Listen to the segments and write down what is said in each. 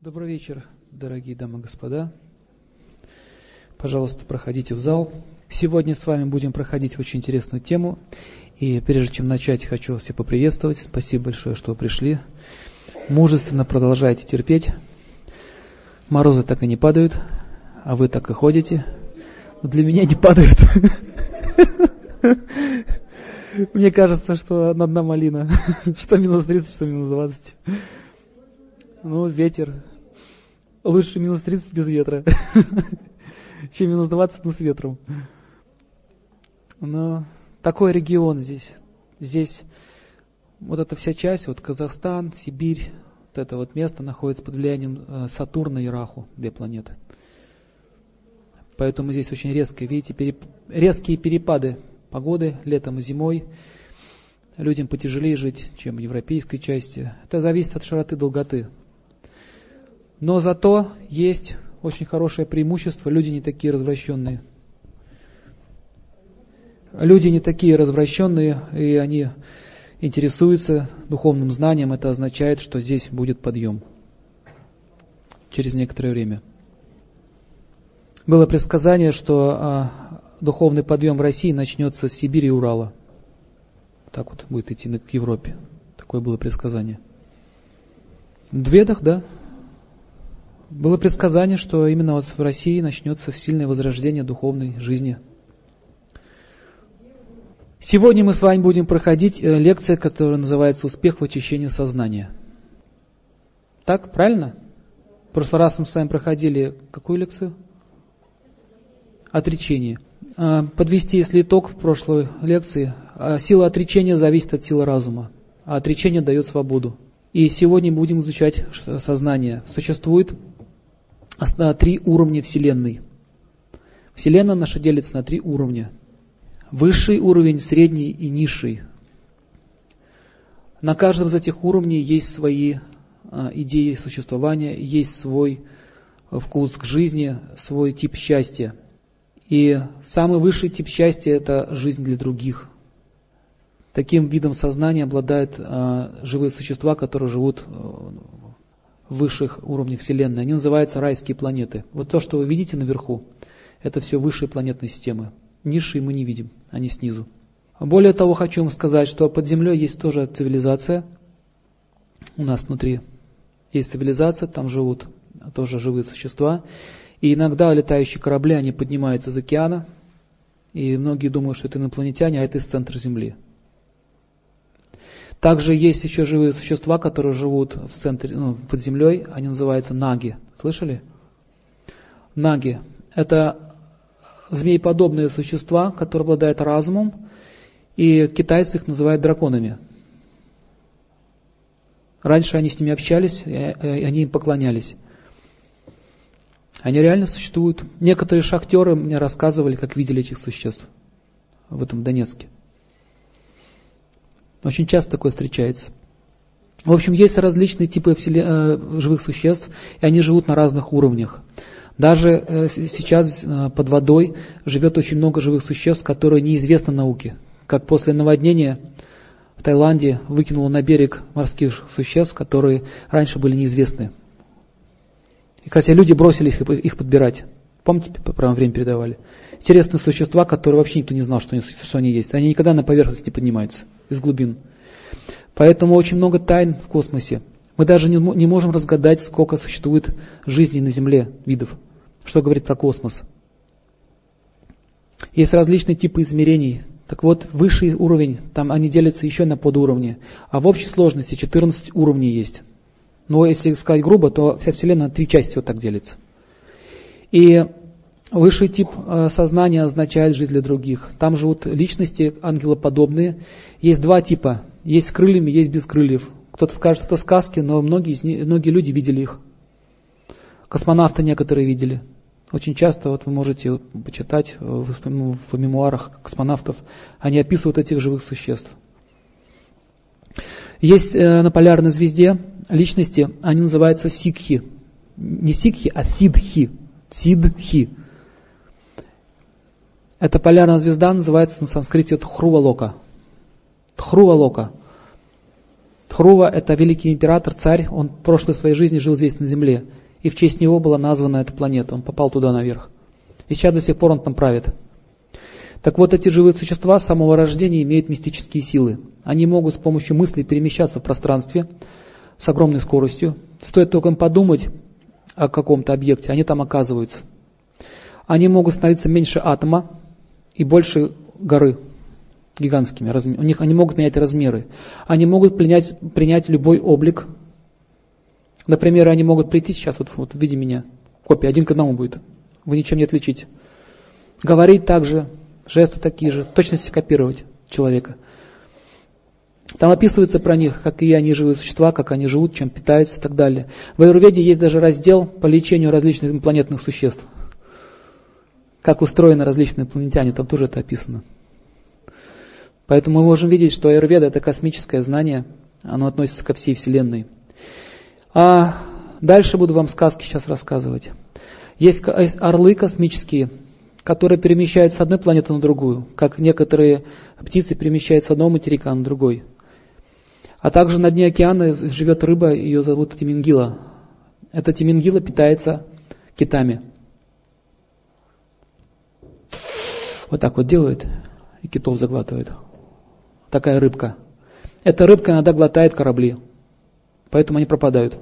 Добрый вечер, дорогие дамы и господа. Пожалуйста, проходите в зал. Сегодня с вами будем проходить очень интересную тему. И прежде чем начать, хочу вас всех поприветствовать. Спасибо большое, что вы пришли. Мужественно продолжайте терпеть. Морозы так и не падают, а вы так и ходите. Но для меня не падают. Мне кажется, что одна малина. Что минус 30, что минус 20. Ну, ветер. Лучше минус 30 без ветра, чем минус 20, но с ветром. Но такой регион здесь. Здесь вот эта вся часть, вот Казахстан, Сибирь, вот это вот место находится под влиянием Сатурна и Раху, две планеты. Поэтому здесь очень резкие, видите, резкие перепады погоды летом и зимой. Людям потяжелее жить, чем в европейской части. Это зависит от широты, долготы. Но зато есть очень хорошее преимущество. Люди не такие развращенные. Люди не такие развращенные, и они интересуются духовным знанием. Это означает, что здесь будет подъем через некоторое время. Было предсказание, что духовный подъем в России начнется с Сибири и Урала. Так вот будет идти к Европе. Такое было предсказание. В Ведах, да? Было предсказание, что именно вот в России начнется сильное возрождение духовной жизни. Сегодня мы с вами будем проходить лекцию, которая называется «Успех в очищении сознания». Так, правильно? В прошлый раз мы с вами проходили какую лекцию? Отречение. Подвести, если итог в прошлой лекции, сила отречения зависит от силы разума, а отречение дает свободу. И сегодня будем изучать сознание. Существует 3 уровня Вселенной. Вселенная наша делится на 3 уровня. Высший уровень, средний и низший. На каждом из этих уровней есть свои идеи существования, есть свой вкус к жизни, свой тип счастья. И самый высший тип счастья – это жизнь для других. Таким видом сознания обладают живые существа, которые живут в высших уровнях Вселенной. Они называются райские планеты. Вот то, что вы видите наверху, это все высшие планетные системы. Низшие мы не видим, они снизу. Более того, хочу вам сказать, что под землей есть тоже цивилизация. У нас внутри есть цивилизация, там живут тоже живые существа. И иногда летающие корабли, они поднимаются из океана. И многие думают, что это инопланетяне, а это из центра Земли. Также есть еще живые существа, которые живут в центре, под землей, они называются наги. Слышали? Наги – это змееподобные существа, которые обладают разумом, и китайцы их называют драконами. Раньше они с ними общались, и они им поклонялись. Они реально существуют. Некоторые шахтеры мне рассказывали, как видели этих существ в этом Донецке. Очень часто такое встречается. В общем, есть различные типы живых существ, и они живут на разных уровнях. Даже сейчас под водой живет очень много живых существ, которые неизвестны науке. Как после наводнения в Таиланде выкинуло на берег морских существ, которые раньше были неизвестны. И хотя люди бросили их подбирать. Помните, про время передавали? Интересные существа, которые вообще никто не знал, что они есть. Они никогда на поверхности не поднимаются из глубин. Поэтому очень много тайн в космосе. Мы даже не можем разгадать, сколько существует жизней на Земле, видов. Что говорит про космос. Есть различные типы измерений. Так вот, высший уровень, там они делятся еще на подуровни. А в общей сложности 14 уровней есть. Но если сказать грубо, то вся Вселенная на 3 части вот так делится. И высший тип сознания означает жизнь для других. Там живут личности ангелоподобные. Есть 2 типа. Есть с крыльями, есть без крыльев. Кто-то скажет, это сказки, но многие люди видели их. Космонавты некоторые видели. Очень часто вот вы можете почитать в мемуарах космонавтов, они описывают этих живых существ. Есть на полярной звезде личности, они называются сикхи. Не сикхи, а сидхи. Сидхи. Эта полярная звезда называется на санскрите Тхрувалока. Тхрувалока. Дхрува – это великий император, царь, он в прошлой своей жизни жил здесь на земле. И в честь него была названа эта планета, он попал туда наверх. И сейчас до сих пор он там правит. Так вот, эти живые существа с самого рождения имеют мистические силы. Они могут с помощью мыслей перемещаться в пространстве с огромной скоростью. Стоит только им подумать о каком-то объекте, они там оказываются. Они могут становиться меньше атома и больше горы, гигантскими размерами. Они могут менять размеры. Они могут принять любой облик. Например, они могут прийти сейчас, вот в виде меня, копия, 1 к 1 будет. Вы ничем не отличите. Говорить так же, жесты такие же, точности копировать человека. Там описывается про них, какие они живые существа, как они живут, чем питаются и так далее. В аюрведе есть даже раздел по лечению различных инопланетных существ. Как устроены различные инопланетяне, там тоже это описано. Поэтому мы можем видеть, что аюрведа – это космическое знание, оно относится ко всей Вселенной. А дальше буду вам сказки сейчас рассказывать. Есть орлы космические, которые перемещаются с одной планеты на другую, как некоторые птицы перемещаются с одного материка на другой. А также на дне океана живет рыба, ее зовут тимингила. Эта тимингила питается китами. Вот так вот делает и китов заглатывает. Такая рыбка. Эта рыбка иногда глотает корабли, поэтому они пропадают.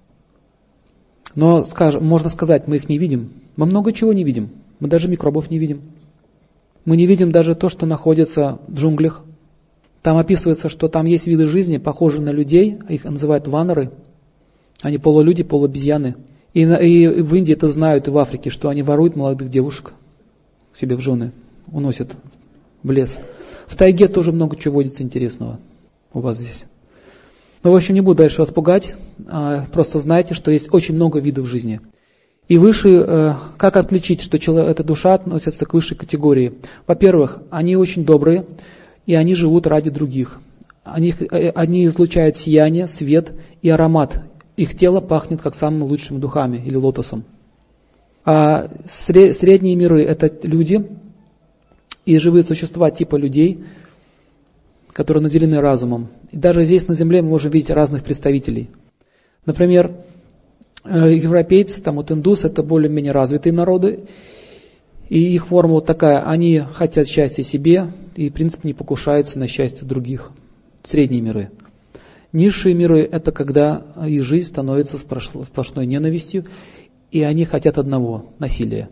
Но, можно сказать, мы их не видим. Мы много чего не видим. Мы даже микробов не видим. Мы не видим даже то, что находится в джунглях. Там описывается, что там есть виды жизни, похожие на людей, их называют ваннеры. Они полулюди, полуобезьяны. И в Индии это знают, и в Африке, что они воруют молодых девушек себе в жены, уносят в лес. В тайге тоже много чего водится интересного у вас здесь. Ну, в общем, не буду дальше вас пугать, просто знайте, что есть очень много видов жизни. И выше, как отличить, что эта душа относится к высшей категории? Во-первых, они очень добрые, и они живут ради других. Они излучают сияние, свет и аромат. Их тело пахнет как самыми лучшими духами или лотосом. А средние миры – это люди и живые существа типа людей, которые наделены разумом. И даже здесь на Земле мы можем видеть разных представителей. Например, европейцы, там вот индусы – это более-менее развитые народы. И их формула такая: они хотят счастья себе и, в принципе, не покушаются на счастье других. Средние миры. Низшие миры – это когда их жизнь становится сплошной ненавистью, и они хотят одного – насилия.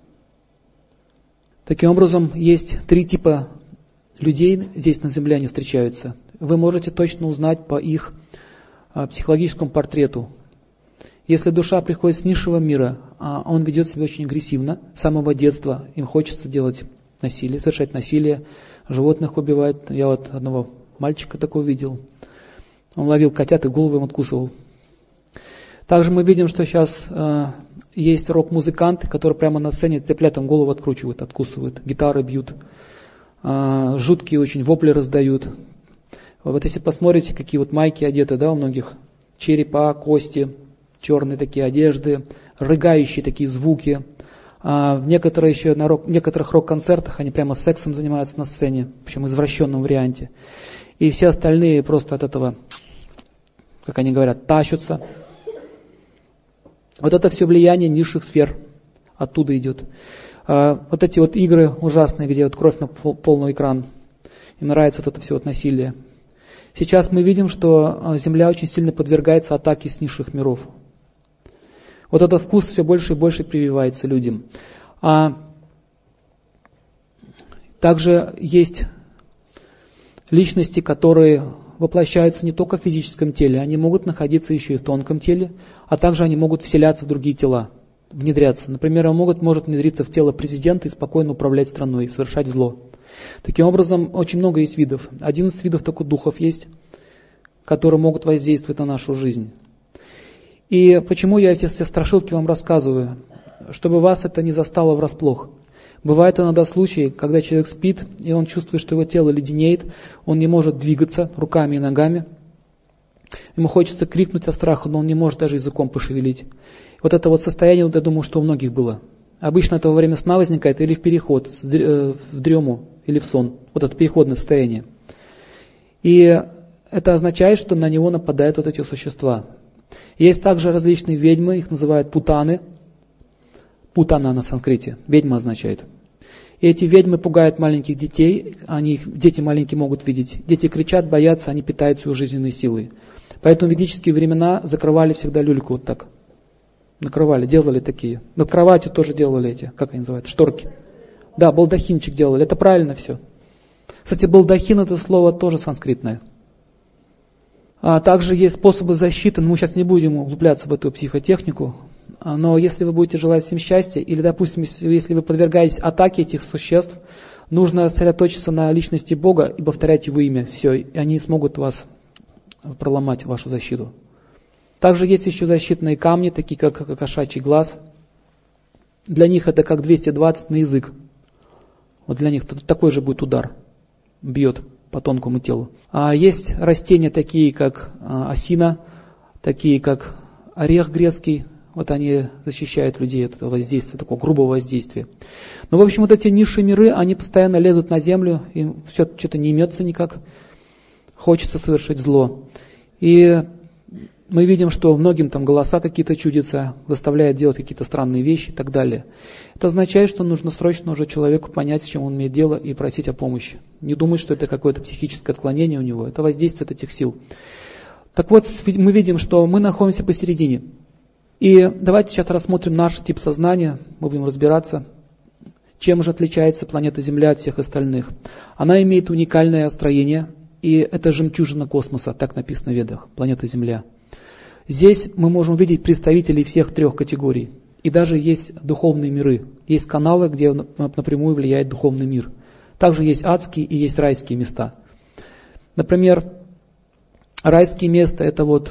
Таким образом, есть 3 типа людей здесь на Земле, они встречаются. Вы можете точно узнать по их психологическому портрету. Если душа приходит с низшего мира, он ведет себя очень агрессивно, с самого детства им хочется делать насилие, совершать насилие, животных убивать. Я вот одного мальчика такого видел. Он ловил котят и голову им откусывал. Также мы видим, что сейчас есть рок-музыканты, которые прямо на сцене цыплятам голову откручивают, откусывают, гитары бьют, жуткие очень вопли раздают. Вот если посмотрите, какие вот майки одеты, да, у многих, черепа, кости, черные такие одежды, рыгающие такие звуки. В некоторых рок-концертах они прямо сексом занимаются на сцене, причем в извращенном варианте. И все остальные просто от этого, как они говорят, тащутся. Вот это все влияние низших сфер оттуда идет. Вот эти вот игры ужасные, где вот кровь на полный экран, им нравится вот это все вот насилие. Сейчас мы видим, что Земля очень сильно подвергается атаке с низших миров. Вот этот вкус все больше и больше прививается людям. Также есть личности, которые воплощаются не только в физическом теле, они могут находиться еще и в тонком теле, а также они могут вселяться в другие тела, внедряться. Например, он может внедриться в тело президента и спокойно управлять страной, совершать зло. Таким образом, очень много есть видов. 11 видов только духов есть, которые могут воздействовать на нашу жизнь. И почему я эти все страшилки вам рассказываю? Чтобы вас это не застало врасплох. Бывают иногда случаи, когда человек спит, и он чувствует, что его тело леденеет, он не может двигаться руками и ногами. Ему хочется крикнуть от страха, но он не может даже языком пошевелить. Вот это вот состояние, я думаю, что у многих было. Обычно это во время сна возникает или в переход, в дрему, или в сон. Вот это переходное состояние. И это означает, что на него нападают вот эти существа. Есть также различные ведьмы, их называют путаны. Путана на санскрите, ведьма означает. И эти ведьмы пугают маленьких детей, дети маленькие могут видеть. Дети кричат, боятся, они питают свою жизненной силой. Поэтому в ведические времена закрывали всегда люльку вот так. Накрывали, делали такие. Над кроватью тоже делали эти, как они называют, шторки. Да, балдахинчик делали, это правильно все. Кстати, балдахин это слово тоже санскритное. А также есть способы защиты, но мы сейчас не будем углубляться в эту психотехнику. Но если вы будете желать всем счастья, или, допустим, если вы подвергаетесь атаке этих существ, нужно сосредоточиться на личности Бога и повторять Его имя. Все, и они смогут вас проломать, вашу защиту. Также есть еще защитные камни, такие как кошачий глаз. Для них это как 220 на язык. Вот для них такой же будет удар. Бьет по тонкому телу. А есть растения такие, как осина, такие, как орех грецкий. Вот они защищают людей от этого воздействия, такого грубого воздействия. Но, в общем, вот эти низшие миры, они постоянно лезут на землю, им все что-то не имется никак. Хочется совершить зло. И мы видим, что многим там голоса какие-то чудятся, заставляют делать какие-то странные вещи и так далее. Это означает, что нужно срочно уже человеку понять, с чем он имеет дело, и просить о помощи. Не думать, что это какое-то психическое отклонение у него, это воздействие от этих сил. Так вот, мы видим, что мы находимся посередине. И давайте сейчас рассмотрим наш тип сознания, мы будем разбираться, чем же отличается планета Земля от всех остальных. Она имеет уникальное строение, и это жемчужина космоса, так написано в Ведах, планета Земля. Здесь мы можем увидеть представителей всех трех категорий. И даже есть духовные миры. Есть каналы, где напрямую влияет духовный мир. Также есть адские и есть райские места. Например, райские места — это вот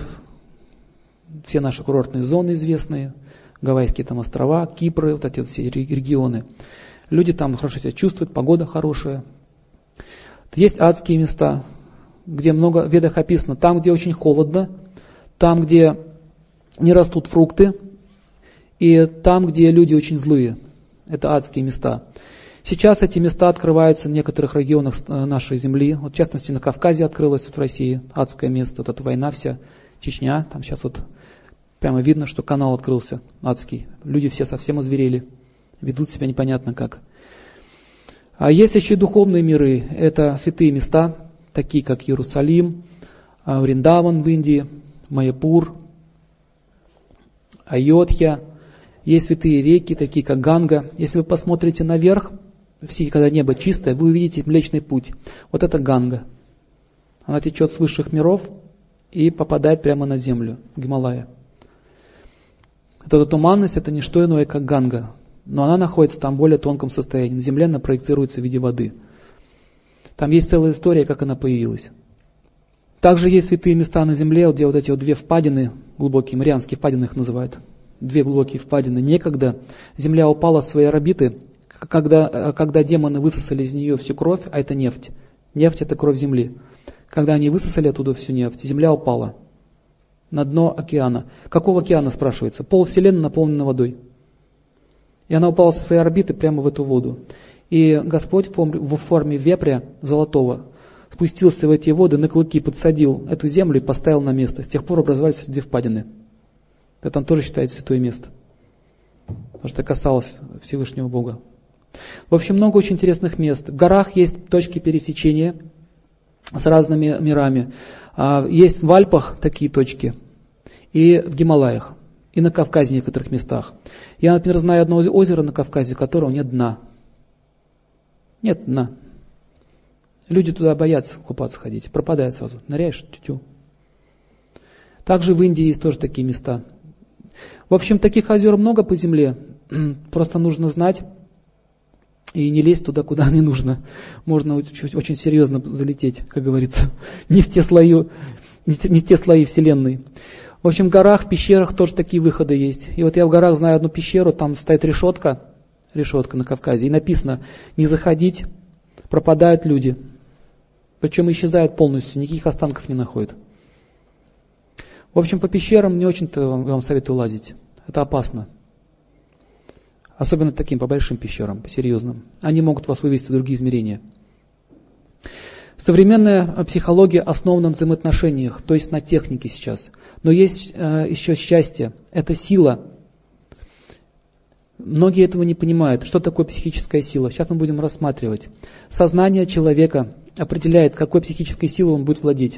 все наши курортные зоны известные, Гавайские там острова, Кипры, вот эти вот все регионы. Люди там хорошо себя чувствуют, погода хорошая. Есть адские места, где много в Ведах описано. Там, где очень холодно, там, где не растут фрукты, и там, где люди очень злые. Это адские места. Сейчас эти места открываются в некоторых регионах нашей земли. Вот, в частности, на Кавказе открылось, вот в России адское место, вот эта война вся, Чечня. Там сейчас вот прямо видно, что канал открылся адский. Люди все совсем озверели, ведут себя непонятно как. А есть еще и духовные миры. Это святые места, такие как Иерусалим, Вриндаван в Индии, Майяпур, Айодхья. Есть святые реки, такие как Ганга. Если вы посмотрите наверх, когда небо чистое, вы увидите Млечный Путь. Вот это Ганга. Она течет с высших миров и попадает прямо на землю, в Гималая. Вот эта туманность — это не что иное, как Ганга. Но она находится там в более тонком состоянии. На земле она проецируется в виде воды. Там есть целая история, как она появилась. Также есть святые места на земле, где вот эти вот две впадины, глубокие, Марианские впадины их называют. Две глубокие впадины. Некогда земля упала в свои орбиты, когда демоны высосали из нее всю кровь, а это нефть. Нефть — это кровь земли. Когда они высосали оттуда всю нефть, земля упала на дно океана. Какого океана, спрашивается? Пол вселенной наполнена водой. И она упала со своей орбиты прямо в эту воду. И Господь в форме вепря золотого спустился в эти воды, на клыки подсадил эту землю и поставил на место. С тех пор образовались две впадины. Это там тоже считается святое место. Потому что это касалось Всевышнего Бога. В общем, много очень интересных мест. В горах есть точки пересечения с разными мирами. Есть в Альпах такие точки. И в Гималаях. И на Кавказе в некоторых местах. Я, например, знаю одно озеро на Кавказе, у которого нет дна. Нет дна. Люди туда боятся купаться ходить. Пропадают сразу. Ныряешь, тю-тю. Также в Индии есть тоже такие места. В общем, таких озер много по земле. Просто нужно знать и не лезть туда, куда не нужно. Можно очень серьезно залететь, как говорится. Не в те слои Вселенной. В общем, в горах, в пещерах тоже такие выходы есть. И вот я в горах знаю одну пещеру, там стоит решетка на Кавказе, и написано: не заходить, пропадают люди. Причем исчезают полностью, никаких останков не находят. В общем, по пещерам не очень-то вам советую лазить. Это опасно. Особенно таким, по большим пещерам, по серьезным. Они могут вас вывести в другие измерения. Современная психология основана на взаимоотношениях, то есть на технике сейчас. Но есть еще счастье, это сила. Многие этого не понимают. Что такое психическая сила? Сейчас мы будем рассматривать. Сознание человека определяет, какой психической силой он будет владеть.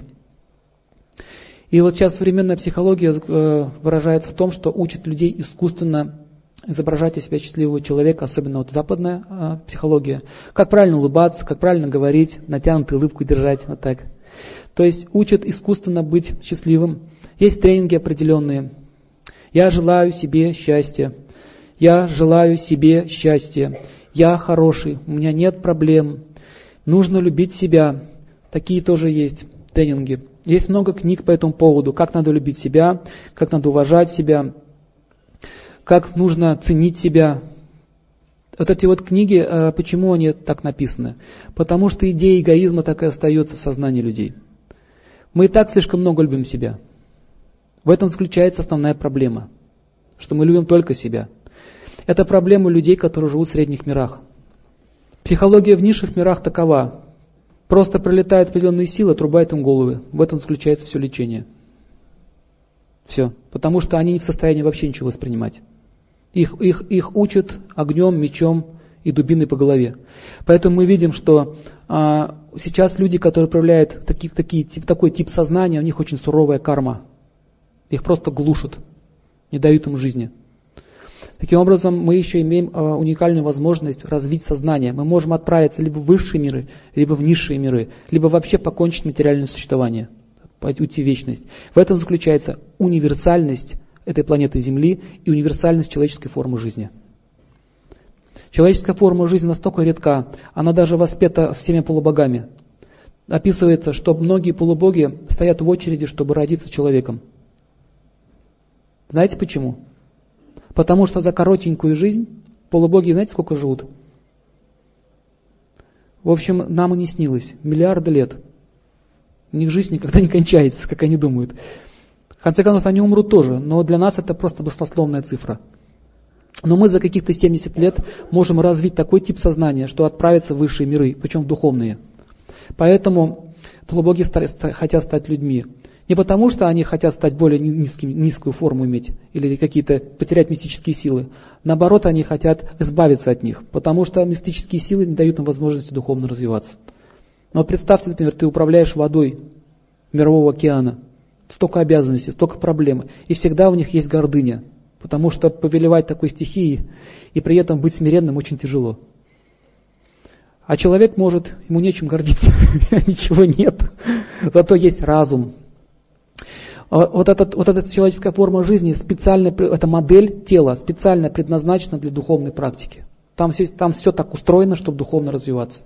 И вот сейчас современная психология выражается в том, что учит людей искусственно изображать из себя счастливого человека, особенно вот западная психология. Как правильно улыбаться, как правильно говорить, натянутую улыбку держать, вот так. То есть учат искусственно быть счастливым. Есть тренинги определенные. Я желаю себе счастья. Я желаю себе счастья. Я хороший, у меня нет проблем. Нужно любить себя. Такие тоже есть тренинги. Есть много книг по этому поводу, как надо любить себя, как надо уважать себя, как нужно ценить себя. Вот эти вот книги, почему они так написаны? Потому что идея эгоизма так и остается в сознании людей. Мы и так слишком много любим себя. В этом заключается основная проблема, что мы любим только себя. Это проблема людей, которые живут в средних мирах. Психология в низших мирах такова. Просто прилетают определенные силы, отрубают им головы. В этом заключается все лечение. Все. Потому что они не в состоянии вообще ничего воспринимать. Их учат огнем, мечом и дубиной по голове. Поэтому мы видим, что сейчас люди, которые проявляют такой тип сознания, у них очень суровая карма. Их просто глушат, не дают им жизни. Таким образом, мы еще имеем уникальную возможность развить сознание. Мы можем отправиться либо в высшие миры, либо в низшие миры, либо вообще покончить материальное существование, уйти в вечность. В этом заключается универсальность этой планеты Земли и универсальность человеческой формы жизни. Человеческая форма жизни настолько редка, она даже воспета всеми полубогами. Описывается, что многие полубоги стоят в очереди, чтобы родиться человеком. Знаете почему? Потому что за коротенькую жизнь полубоги, знаете, сколько живут? В общем, нам и не снилось. Миллиарды лет. У них жизнь никогда не кончается, как они думают. В конце концов, они умрут тоже, но для нас это просто баснословная цифра. Но мы за каких-то 70 лет можем развить такой тип сознания, что отправиться в высшие миры, причем в духовные. Поэтому полубоги хотят стать людьми. Не потому, что они хотят стать более низкую форму иметь или какие-то потерять мистические силы. Наоборот, они хотят избавиться от них, потому что мистические силы не дают им возможности духовно развиваться. Но представьте, например, ты управляешь водой мирового океана. Столько обязанностей, столько проблем. И всегда у них есть гордыня. Потому что повелевать такой стихией и при этом быть смиренным очень тяжело. А человек может, ему нечем гордиться, ничего нет. Зато есть разум. Вот эта человеческая форма жизни, эта модель тела специально предназначена для духовной практики. Там все так устроено, чтобы духовно развиваться.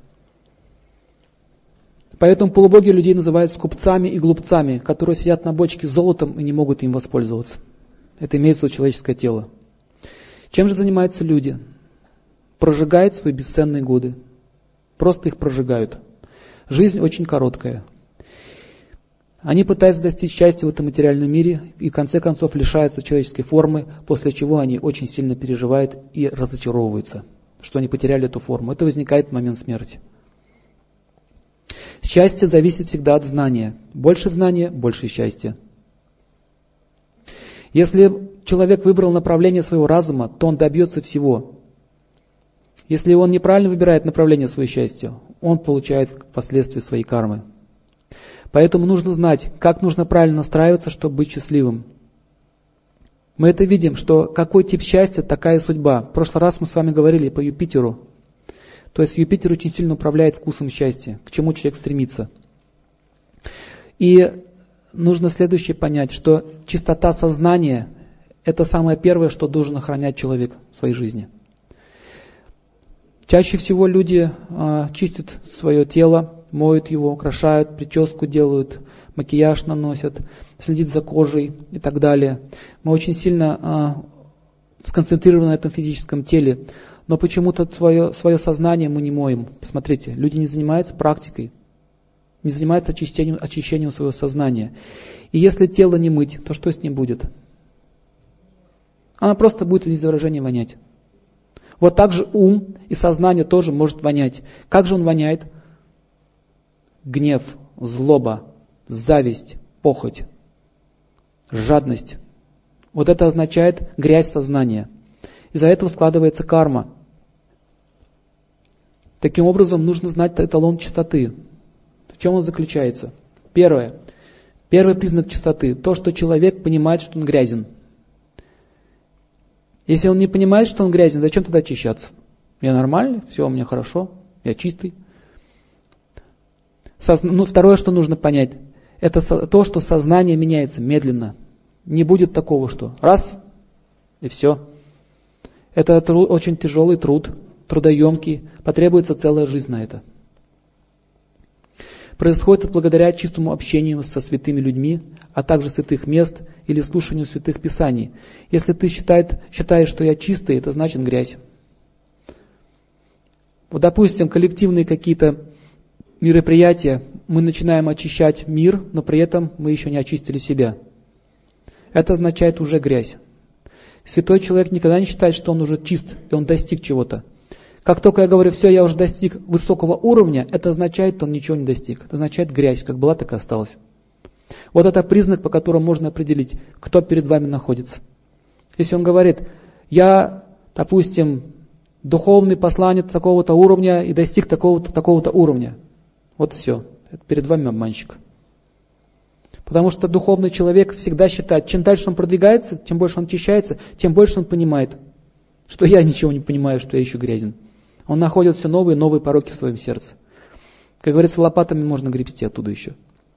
Поэтому полубоги людей называют скупцами и глупцами, которые сидят на бочке с золотом и не могут им воспользоваться. Это имеется в виду человеческое тело. Чем же занимаются люди? Прожигают свои бесценные годы. Просто их прожигают. Жизнь очень короткая. Они пытаются достичь счастья в этом материальном мире и в конце концов лишаются человеческой формы, после чего они очень сильно переживают и разочаровываются, что они потеряли эту форму. Это возникает в момент смерти. Счастье зависит всегда от знания. Больше знания, больше счастья. Если человек выбрал направление своего разума, то он добьется всего. Если он неправильно выбирает направление своего счастья, он получает впоследствии своей кармы. Поэтому нужно знать, как нужно правильно настраиваться, чтобы быть счастливым. Мы это видим, что какой тип счастья, такая судьба. В прошлый раз мы с вами говорили по Юпитеру. То есть Юпитер очень сильно управляет вкусом счастья, к чему человек стремится. И нужно следующее понять, что чистота сознания – это самое первое, что должен охранять человек в своей жизни. Чаще всего люди чистят свое тело, моют его, украшают, прическу делают, макияж наносят, следят за кожей и так далее. Мы очень сильно сконцентрированы на этом физическом теле, но почему-то свое сознание мы не моем. Посмотрите, люди не занимаются практикой, не занимаются очищением своего сознания. И если тело не мыть, то что с ним будет? Оно просто будет из выражения вонять. Вот так же ум и сознание тоже может вонять. Как же он воняет? гнев, злоба, зависть, похоть, жадность. Вот это означает грязь сознания. Из-за этого складывается карма. Таким образом, нужно знать эталон чистоты. В чем он заключается? Первый признак чистоты – то, что человек понимает, что он грязен. Если он не понимает, что он грязен, зачем тогда очищаться? Я нормальный, все у меня хорошо, я чистый. Второе, что нужно понять, это то, что сознание меняется медленно. Не будет такого, что раз и все. Это очень тяжелый труд, трудоемкий, потребуется целая жизнь на это. Происходит это благодаря чистому общению со святыми людьми, а также святых мест или слушанию святых писаний. Если ты считаешь, что я чистый, это значит грязь. Вот, допустим, коллективные какие-то мероприятия, мы начинаем очищать мир, но при этом мы еще не очистили себя. Это означает уже грязь. Святой человек никогда не считает, что он уже чист, и он достиг чего-то. Как только я говорю, все, я уже достиг высокого уровня, это означает, что он ничего не достиг. Это означает грязь, как была, так и осталась. Вот это признак, по которому можно определить, кто перед вами находится. Если он говорит, я, допустим, духовный посланец такого-то уровня и достиг такого-то уровня. Вот все. Это перед вами обманщик. Потому что духовный человек всегда считает, чем дальше он продвигается, тем больше он очищается, тем больше он понимает, что я ничего не понимаю, что я еще грязен. Он находит все новые и новые пороки в своем сердце. Как говорится, лопатами можно гребсти оттуда еще.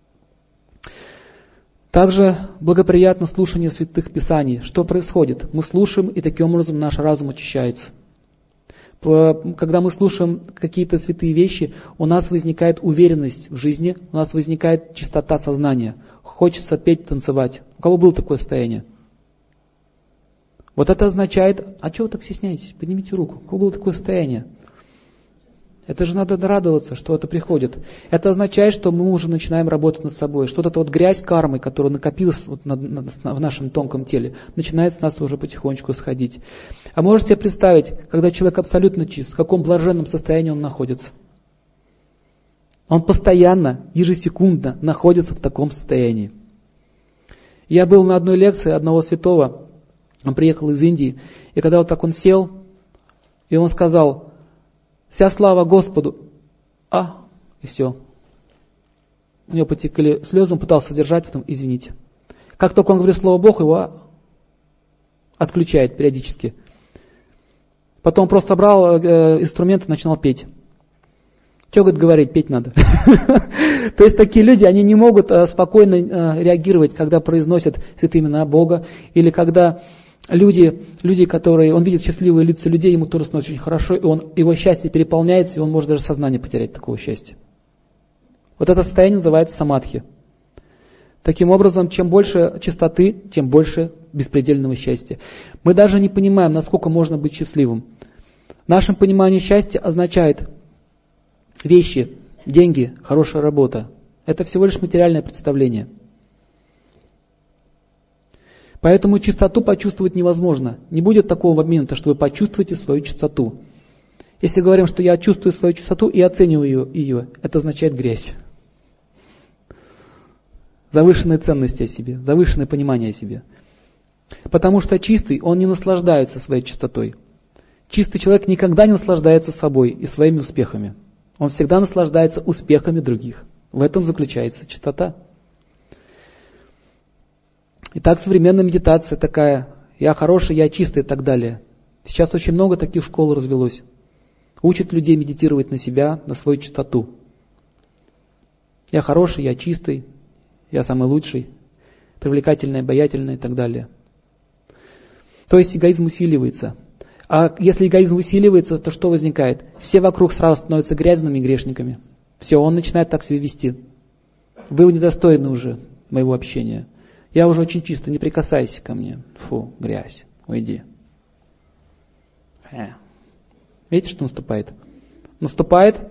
Также благоприятно слушание святых писаний. Что происходит? Мы слушаем, и таким образом наш разум очищается. Когда мы слушаем какие-то святые вещи, у нас возникает уверенность в жизни, у нас возникает чистота сознания. Хочется петь, танцевать. У кого было такое состояние? Вот это означает, а чего вы так стесняетесь? Поднимите руку. У кого было такое состояние? Это же надо радоваться, что это приходит. Это означает, что мы уже начинаем работать над собой. Что вот эта вот грязь кармы, которая накопилась в нашем тонком теле, начинает с нас уже потихонечку сходить. А можете себе представить, когда человек абсолютно чист, в каком блаженном состоянии он находится? Он постоянно, ежесекундно находится в таком состоянии. Я был на одной лекции одного святого, он приехал из Индии, и когда вот так он сел, и он сказал: «Вся слава Господу!» И все. У него потекли слезы, он пытался держать, потом «извините». Как только он говорит слово Бог, его отключает периодически. Потом просто брал инструмент и начинал петь. Что, говорить, петь надо. То есть такие люди, они не могут спокойно реагировать, когда произносят святые имена Бога, или когда люди, которые, он видит счастливые лица людей, ему тоже становится очень хорошо, и его счастье переполняется, и он может даже сознание потерять такого счастья. Вот это состояние называется самадхи. Таким образом, чем больше чистоты, тем больше беспредельного счастья. Мы даже не понимаем, насколько можно быть счастливым. В нашем понимании счастья означает вещи, деньги, хорошая работа. Это всего лишь материальное представление. Поэтому чистоту почувствовать невозможно. Не будет такого момента, что вы почувствуете свою чистоту. Если говорим, что я чувствую свою чистоту и оцениваю ее, это означает грязь. Завышенные ценности о себе, завышенное понимание о себе. Потому что чистый, он не наслаждается своей чистотой. Чистый человек никогда не наслаждается собой и своими успехами. Он всегда наслаждается успехами других. В этом заключается чистота. Итак, современная медитация такая: я хороший, я чистый и так далее. Сейчас очень много таких школ развелось. Учат людей медитировать на себя, на свою чистоту. Я хороший, я чистый, я самый лучший, привлекательный, обаятельный и так далее. То есть эгоизм усиливается. А если эгоизм усиливается, то что возникает? Все вокруг сразу становятся грязными грешниками. Все, он начинает так себя вести. Вы недостойны уже моего общения. Я уже очень чисто, не прикасайся ко мне. Фу, грязь, уйди. Видите, что наступает? Наступает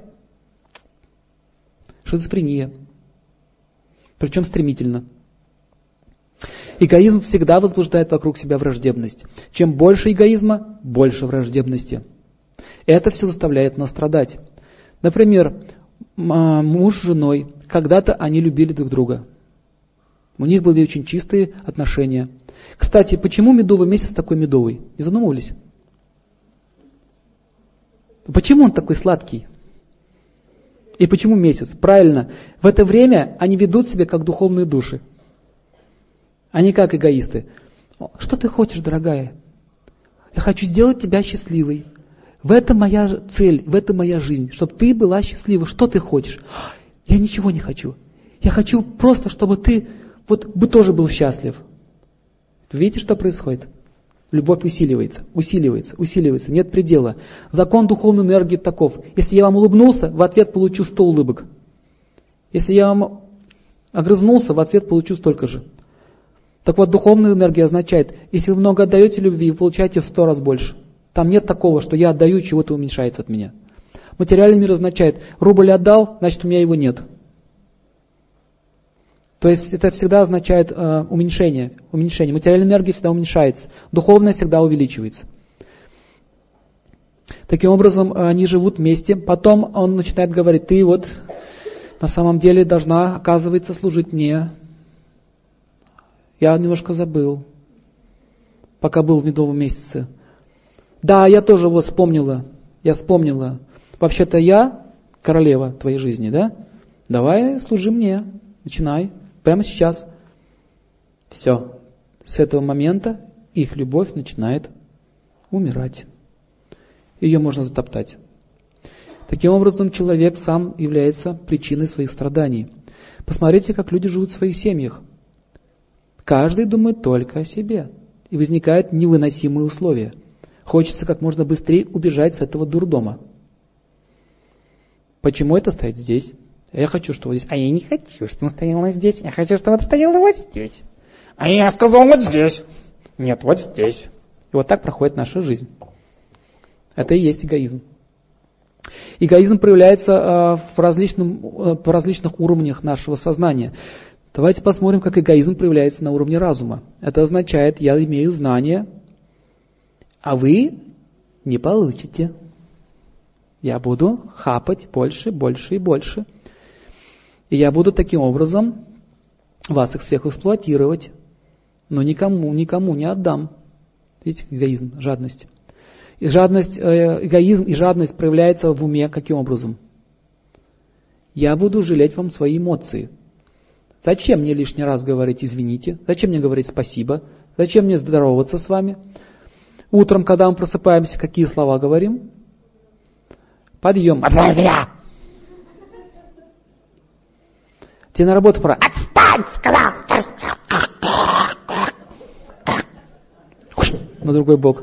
шизофрения. Причем стремительно. Эгоизм всегда возбуждает вокруг себя враждебность. Чем больше эгоизма, больше враждебности. Это все заставляет нас страдать. Например, муж с женой, когда-то они любили друг друга. У них были очень чистые отношения. Кстати, почему медовый месяц такой медовый? Не задумывались? Почему он такой сладкий? И почему месяц? Правильно, в это время они ведут себя как духовные души. Они как эгоисты. Что ты хочешь, дорогая? Я хочу сделать тебя счастливой. В этом моя цель, в этом моя жизнь, чтобы ты была счастлива. Что ты хочешь? Я ничего не хочу. Я хочу просто, чтобы ты бы тоже был счастлив. Вы видите, что происходит? Любовь усиливается, усиливается, усиливается, нет предела. Закон духовной энергии таков. Если я вам улыбнулся, в ответ получу 100 улыбок. Если я вам огрызнулся, в ответ получу столько же. Так вот, духовная энергия означает, если вы много отдаете любви, вы получаете в 100 раз больше. Там нет такого, что я отдаю, чего-то уменьшается от меня. Материальный мир означает, рубль отдал, значит у меня его нет. То есть это всегда означает уменьшение. Материальная энергия всегда уменьшается, духовная всегда увеличивается. Таким образом, они живут вместе. Потом он начинает говорить, ты на самом деле должна, оказывается, служить мне. Я немножко забыл, пока был в медовом месяце. Да, я тоже вспомнила. Я вспомнила. Вообще-то я королева твоей жизни, да? Давай служи мне. Начинай. Прямо сейчас. Все. С этого момента их любовь начинает умирать. Ее можно затоптать. Таким образом, человек сам является причиной своих страданий. Посмотрите, как люди живут в своих семьях. Каждый думает только о себе. И возникают невыносимые условия. Хочется как можно быстрее убежать с этого дурдома. Почему это стоит здесь? Я хочу, чтобы здесь. А я не хочу, чтобы он стоял здесь. Я хочу, чтобы он стоял вот здесь. А я сказал вот здесь. Нет, вот здесь. И вот так проходит наша жизнь. Это и есть эгоизм. Эгоизм проявляется по различных уровнях нашего сознания. Давайте посмотрим, как эгоизм проявляется на уровне разума. Это означает, я имею знания, а вы не получите. Я буду хапать больше, больше и больше. И я буду таким образом вас всех эксплуатировать, но никому не отдам. Видите, эгоизм, жадность. Эгоизм и жадность проявляется в уме каким образом? Я буду жалеть вам свои эмоции. Зачем мне лишний раз говорить извините? Зачем мне говорить спасибо? Зачем мне здороваться с вами? Утром, когда мы просыпаемся, какие слова говорим? Подъем. Отстань меня! Тебе на работу пора. Отстань, сказал! На другой бок.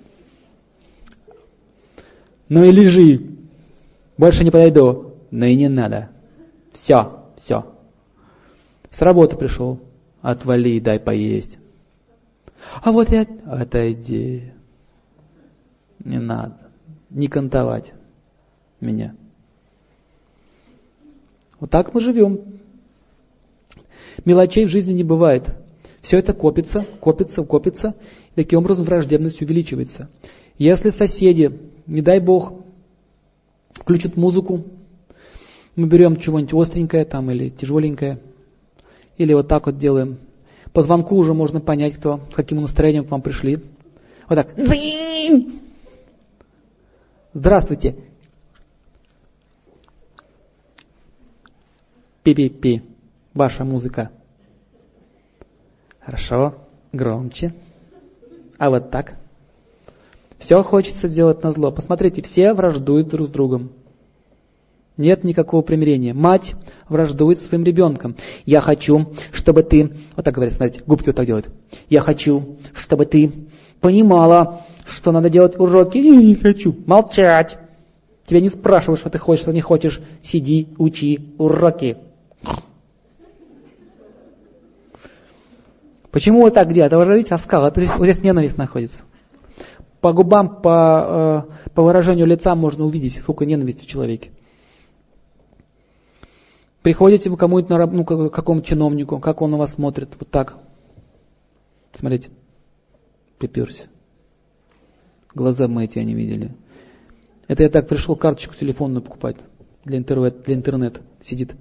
Ну и лежи. Больше не подойду. Ну и не надо. Все. С работы пришел. Отвали, дай поесть. А вот я... Отойди. Не надо. Не кантовать меня. Вот так мы живем. Мелочей в жизни не бывает. Все это копится. И таким образом враждебность увеличивается. Если соседи, не дай Бог, включат музыку, мы берем чего-нибудь остренькое там или тяжеленькое, или вот так вот делаем. По звонку уже можно понять, с каким настроением к вам пришли. Вот так. Здравствуйте. Пи-пи-пи. Ваша музыка. Хорошо. Громче. А вот так. Все хочется сделать назло. Посмотрите, все враждуют друг с другом. Нет никакого примирения. Мать враждует со своим ребенком. Я хочу, чтобы ты... Вот так говорят, смотрите, губки вот так делают. Я хочу, чтобы ты понимала, что надо делать уроки. Я не хочу. Молчать. Тебя не спрашивают, что ты хочешь, что не хочешь. Сиди, учи уроки. Почему вот так делают? Вы же видите, оскал. Вот здесь ненависть находится. По губам, по выражению лица можно увидеть, сколько ненависти в человеке. Приходите вы кому-нибудь, к какому-то чиновнику, как он на вас смотрит, вот так. Смотрите, приперся. Глаза мы эти не видели. Это я так пришел карточку телефонную покупать. для интернета сидит.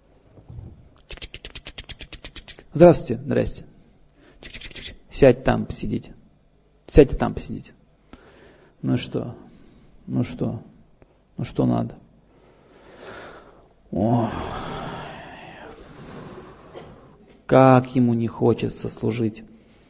Здравствуйте, здрасте. Сядь там посидите. Сядьте там посидите. Ну что надо? О, как ему не хочется служить.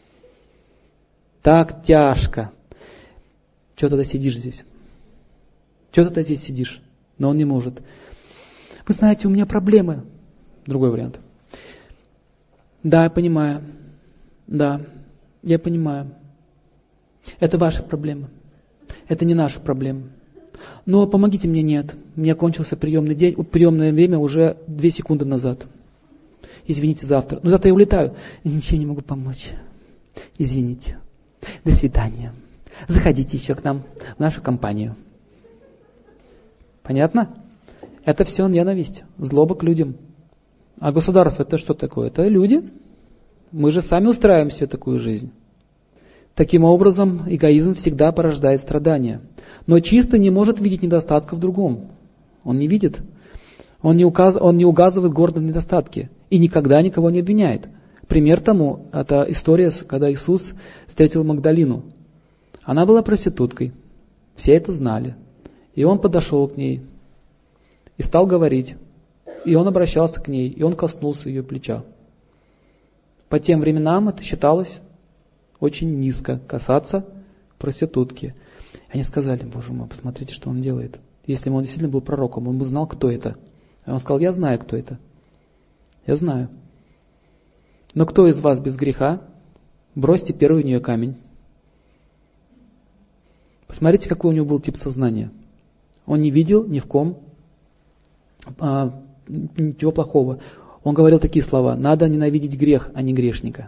Так тяжко. Чего ты сидишь здесь? Чего ты здесь сидишь? Но он не может. Вы знаете, у меня проблемы. Другой вариант. Да, я понимаю. Да, я понимаю. Это ваши проблемы. Это не наши проблемы. Но помогите мне, нет. У меня кончился приемное время уже 2 секунды назад. Извините, завтра. Но завтра я улетаю. Ничего не могу помочь. Извините. До свидания. Заходите еще к нам, в нашу компанию. Понятно? Это все ненависть, злоба к людям. А государство это что такое? Это люди. Мы же сами устраиваем себе такую жизнь. Таким образом, эгоизм всегда порождает страдания. Но чистый не может видеть недостатка в другом. Он не видит. Он не указывает гордо на недостатки. И никогда никого не обвиняет. Пример тому, это история, когда Иисус встретил Магдалину. Она была проституткой. Все это знали. И он подошел к ней. И стал говорить. И он обращался к ней. И он коснулся ее плеча. По тем временам это считалось очень низко касаться проститутки. Они сказали: Боже мой, посмотрите, что он делает. Если бы он действительно был пророком, он бы знал, кто это. И он сказал: я знаю, кто это. Я знаю. Но кто из вас без греха, бросьте первый в нее камень. Посмотрите, какой у него был тип сознания. Он не видел ни в ком ничего плохого. Он говорил такие слова: надо ненавидеть грех, а не грешника.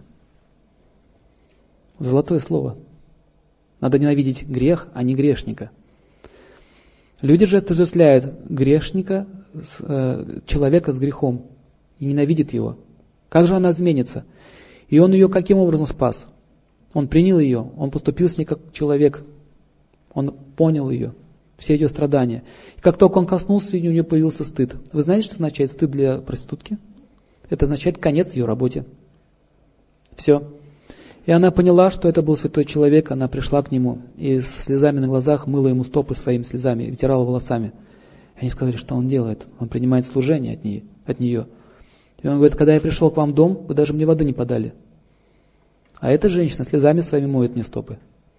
Золотое слово. Надо ненавидеть грех, а не грешника. Люди же отождествляют грешника, человека с грехом, и ненавидят его. Как же она изменится? И он ее каким образом спас? Он принял ее, он поступил с ней как человек, он понял ее, все ее страдания. И как только он коснулся ее, у нее появился стыд. Вы знаете, что означает стыд для проститутки? Это означает конец ее работе. Все. И она поняла, что это был святой человек, она пришла к нему и со слезами на глазах мыла ему стопы своими слезами, вытирала волосами. И они сказали: что он делает? Он принимает служение от нее. И он говорит: когда я пришел к вам в дом, вы даже мне воды не подали. А эта женщина слезами своими моет мне стопы.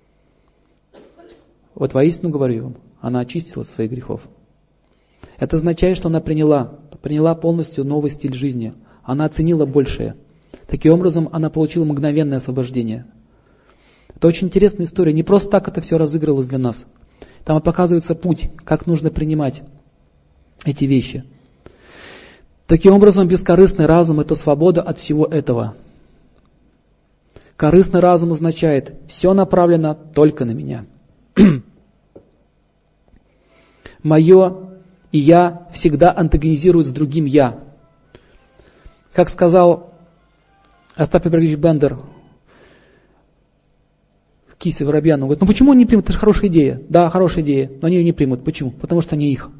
Вот воистину говорю вам, она очистилась от своих грехов. Это означает, что она приняла полностью новый стиль жизни. Она оценила большее. Таким образом, она получила мгновенное освобождение. Это очень интересная история. Не просто так это все разыгрывалось для нас. Там показывается путь, как нужно принимать эти вещи. Таким образом, бескорыстный разум – это свобода от всего этого. Корыстный разум означает: все направлено только на меня. Мое и я всегда антагонизируют с другим я. Как сказал Остап Ибрагимович Бендер в Кисе Воробьяну, он говорит: ну почему они не примут? Это же хорошая идея. Да, хорошая идея, но они ее не примут. Почему? Потому что они их.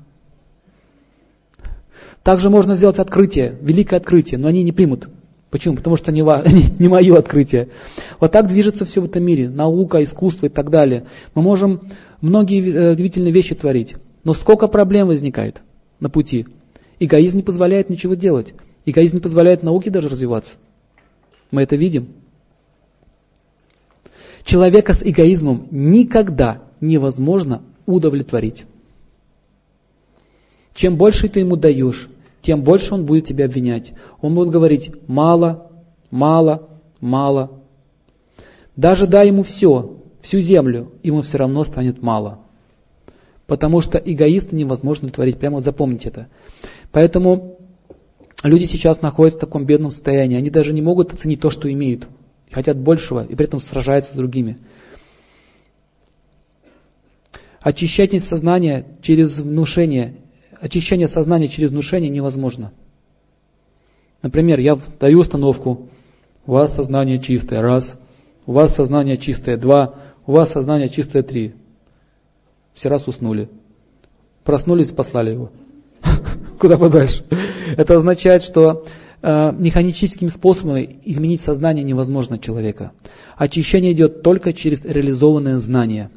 Также можно сделать открытие, великое открытие, но они не примут. Почему? Потому что не мое открытие. Вот так движется все в этом мире. Наука, искусство и так далее. Мы можем многие удивительные вещи творить. Но сколько проблем возникает на пути. Эгоизм не позволяет ничего делать. Эгоизм не позволяет науке даже развиваться. Мы это видим. Человека с эгоизмом никогда невозможно удовлетворить. Чем больше ты ему даешь, тем больше он будет тебя обвинять. Он будет говорить: мало, мало, мало. Даже дай ему всю землю, ему все равно станет мало. Потому что эгоиста невозможно творить. Прямо вот запомните это. Поэтому люди сейчас находятся в таком бедном состоянии. Они даже не могут оценить то, что имеют. Хотят большего и при этом сражаются с другими. Очищение сознания через внушение невозможно. Например, я даю установку: у вас сознание чистое, раз, у вас сознание чистое, два, у вас сознание чистое, три. Все раз уснули. Проснулись, послали его. куда подальше. Это означает, что механическими способами изменить сознание невозможно человека. Очищение идет только через реализованное знание.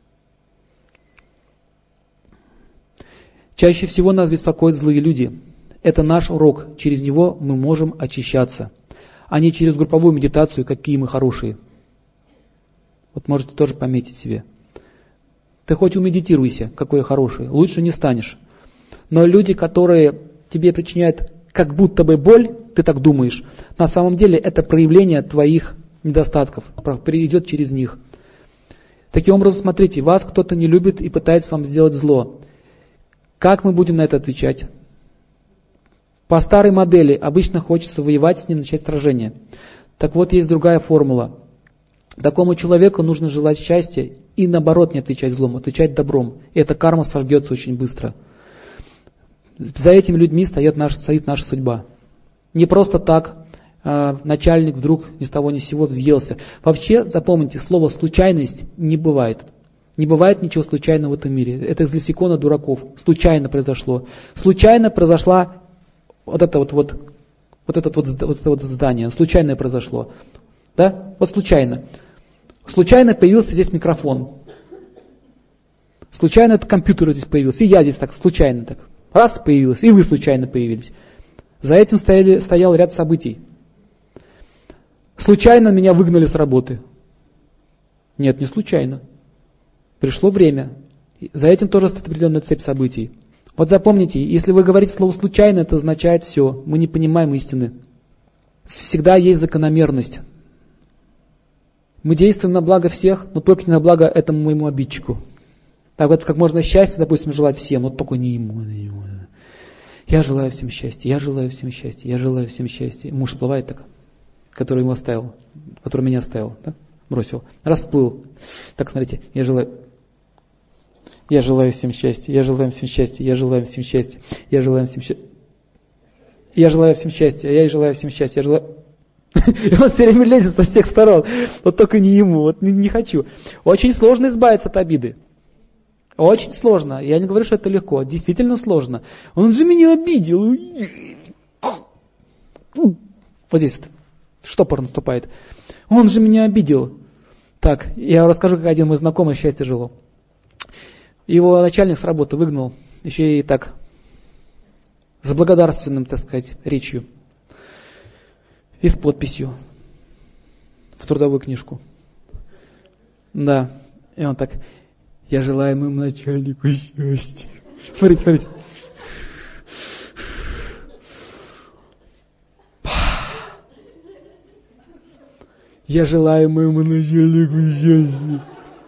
Чаще всего нас беспокоят злые люди. Это наш урок, через него мы можем очищаться, а не через групповую медитацию, какие мы хорошие. Вот можете тоже пометить себе. Ты хоть умедитируйся, какой я хороший, лучше не станешь. Но люди, которые тебе причиняют как будто бы боль, ты так думаешь, на самом деле это проявление твоих недостатков, перейдет через них. Таким образом, смотрите, вас кто-то не любит и пытается вам сделать зло. Как мы будем на это отвечать? По старой модели обычно хочется воевать с ним, начать сражение. Так вот, есть другая формула. Такому человеку нужно желать счастья и наоборот не отвечать злом, отвечать добром. И эта карма сожгется очень быстро. За этими людьми стоит наша судьба. Не просто так начальник вдруг ни с того ни с сего взъелся. Вообще, запомните, слово «случайность» не бывает. Не бывает ничего случайного в этом мире. Это из лексикона дураков. Случайно произошло. Случайно произошла вот это вот здание. Случайно произошло. Да? Вот случайно. Случайно появился здесь микрофон. Случайно этот компьютер здесь появился. И я здесь так случайно так. Раз появилась, и вы случайно появились. За этим стоял ряд событий. Случайно меня выгнали с работы. Нет, не случайно. Пришло время. За этим тоже стоит определенная цепь событий. Вот запомните, если вы говорите слово «случайно», это означает все. Мы не понимаем истины. Всегда есть закономерность. Мы действуем на благо всех, но только не на благо этому моему обидчику. Так вот, как можно счастье, допустим, желать всем, но только не ему. Я желаю всем счастья, я желаю всем счастья, я желаю всем счастья. Муж всплывает так, который ему оставил, который меня оставил, да? Бросил. Расплыл. Так, смотрите, я желаю всем счастья, я желаю всем счастья, я желаю всем счастья, я желаю всем счастья. Я желаю всем счастья, я желаю всем счастья, я желаю... И он все время лезет со всех сторон. Вот только не ему, вот не хочу. Очень сложно избавиться от обиды. Очень сложно. Я не говорю, что это легко. Действительно сложно. Он же меня обидел. Вот здесь штопор наступает. Он же меня обидел. Так, я расскажу, как один мой знакомый счастье желал. Его начальник с работы выгнал. Еще и так, с благодарственным, так сказать, речью. И с подписью в трудовую книжку. Да. И он так: я желаю моему начальнику счастья. Смотрите. Я желаю моему начальнику счастья.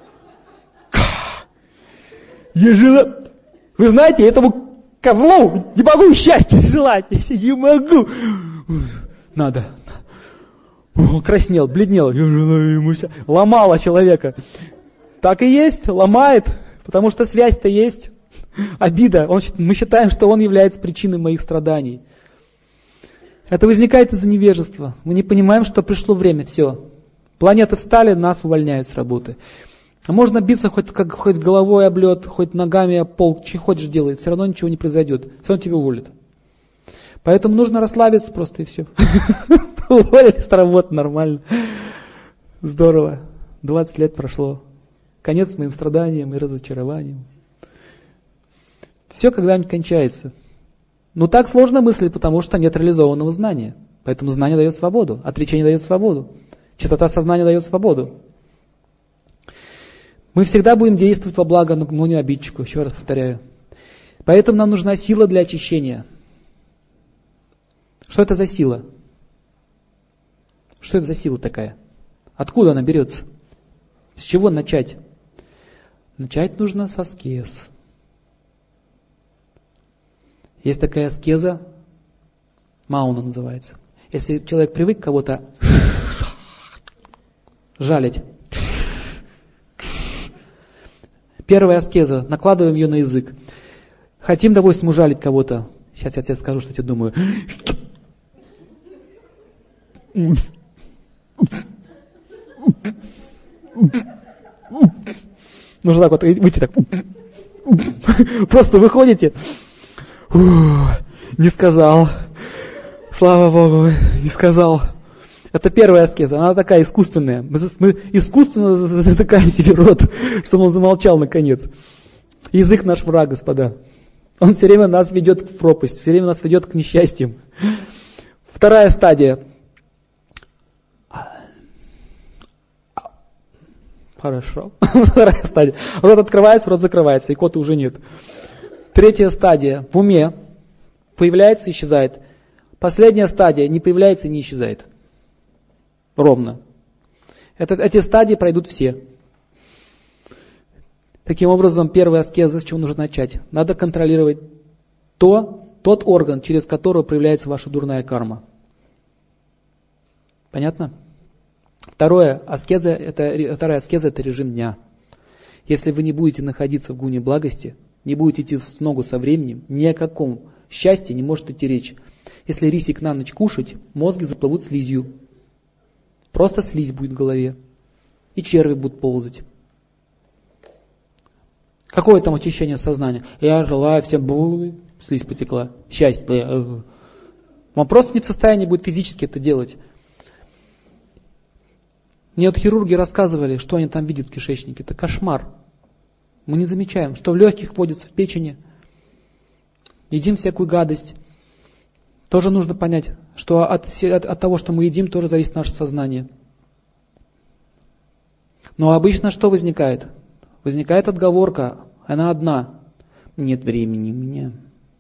Я желаю... Вы знаете, этому козлу не могу счастья желать. Не могу. Надо. Он краснел, бледнел. Я желаю ему счастья. Ломало человека. Так и есть, ломает, потому что связь-то есть. Обида. Мы считаем, что он является причиной моих страданий. Это возникает из-за невежества. Мы не понимаем, что пришло время, все. Планеты встали, нас увольняют с работы. А можно биться хоть головой об лед, хоть ногами об пол, что хочешь делай, все равно ничего не произойдет. Все равно тебя уволят. Поэтому нужно расслабиться просто и все. Уволили с работы, нормально. Здорово. 20 лет прошло. Конец моим страданиям и разочарованиям. Все когда-нибудь кончается. Но так сложно мыслить, потому что нет реализованного знания. Поэтому знание дает свободу, отречение дает свободу, чистота сознания дает свободу. Мы всегда будем действовать во благо, но не обидчику, еще раз повторяю. Поэтому нам нужна сила для очищения. Что это за сила? Что это за сила такая? Откуда она берется? С чего начать? Начать нужно с аскез. Есть такая аскеза, мауна называется. Если человек привык кого-то жалить. Первая аскеза, накладываем ее на язык. Хотим, допустим, ужалить кого-то. Сейчас я тебе скажу, что я думаю. Нужно так вот выйти так. Просто выходите. Не сказал. Слава Богу, не сказал. Это первая аскеза, она такая искусственная. Мы искусственно затыкаем себе рот, чтобы он замолчал наконец. Язык наш враг, господа. Он все время нас ведет в пропасть, все время нас ведет к несчастьям. Вторая стадия. Хорошо. Вторая стадия. Рот открывается, рот закрывается, икоты уже нет. Третья стадия. В уме появляется и исчезает. Последняя стадия не появляется и не исчезает. Ровно. Эти стадии пройдут все. Таким образом, первая аскеза, с чего нужно начать? Надо контролировать тот орган, через который проявляется ваша дурная карма. Понятно? Вторая аскеза это режим дня. Если вы не будете находиться в гуне благости, не будете идти в ногу со временем, ни о каком счастье не может идти речь. Если рисик на ночь кушать, мозги заплывут слизью. Просто слизь будет в голове. И черви будут ползать. Какое там очищение сознания? Я желаю всем, слизь потекла, счастье. Он просто не в состоянии будет физически это делать. Мне вот хирурги рассказывали, что они там видят в кишечнике. Это кошмар. Мы не замечаем, что в легких вводится в печени. Едим всякую гадость. Тоже нужно понять, что от того, что мы едим, тоже зависит наше сознание. Но обычно что возникает? Возникает отговорка, она одна. Нет времени у меня.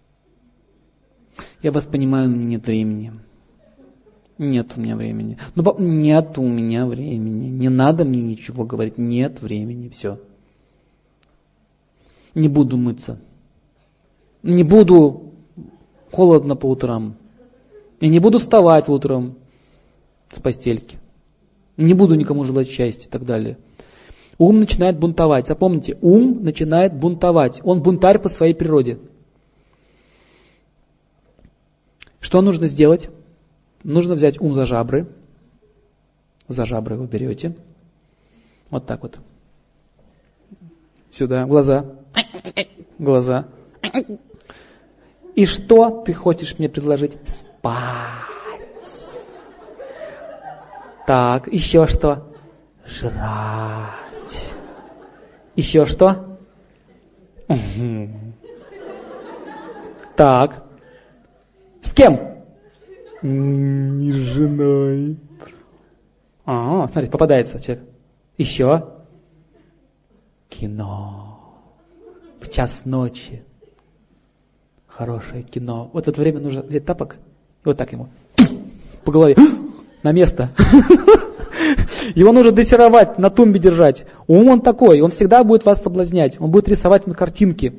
Я вас понимаю, но нет времени. Нет у меня времени. Нет у меня времени. Не надо мне ничего говорить. Нет времени. Все. Не буду мыться. Не буду холодно по утрам. И не буду вставать утром с постельки. Не буду никому желать счастья и так далее. Ум начинает бунтовать. Запомните, ум начинает бунтовать. Он бунтарь по своей природе. Что нужно сделать? Нужно взять ум за жабры. За жабры его берете. Вот так вот. Сюда. Глаза. Глаза. И что ты хочешь мне предложить? Спать. Так, еще что? Жрать. Еще что? Так. С кем? Не с женой. Смотри, попадается человек. Еще. Кино. В час ночи. Хорошее кино. Вот в это время нужно взять тапок и вот так ему по голове. На место. Его нужно дрессировать, на тумбе держать. Ум он такой, он всегда будет вас соблазнять. Он будет рисовать на картинке.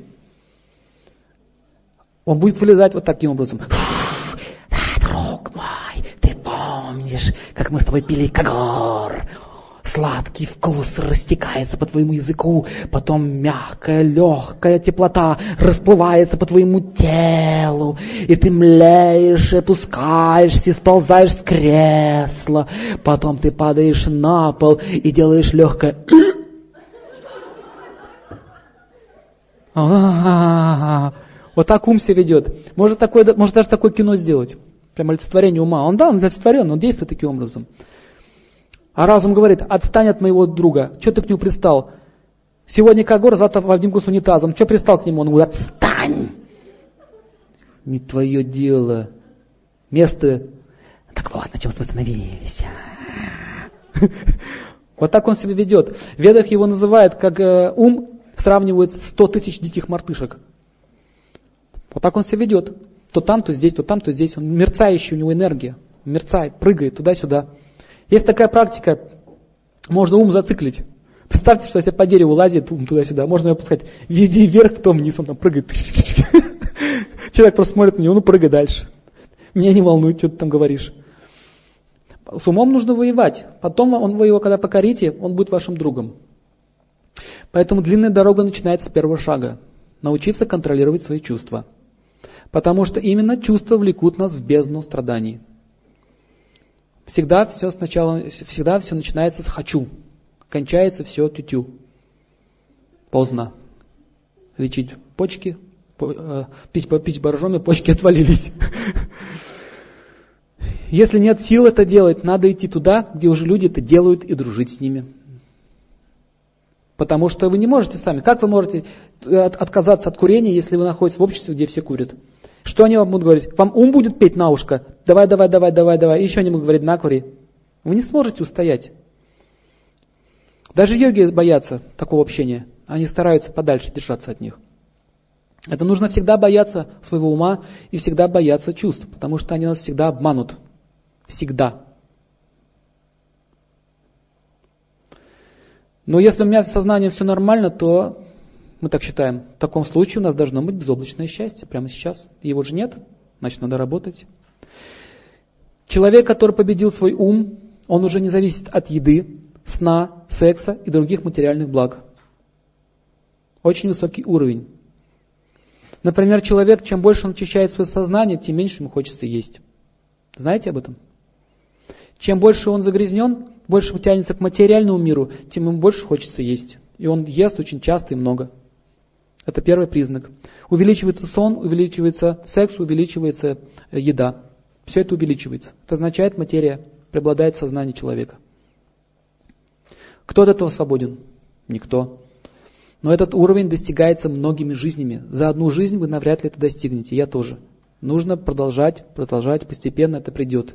Он будет вылезать вот таким образом. Друг мой, ты помнишь, как мы с тобой пили когор? Сладкий вкус растекается по твоему языку, потом мягкая, легкая теплота расплывается по твоему телу, и ты млеешь, опускаешься, сползаешь с кресла, потом ты падаешь на пол и делаешь легкое... Вот так ум себя ведет. Может даже такое кино сделать. Прям олицетворение ума. Он олицетворен, он действует таким образом. А разум говорит, отстань от моего друга. Что ты к нему пристал? Сегодня когор, завтра в обнимку с унитазом. Что пристал к нему? Он говорит, отстань! Не твое дело. Место... Так вот, на чем мы остановились. Вот так он себя ведет. В Ведах его называют, как ум сравнивают с 100 тысяч диких мартышек. Вот так он себя ведет. То там, то здесь, то там, то здесь. Он мерцающий, у него энергия. Мерцает, прыгает туда-сюда. Есть такая практика, можно ум зациклить. Представьте, что если по дереву лазит ум туда-сюда, можно его пускать, веди вверх, потом вниз, он там прыгает. Человек просто смотрит на него, прыгай дальше. Меня не волнует, что ты там говоришь. С умом нужно воевать. Потом вы его, когда покорите, он будет вашим другом. Поэтому длинная дорога начинается с первого шага. Научиться контролировать свои чувства. Потому что именно чувства влекут нас в бездну страданий. Всегда все начинается с «хочу», кончается все тю-тю. Поздно. Лечить почки пить боржоми, почки отвалились. Если нет сил это делать, надо идти туда, где уже люди это делают, и дружить с ними. Потому что вы не можете сами. Как вы можете отказаться от курения, если вы находитесь в обществе, где все курят? Что они вам будут говорить? Вам ум будет петь на ушко? Давай. И еще они будут говорить, накури. Вы не сможете устоять. Даже йоги боятся такого общения. Они стараются подальше держаться от них. Это нужно всегда бояться своего ума и всегда бояться чувств, потому что они нас всегда обманут. Всегда. Но если у меня в сознании все нормально, то мы так считаем, в таком случае у нас должно быть безоблачное счастье прямо сейчас. Его же нет, значит надо работать. Человек, который победил свой ум, он уже не зависит от еды, сна, секса и других материальных благ. Очень высокий уровень. Например, человек, чем больше он очищает свое сознание, тем меньше ему хочется есть. Знаете об этом? Чем больше он загрязнен, больше тянется к материальному миру, тем ему больше хочется есть. И он ест очень часто и много. Это первый признак. Увеличивается сон, увеличивается секс, увеличивается еда. Все это увеличивается. Это означает, материя преобладает в сознании человека. Кто от этого свободен? Никто. Но этот уровень достигается многими жизнями. За одну жизнь вы навряд ли это достигнете. Я тоже. Нужно продолжать, постепенно это придет.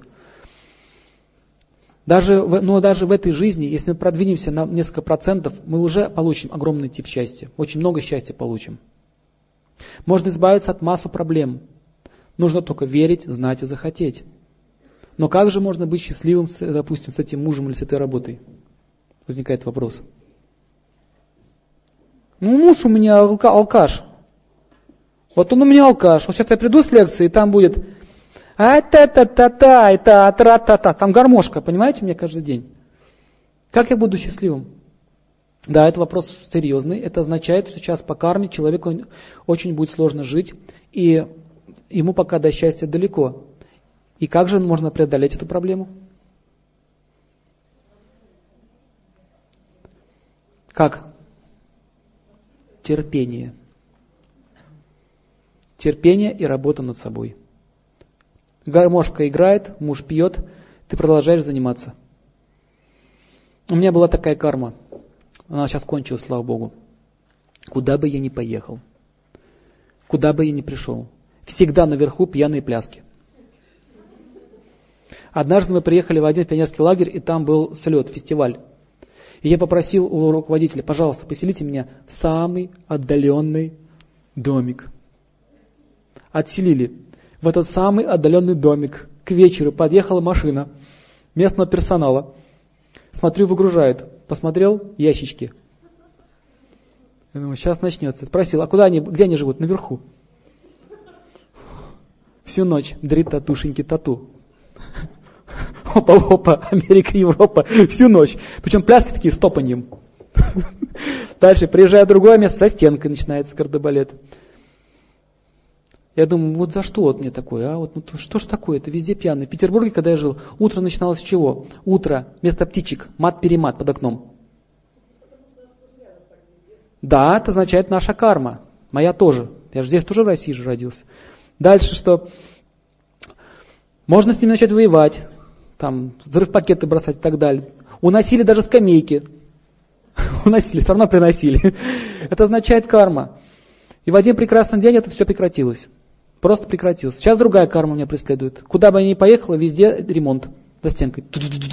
Даже в этой жизни, если мы продвинемся на несколько процентов, мы уже получим огромный тип счастья. Очень много счастья получим. Можно избавиться от массы проблем. Нужно только верить, знать и захотеть. Но как же можно быть счастливым, допустим, с этим мужем или с этой работой? Возникает вопрос. Муж у меня алкаш. Вот он у меня алкаш. Вот сейчас я приду с лекции, и там будет там гармошка, понимаете, у меня каждый день. Как я буду счастливым? Да, это вопрос серьезный. Это означает, что сейчас по карме человеку очень будет сложно жить, и ему пока до счастья далеко. И как же можно преодолеть эту проблему? Как? Терпение. Терпение и работа над собой. Гармошка играет, муж пьет, ты продолжаешь заниматься. У меня была такая карма. Она сейчас кончилась, слава Богу. Куда бы я ни поехал, куда бы я ни пришел, всегда наверху пьяные пляски. Однажды мы приехали в один пионерский лагерь, и там был слет, фестиваль. И я попросил у руководителя, пожалуйста, поселите меня в самый отдаленный домик. Отселили в этот самый отдаленный домик. К вечеру подъехала машина местного персонала. Смотрю, выгружают. Посмотрел, ящички. Я думаю, сейчас начнется. Спросил, а где они живут? Наверху. Всю ночь дрит татушеньки тату. Опа, Америка, Европа. Всю ночь. Причем пляски такие с топаньем. Дальше приезжаю в другое место, за стенкой начинается кардебалет. Я думаю, вот за что вот мне такое, что ж такое, это везде пьяные. В Петербурге, когда я жил, утро начиналось с чего? Утро, вместо птичек, мат-перемат под окном. Да, это означает наша карма. Моя тоже. Я же здесь тоже в России же родился. Дальше что? Можно с ними начать воевать, там, взрыв-пакеты бросать и так далее. Уносили даже скамейки. Уносили, все равно приносили. Это означает карма. И в один прекрасный день это все прекратилось. Просто прекратилось. Сейчас другая карма меня преследует. Куда бы я ни поехала, везде ремонт за стенкой.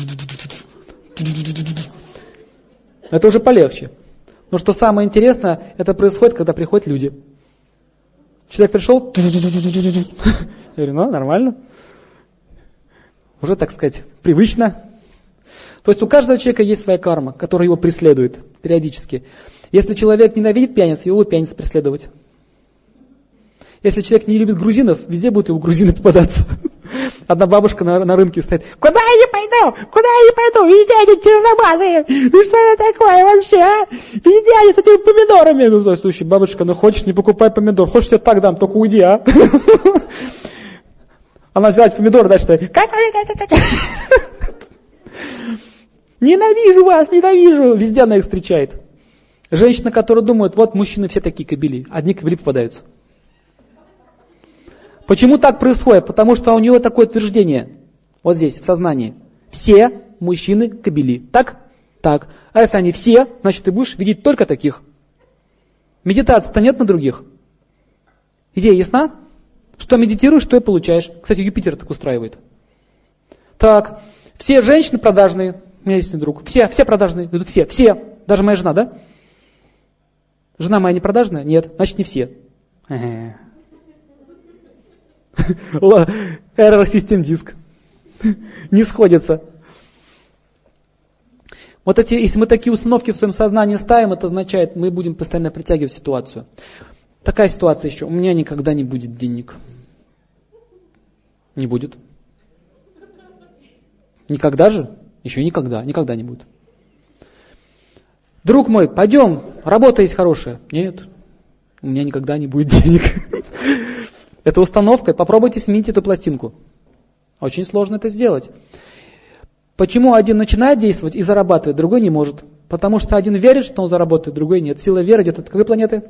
Это уже полегче. Но что самое интересное, это происходит, когда приходят люди. Человек пришел, я говорю, нормально. Уже, так сказать, привычно. То есть у каждого человека есть своя карма, которая его преследует периодически. Если человек ненавидит пьяниц, его будут пьяницы преследовать. Если человек не любит грузинов, везде будут его грузины попадаться. Одна бабушка на рынке стоит. Куда я не пойду? Везде они черномазые. Ну что это такое вообще, а? Везде они с этими помидорами. Ну, слушай, бабушка, хочешь, не покупай помидор. Хочешь, я так дам, только уйди, а? Она взяла помидоры, дальше стоит. Ненавижу вас, ненавижу. Везде она их встречает. Женщина, которая думает, вот мужчины все такие кобели. Одни кобели попадаются. Почему так происходит? Потому что у него такое утверждение, вот здесь, в сознании. Все мужчины кобели. Так? Так. А если они все, значит ты будешь видеть только таких. Медитации-то нет на других. Идея ясна? Что медитируешь, что и получаешь. Кстати, Юпитер так устраивает. Так, все женщины продажные. У меня есть друг. Все продажные. Идут все. Даже моя жена, да? Жена моя не продажная? Нет, значит не все. Error System Disk. Не сходится. Вот эти, если мы такие установки в своем сознании ставим, это означает, мы будем постоянно притягивать ситуацию. Такая ситуация еще. У меня никогда не будет денег. Не будет. Никогда же? Еще никогда не будет. Друг мой, пойдем, работа есть хорошая. Нет, у меня никогда не будет денег. Это установка. Попробуйте сменить эту пластинку. Очень сложно это сделать. Почему один начинает действовать и зарабатывает, другой не может? Потому что один верит, что он заработает, другой нет. Сила веры идет от какой планеты?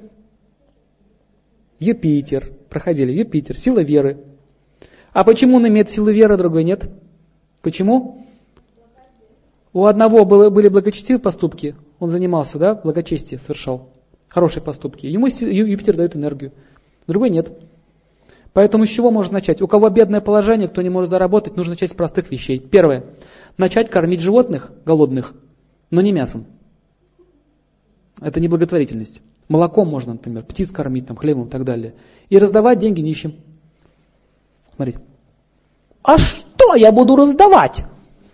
Юпитер. Проходили. Юпитер. Сила веры. А почему он имеет силу веры, а другой нет? Почему? У одного были благочестивые поступки, он занимался, да, благочестие совершал, хорошие поступки. Ему Юпитер дает энергию, другой нет. Поэтому с чего можно начать? У кого бедное положение, кто не может заработать, нужно начать с простых вещей. Первое. Начать кормить животных голодных, но не мясом. Это не благотворительность. Молоком можно, например, птиц кормить, там, хлебом и так далее. И раздавать деньги нищим. Смотри. А что я буду раздавать?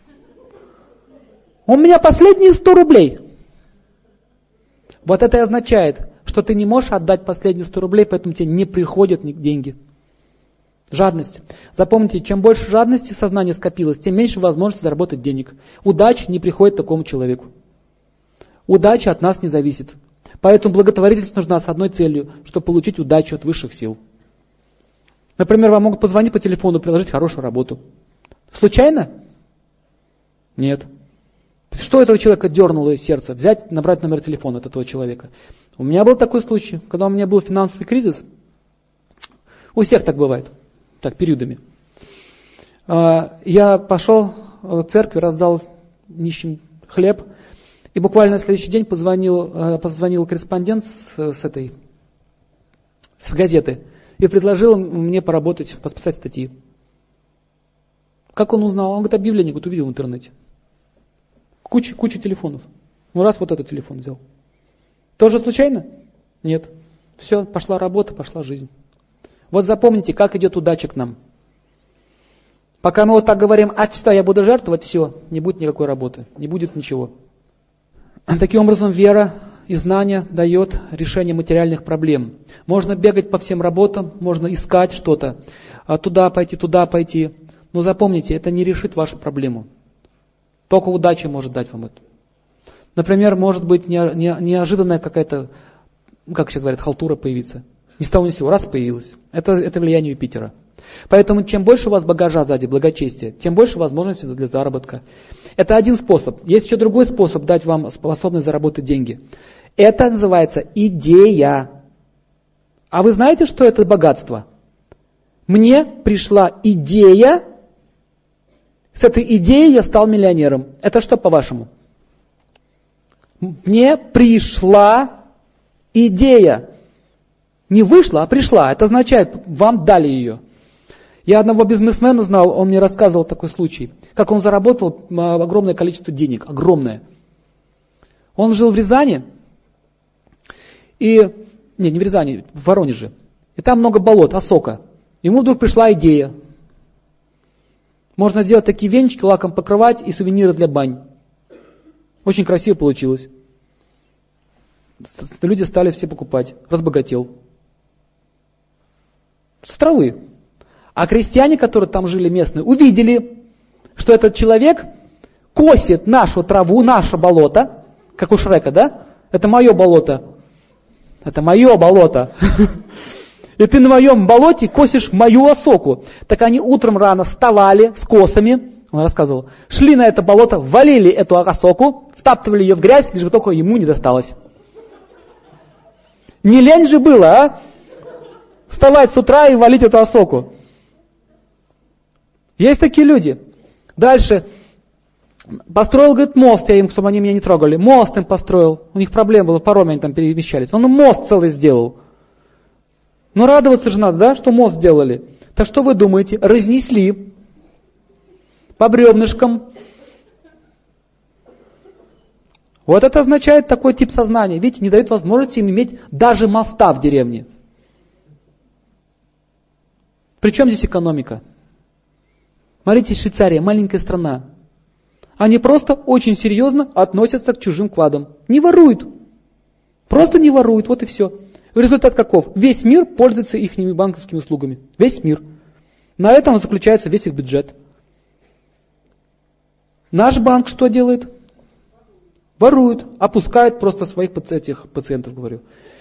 У меня последние 100 рублей. Вот это и означает, что ты не можешь отдать последние 100 рублей, поэтому тебе не приходят деньги. Жадность. Запомните, чем больше жадности в сознании скопилось, тем меньше возможности заработать денег. Удача не приходит такому человеку. Удача от нас не зависит. Поэтому благотворительность нужна с одной целью, чтобы получить удачу от высших сил. Например, вам могут позвонить по телефону, предложить хорошую работу. Случайно? Нет. Что этого человека дернуло из сердца? Взять, набрать номер телефона от этого человека. У меня был такой случай, когда у меня был финансовый кризис. У всех так бывает. Так, периодами. Я пошел в церковь, раздал нищим хлеб. И буквально на следующий день позвонил корреспондент с газеты и предложил мне поработать, подписать статьи. Как он узнал? Он говорит, объявление увидел в интернете. Куча телефонов. Ну раз вот этот телефон взял. Тоже случайно? Нет. Все, пошла работа, пошла жизнь. Вот запомните, как идет удача к нам. Пока мы вот так говорим, а что я буду жертвовать, все, не будет никакой работы, не будет ничего. Таким образом, вера и знание дает решение материальных проблем. Можно бегать по всем работам, можно искать что-то, туда пойти. Но запомните, это не решит вашу проблему. Только удача может дать вам это. Например, может быть неожиданная какая-то, как все говорят, халтура появиться. Ни с того ни с сего, раз появилась. Это влияние Юпитера. Поэтому чем больше у вас багажа сзади, благочестия, тем больше возможностей для заработка. Это один способ. Есть еще другой способ дать вам способность заработать деньги. Это называется идея. А вы знаете, что это богатство? Мне пришла идея, с этой идеей я стал миллионером. Это что по-вашему? Мне пришла идея. Не вышла, а пришла. Это означает, вам дали ее. Я одного бизнесмена знал, он мне рассказывал такой случай, как он заработал огромное количество денег, огромное. Он жил в Рязани, не в Рязани, в Воронеже, и там много болот, осока. Ему вдруг пришла идея. Можно сделать такие венчики, лаком покрывать и сувениры для бань. Очень красиво получилось. Люди стали все покупать, разбогател. С травы. А крестьяне, которые там жили местные, увидели, что этот человек косит нашу траву, наше болото, как у Шрека, да? Это мое болото. Это мое болото. И ты на моем болоте косишь мою осоку. Так они утром рано вставали с косами, он рассказывал, шли на это болото, валили эту осоку, втаптывали ее в грязь, лишь бы только ему не досталось. Не лень же было, а? Вставать с утра и валить эту осоку. Есть такие люди. Дальше. Построил, говорит, мост, я им, чтобы они меня не трогали. Мост им построил. У них проблема была, пароме они там перемещались. Он им мост целый сделал. Но радоваться же надо, да, что мост сделали. Так что вы думаете? Разнесли по бревнышкам. Вот это означает такой тип сознания. Видите, не дает возможности им иметь даже моста в деревне. Причем здесь экономика? Смотрите, Швейцария, маленькая страна. Они просто очень серьезно относятся к чужим вкладам. Не воруют. Просто не воруют, вот и все. Результат каков? Весь мир пользуется их банковскими услугами. Весь мир. На этом заключается весь их бюджет. Наш банк что делает? Ворует, опускает просто своих пациентов, говорю.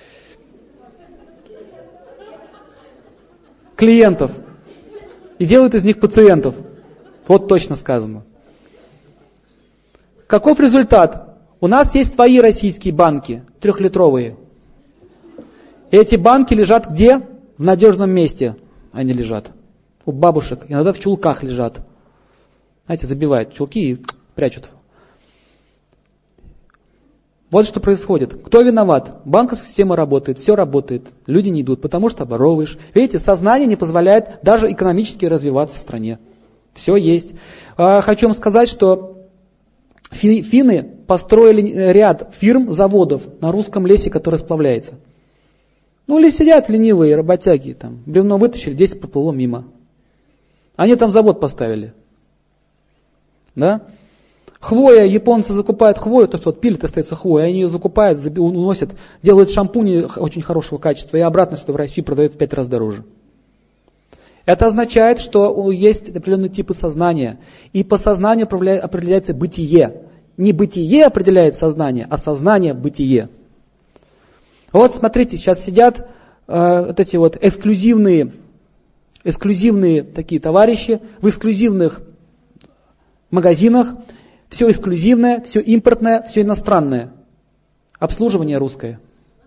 Клиентов. И делает из них пациентов. Вот точно сказано. Каков результат? У нас есть свои российские банки, 3-литровые. Эти банки лежат где? В надежном месте они лежат. У бабушек, иногда в чулках лежат. Знаете, забивают чулки и прячут. Вот что происходит. Кто виноват? Банковская система работает, все работает. Люди не идут, потому что оборовываешь. Видите, сознание не позволяет даже экономически развиваться в стране. Все есть. Хочу вам сказать, что финны построили ряд фирм, заводов на русском лесе, который сплавляется. Ну или сидят ленивые работяги, там, бревно вытащили, 10 проплыло мимо. Они там завод поставили. Да? Хвоя, японцы закупают хвою, то, что вот пилит, остается хвоя, они ее закупают, уносят, делают шампуни очень хорошего качества и обратно сюда в Россию продают в 5 раз дороже. Это означает, что есть определенные типы сознания, и по сознанию определяется бытие. Не бытие определяет сознание, а сознание бытие. Вот смотрите, сейчас сидят вот эти вот эксклюзивные такие товарищи в эксклюзивных магазинах. Все эксклюзивное, все импортное, все иностранное. Обслуживание русское.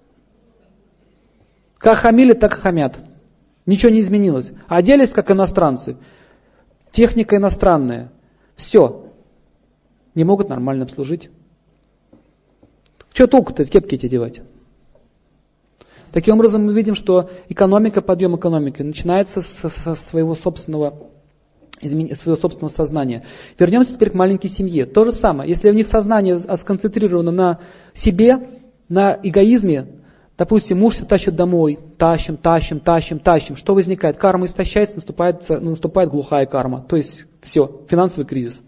Как хамили, так и хамят. Ничего не изменилось. Оделись как иностранцы. Техника иностранная. Все. Не могут нормально обслужить. Что толку-то кепки эти одевать? Таким образом мы видим, что подъем экономики начинается со своего собственного сознания. Вернемся теперь к маленькой семье. То же самое. Если у них сознание сконцентрировано на себе, на эгоизме, допустим, муж все тащит домой, тащим. Что возникает? Карма истощается, наступает глухая карма. То есть все, финансовый кризис.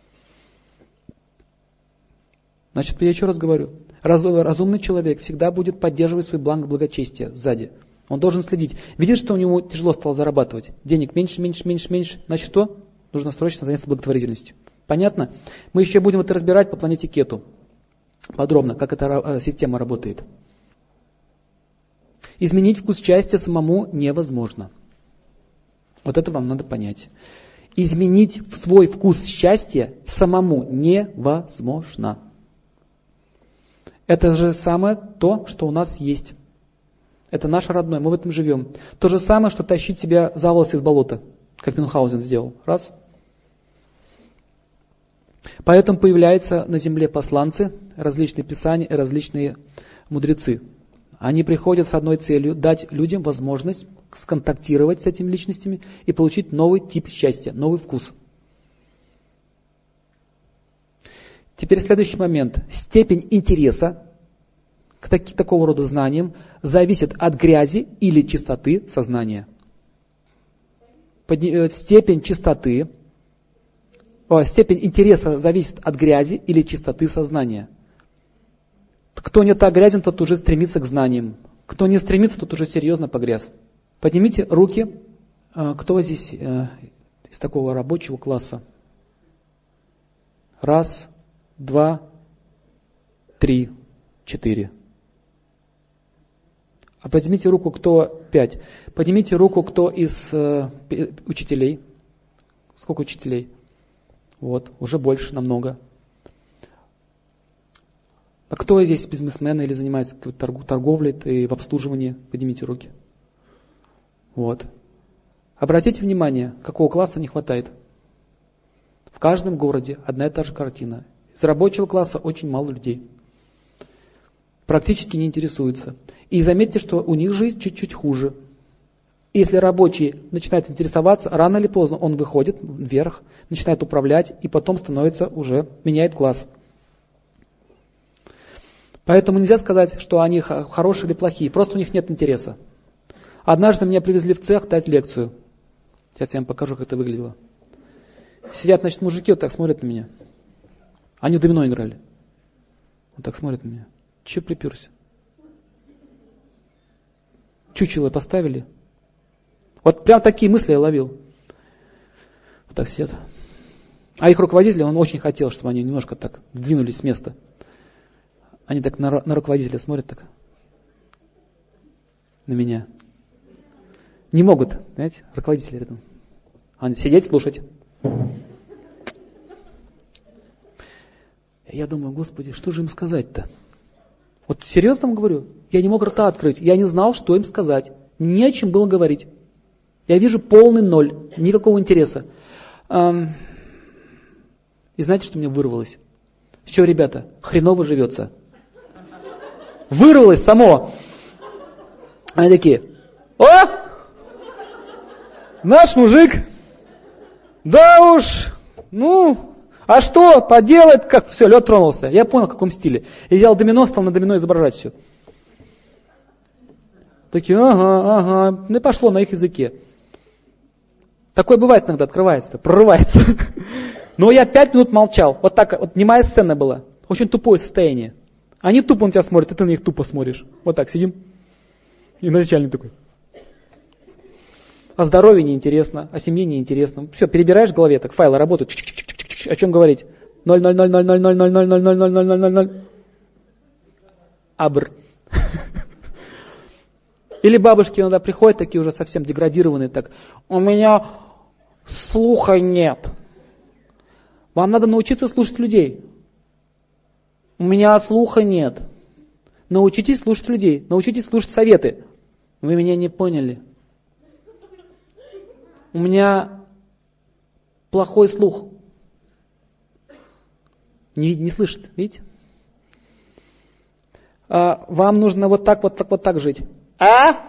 Значит, я еще раз говорю. Разумный человек всегда будет поддерживать свой благочестие сзади. Он должен следить. Видит, что у него тяжело стало зарабатывать. Денег меньше. Значит, что? Нужно срочно заняться благотворительностью. Понятно? Мы еще будем это разбирать по планете Кету. Подробно, как эта система работает. Изменить вкус счастья самому невозможно. Вот это вам надо понять. Изменить свой вкус счастья самому невозможно. Это же самое то, что у нас есть. Это наше родное, мы в этом живем. То же самое, что тащить себя за волосы из болота, как Мюнхгаузен сделал. Раз. Поэтому появляются на земле посланцы, различные писания, различные мудрецы. Они приходят с одной целью – дать людям возможность сконтактировать с этими личностями и получить новый тип счастья, новый вкус. Теперь следующий момент. Степень интереса к такого рода знаниям зависит от грязи или чистоты сознания. Степень интереса зависит от грязи или чистоты сознания. Кто не так грязен, тот уже стремится к знаниям. Кто не стремится, тот уже серьезно погряз. Поднимите руки, кто здесь из такого рабочего класса. 1, 2, 3, 4. А поднимите руку, кто 5. Поднимите руку, кто из учителей. Сколько учителей? Вот, уже больше, намного. А кто здесь бизнесмены или занимается торговлей и в обслуживании? Поднимите руки. Вот. Обратите внимание, какого класса не хватает. В каждом городе одна и та же картина. Из рабочего класса очень мало людей. Практически не интересуются. И заметьте, что у них жизнь чуть-чуть хуже. Если рабочий начинает интересоваться, рано или поздно он выходит вверх, начинает управлять и потом становится уже, меняет класс. Поэтому нельзя сказать, что они хорошие или плохие, просто у них нет интереса. Однажды меня привезли в цех дать лекцию. Сейчас я вам покажу, как это выглядело. Сидят, значит, мужики вот так смотрят на меня. Они в домино играли. Вот так смотрят на меня. Че приперся? Чучело поставили. Вот прям такие мысли я ловил. Вот так сидят. А их руководитель, он очень хотел, чтобы они немножко так сдвинулись с места. Они так на руководителя смотрят так. На меня. Не могут, знаете, руководители рядом. Они сидеть, слушать. Я думаю, Господи, что же им сказать-то? Вот серьезно вам говорю, я не мог рта открыть, я не знал, что им сказать. Не о чем было говорить. Я вижу полный ноль, никакого интереса. И знаете, что мне вырвалось? Что, ребята, хреново живется. Вырвалось само. Они такие, о! Наш мужик, да уж, ну, а что, поделать, как, все, лед тронулся. Я понял, в каком стиле. И взял домино, стал на домино изображать все. Такие, ага, ну и пошло на их языке. Такое бывает иногда, открывается, прорывается. Но я 5 минут молчал, вот так, вот немая сцена была. Очень тупое состояние. Они тупо на тебя смотрят, и ты на них тупо смотришь. Вот так сидим. И начальник такой. О здоровье неинтересно, о семье неинтересно. Все, перебираешь в голове, так файлы работают. О чем говорить? 0,0,0,0,0,0,0,0,0,0,0,0,0,0,0. Абр. Или бабушки иногда приходят, такие уже совсем деградированные, так. У меня слуха нет. Вам надо научиться слушать людей. У меня слуха нет. Научитесь слушать людей, научитесь слушать советы. Вы меня не поняли. У меня плохой слух. Не слышит, видите? Вам нужно вот так жить. А?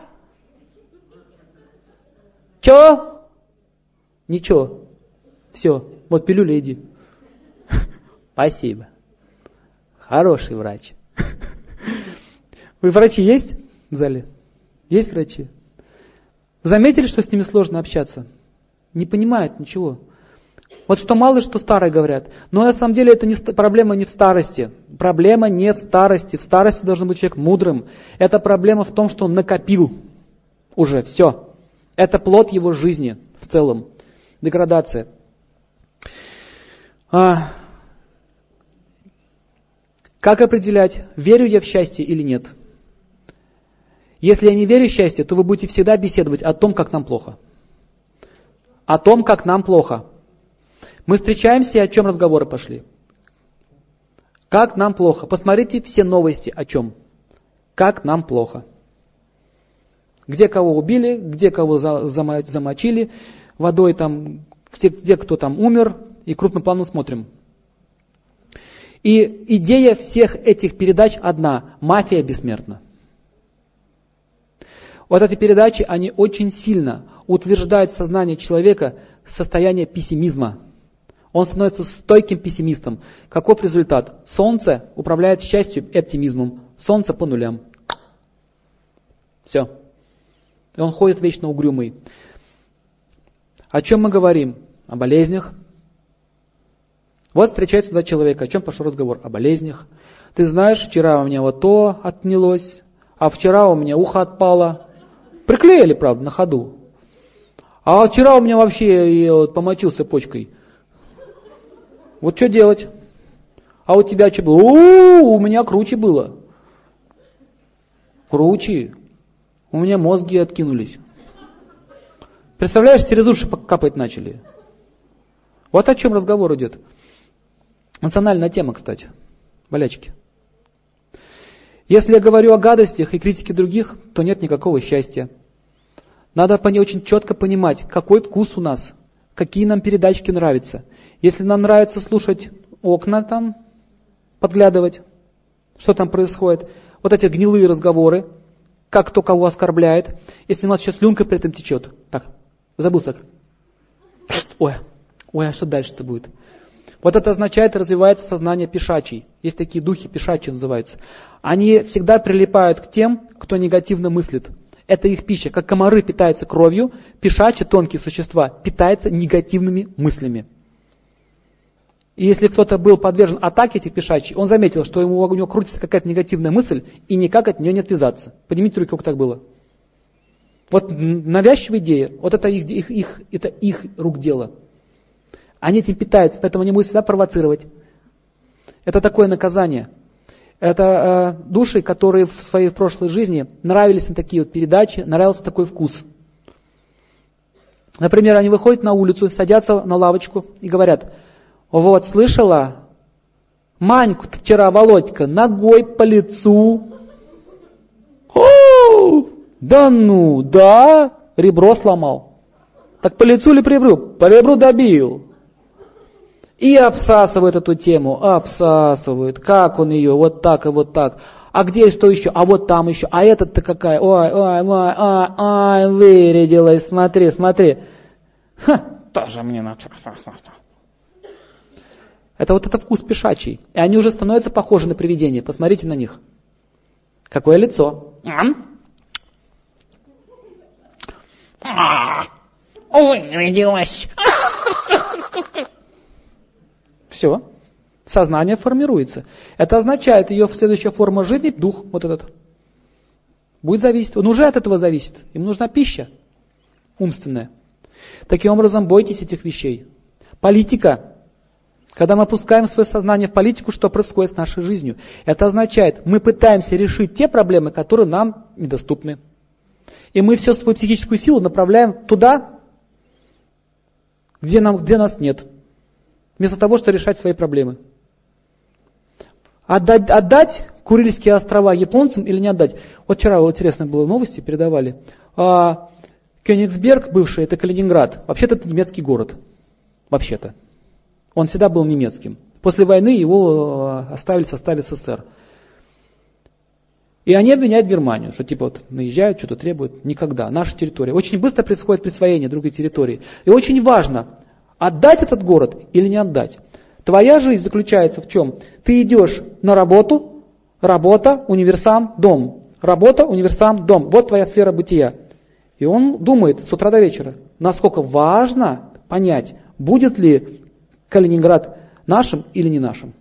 Чё? Ничего. Все, вот пилюля иди. Спасибо. Хороший врач. Вы врачи есть в зале? Есть врачи? Заметили, что с ними сложно общаться? Не понимают ничего. Вот что малые, что старые говорят. Но на самом деле это проблема не в старости. Проблема не в старости. В старости должен быть человек мудрым. Это проблема в том, что он накопил уже все. Это плод его жизни в целом. Деградация. Как определять, верю я в счастье или нет? Если я не верю в счастье, то вы будете всегда беседовать о том, как нам плохо. О том, как нам плохо. Мы встречаемся, и о чем разговоры пошли? Как нам плохо? Посмотрите все новости о чем. Как нам плохо. Где кого убили, где кого замочили водой, там, где кто там умер, и крупным планом смотрим. И идея всех этих передач одна. Мафия бессмертна. Вот эти передачи, они очень сильно утверждают в сознании человека состояние пессимизма. Он становится стойким пессимистом. Каков результат? Солнце управляет счастьем и оптимизмом. Солнце по нулям. Все. И он ходит вечно угрюмый. О чем мы говорим? О болезнях. Вот встречаются два человека. О чем пошел разговор? О болезнях. Ты знаешь, вчера у меня вот то отнялось, а вчера у меня ухо отпало. Приклеили, правда, на ходу. А вчера у меня вообще помочился почкой. Вот что делать? А у тебя что было? У меня круче было. Круче. У меня мозги откинулись. Представляешь, через уши капать начали. Вот о чем разговор идет. Национальная тема, кстати. Болячки. Если я говорю о гадостях и критике других, то нет никакого счастья. Надо очень четко понимать, какой вкус у нас, какие нам передачки нравятся. Если нам нравится слушать окна там, подглядывать, что там происходит, вот эти гнилые разговоры, как кто кого оскорбляет. Если у нас сейчас слюнка при этом течет. Так, забылся. Ой, а что дальше-то будет? Вот это означает, развивается сознание пешачий. Есть такие духи пешачьи называются. Они всегда прилипают к тем, кто негативно мыслит. Это их пища. Как комары питаются кровью, пешачьи, тонкие существа, питаются негативными мыслями. И если кто-то был подвержен атаке этих пешачьих, он заметил, что у него крутится какая-то негативная мысль, и никак от нее не отвязаться. Поднимите руки, как так было. Вот навязчивая идея, вот это их рук дело. Они этим питаются, поэтому они будут всегда провоцировать. Это такое наказание. Это души, которые в своей прошлой жизни нравились им такие вот передачи, нравился такой вкус. Например, они выходят на улицу, садятся на лавочку и говорят: вот, слышала? Маньку вчера Володька ногой по лицу. О, да ну, да, ребро сломал. Так по лицу или по ребру? По ребру добил. И обсасывают эту тему, обсасывают. Как он ее, вот так и вот так. А где что еще? А вот там еще. А этот-то какая? Ой, вырядилась, смотри. Ха, тоже мне на... Это вот это вкус пешачий. И они уже становятся похожи на привидения. Посмотрите на них. Какое лицо. Вырядилась. Все. Сознание формируется. Это означает, ее следующая форма жизни, дух вот этот, будет зависеть. Он уже от этого зависит. Им нужна пища умственная. Таким образом, бойтесь этих вещей. Политика. Когда мы опускаем свое сознание в политику, что происходит с нашей жизнью? Это означает, мы пытаемся решить те проблемы, которые нам недоступны. И мы всю свою психическую силу направляем туда, где нас нет. Вместо того, чтобы решать свои проблемы. Отдать Курильские острова японцам или не отдать? Вот вчера интересно было, новости передавали. Кёнигсберг, бывший, это Калининград. Вообще-то это немецкий город. Вообще-то. Он всегда был немецким. После войны его оставили в составе СССР. И они обвиняют Германию, что типа вот наезжают, что-то требуют. Никогда. Наша территория. Очень быстро происходит присвоение другой территории. И очень важно, отдать этот город или не отдать. Твоя жизнь заключается в чем? Ты идешь на работу, работа, универсам, дом. Работа, универсам, дом. Вот твоя сфера бытия. И он думает с утра до вечера, насколько важно понять, будет ли Калининград нашим или не нашим.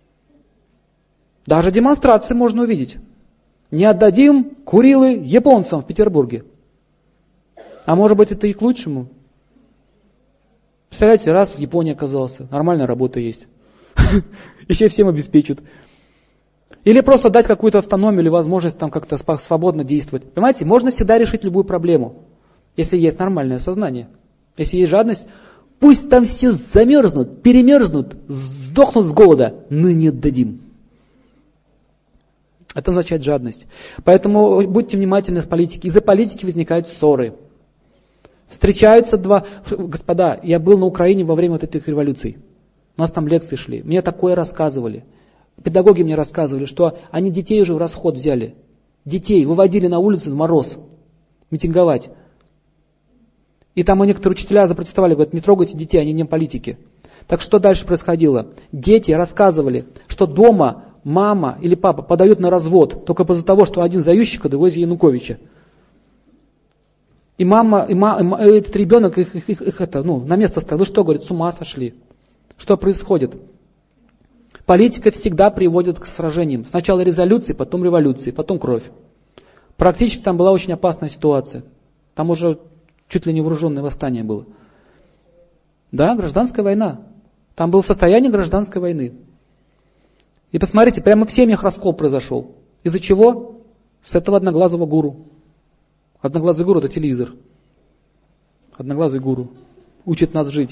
Даже демонстрации можно увидеть. Не отдадим Курилы японцам в Петербурге. А может быть, это и к лучшему. Представляете, раз в Японии оказался, нормальная работа есть. Еще всем обеспечат. Или просто дать какую-то автономию или возможность там как-то свободно действовать. Понимаете, можно всегда решить любую проблему, если есть нормальное сознание. Если есть жадность, пусть там все замерзнут, перемерзнут, сдохнут с голода, но не отдадим. Это означает жадность. Поэтому будьте внимательны с политикой. Из-за политики возникают ссоры. Встречаются два... Господа, я был на Украине во время вот этих революций. У нас там лекции шли. Мне такое рассказывали. Педагоги мне рассказывали, что они детей уже в расход взяли. Детей выводили на улицу в мороз. Митинговать. И там некоторые учителя запротестовали, говорят, не трогайте детей, они не политики. Так что дальше происходило? Дети рассказывали, что дома мама или папа подают на развод только из-за того, что один за Ющенко, другой за Януковича. И этот ребенок их на место ставил. Вы что, говорит, с ума сошли? Что происходит? Политика всегда приводит к сражениям. Сначала резолюции, потом революции, потом кровь. Практически там была очень опасная ситуация. Там уже чуть ли не вооруженное восстание было. Да, гражданская война. Там было состояние гражданской войны. И посмотрите, прямо в семьях раскол произошел. Из-за чего? С этого одноглазого гуру. Одноглазый гуру — это телевизор. Одноглазый гуру. Учит нас жить.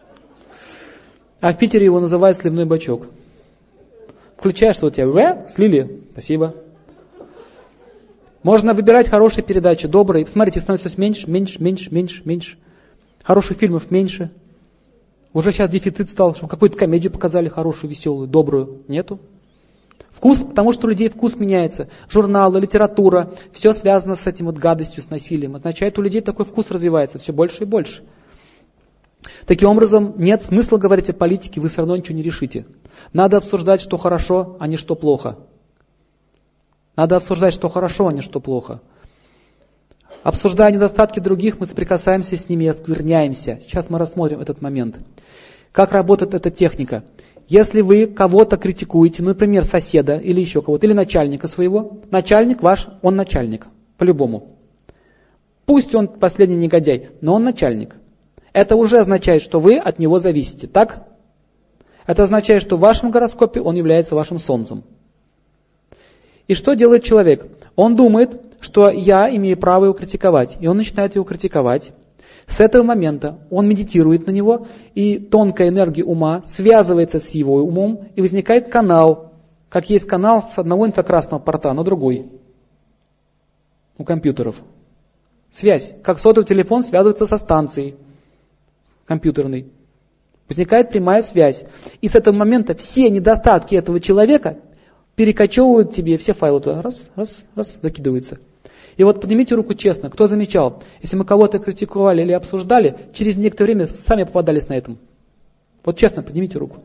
А в Питере его называют сливной бачок. Включаешь, что у тебя слили. Спасибо. Можно выбирать хорошие передачи, добрые. Смотрите, становится все меньше. Хороших фильмов меньше. Уже сейчас дефицит стал, чтобы какую-то комедию показали хорошую, веселую, добрую. Нету. Вкус, потому что у людей вкус меняется. Журналы, литература, все связано с этим вот гадостью, с насилием. Означает, у людей такой вкус развивается все больше и больше. Таким образом, нет смысла говорить о политике, вы все равно ничего не решите. Надо обсуждать, что хорошо, а не что плохо. Надо обсуждать, что хорошо, а не что плохо. Обсуждая недостатки других, мы соприкасаемся с ними и оскверняемся. Сейчас мы рассмотрим этот момент. Как работает эта техника? Если вы кого-то критикуете, например, соседа или еще кого-то, или начальника своего, начальник ваш, он начальник, по-любому. Пусть он последний негодяй, но он начальник. Это уже означает, что вы от него зависите, так? Это означает, что в вашем гороскопе он является вашим солнцем. И что делает человек? Он думает, что я имею право его критиковать. И он начинает его критиковать. С этого момента он медитирует на него, и тонкая энергия ума связывается с его умом, и возникает канал. Как есть канал с одного инфракрасного порта на другой. У компьютеров. Связь. Как сотовый телефон связывается со станцией компьютерной. Возникает прямая связь. И с этого момента все недостатки этого человека перекочевывают тебе, все файлы туда раз, закидываются. И вот поднимите руку честно, кто замечал, если мы кого-то критиковали или обсуждали, через некоторое время сами попадались на этом. Вот честно, поднимите руку.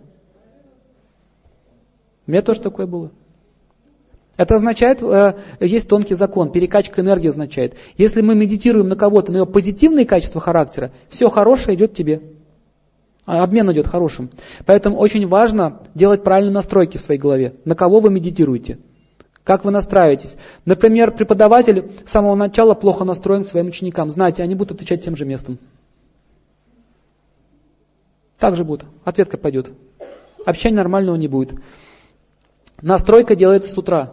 У меня тоже такое было. Это означает, есть тонкий закон, перекачка энергии означает. Если мы медитируем на кого-то, на его позитивные качества характера, все хорошее идет тебе. Обмен идет хорошим. Поэтому очень важно делать правильные настройки в своей голове. На кого вы медитируете? Как вы настраиваетесь? Например, преподаватель с самого начала плохо настроен к своим ученикам. Знаете, они будут отвечать тем же местом. Так же будет. Ответка пойдет. Общения нормального не будет. Настройка делается с утра.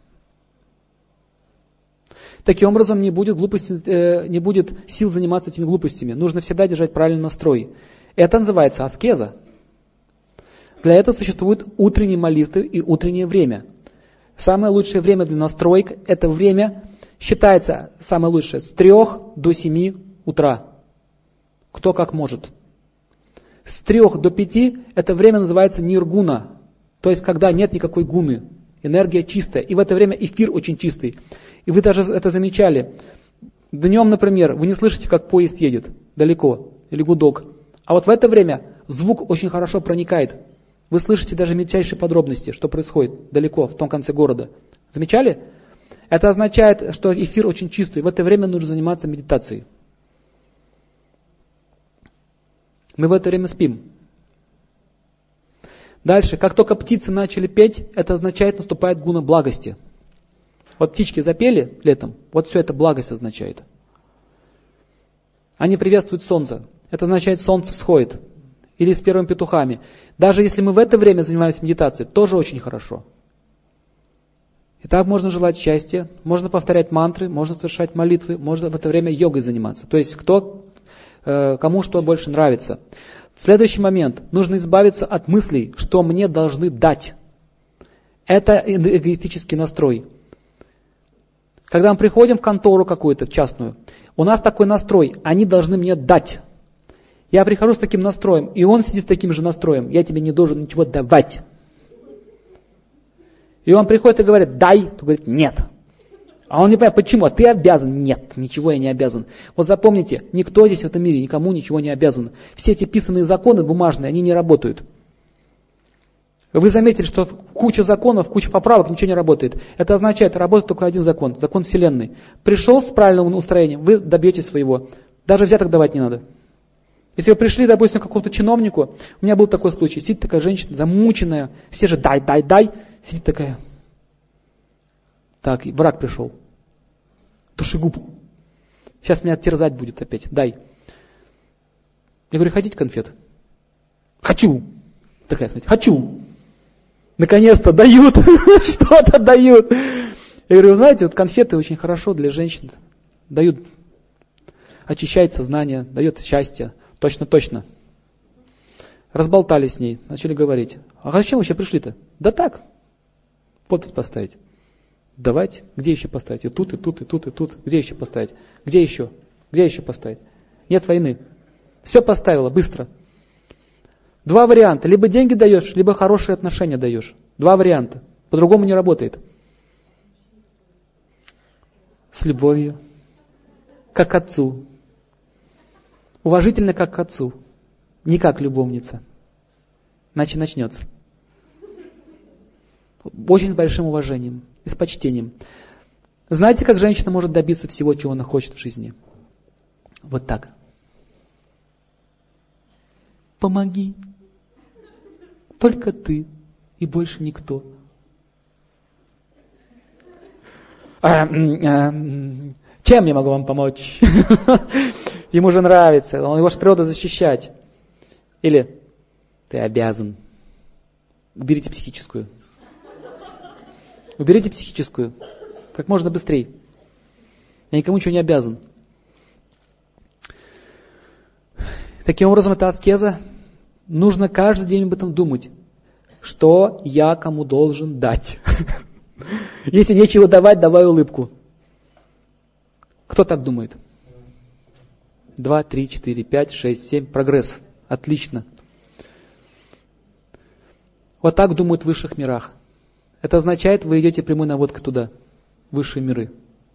Таким образом не будет сил заниматься этими глупостями. Нужно всегда держать правильный настрой. Это называется аскеза. Для этого существуют утренние молитвы и утреннее время. Самое лучшее время для настроек – это время, считается самое лучшее, с 3 до 7 утра. Кто как может. С 3 до 5 это время называется ниргуна, то есть когда нет никакой гуны, энергия чистая. И в это время эфир очень чистый. И вы даже это замечали. Днем, например, вы не слышите, как поезд едет далеко, или гудок. А вот в это время звук очень хорошо проникает. Вы слышите даже мельчайшие подробности, что происходит далеко, в том конце города. Замечали? Это означает, что эфир очень чистый. В это время нужно заниматься медитацией. Мы в это время спим. Дальше, как только птицы начали петь, это означает, наступает гуна благости. Вот птички запели летом, вот все это благость означает. Они приветствуют солнце. Это означает, солнце всходит. Или с первыми петухами. Даже если мы в это время занимаемся медитацией, тоже очень хорошо. Итак, можно желать счастья, можно повторять мантры, можно совершать молитвы, можно в это время йогой заниматься. То есть, кому что больше нравится. Следующий момент. Нужно избавиться от мыслей, что мне должны дать. Это эгоистический настрой. Когда мы приходим в контору какую-то частную, у нас такой настрой, они должны мне дать. Я прихожу с таким настроем, и он сидит с таким же настроем. Я тебе не должен ничего давать. И он приходит и говорит, дай. То говорит, нет. А он не понимает, почему? А ты обязан? Нет, ничего я не обязан. Вот запомните, никто здесь в этом мире никому ничего не обязан. Все эти писанные законы бумажные, они не работают. Вы заметили, что куча законов, куча поправок, ничего не работает. Это означает, работает только один закон, закон Вселенной. Пришел с правильным настроением, вы добьетесь своего. Даже взяток давать не надо. Если вы пришли, допустим, к какому-то чиновнику, у меня был такой случай, сидит такая женщина, замученная, все же дай, сидит такая. Так, враг пришел. Душегуб. Сейчас меня терзать будет опять, дай. Я говорю, хотите конфет? Хочу. Такая, смотрите, хочу. Наконец-то дают, что-то дают. Я говорю, вы знаете, вот конфеты очень хорошо для женщин. Дают, очищает сознание, дает счастье. Точно. Разболтали с ней, начали говорить. А зачем вы вообще пришли-то? Да так, подпись поставить. Давайте. Где еще поставить? И тут, и тут, и тут, и тут. Где еще поставить? Где еще? Где еще поставить? Нет войны. Все поставила, быстро. Два варианта. Либо деньги даешь, либо хорошие отношения даешь. Два варианта. По-другому не работает. С любовью. Как к отцу. Уважительно, как к отцу. Не как любовница. Иначе начнется. Очень с большим уважением и с почтением. Знаете, как женщина может добиться всего, чего она хочет в жизни? Вот так. Помоги. Только ты и больше никто. Чем я могу вам помочь? Ему же нравится, его же природа защищать. Или ты обязан. Уберите психическую. Уберите психическую. Как можно быстрее. Я никому ничего не обязан. Таким образом, это аскеза. Нужно каждый день об этом думать. Что я кому должен дать? Если нечего давать, давай улыбку. Кто так думает? 2, 3, 4, 5, 6, 7. Прогресс. Отлично. Вот так думают в высших мирах. Это означает, вы идете прямой наводкой туда, в высшие миры.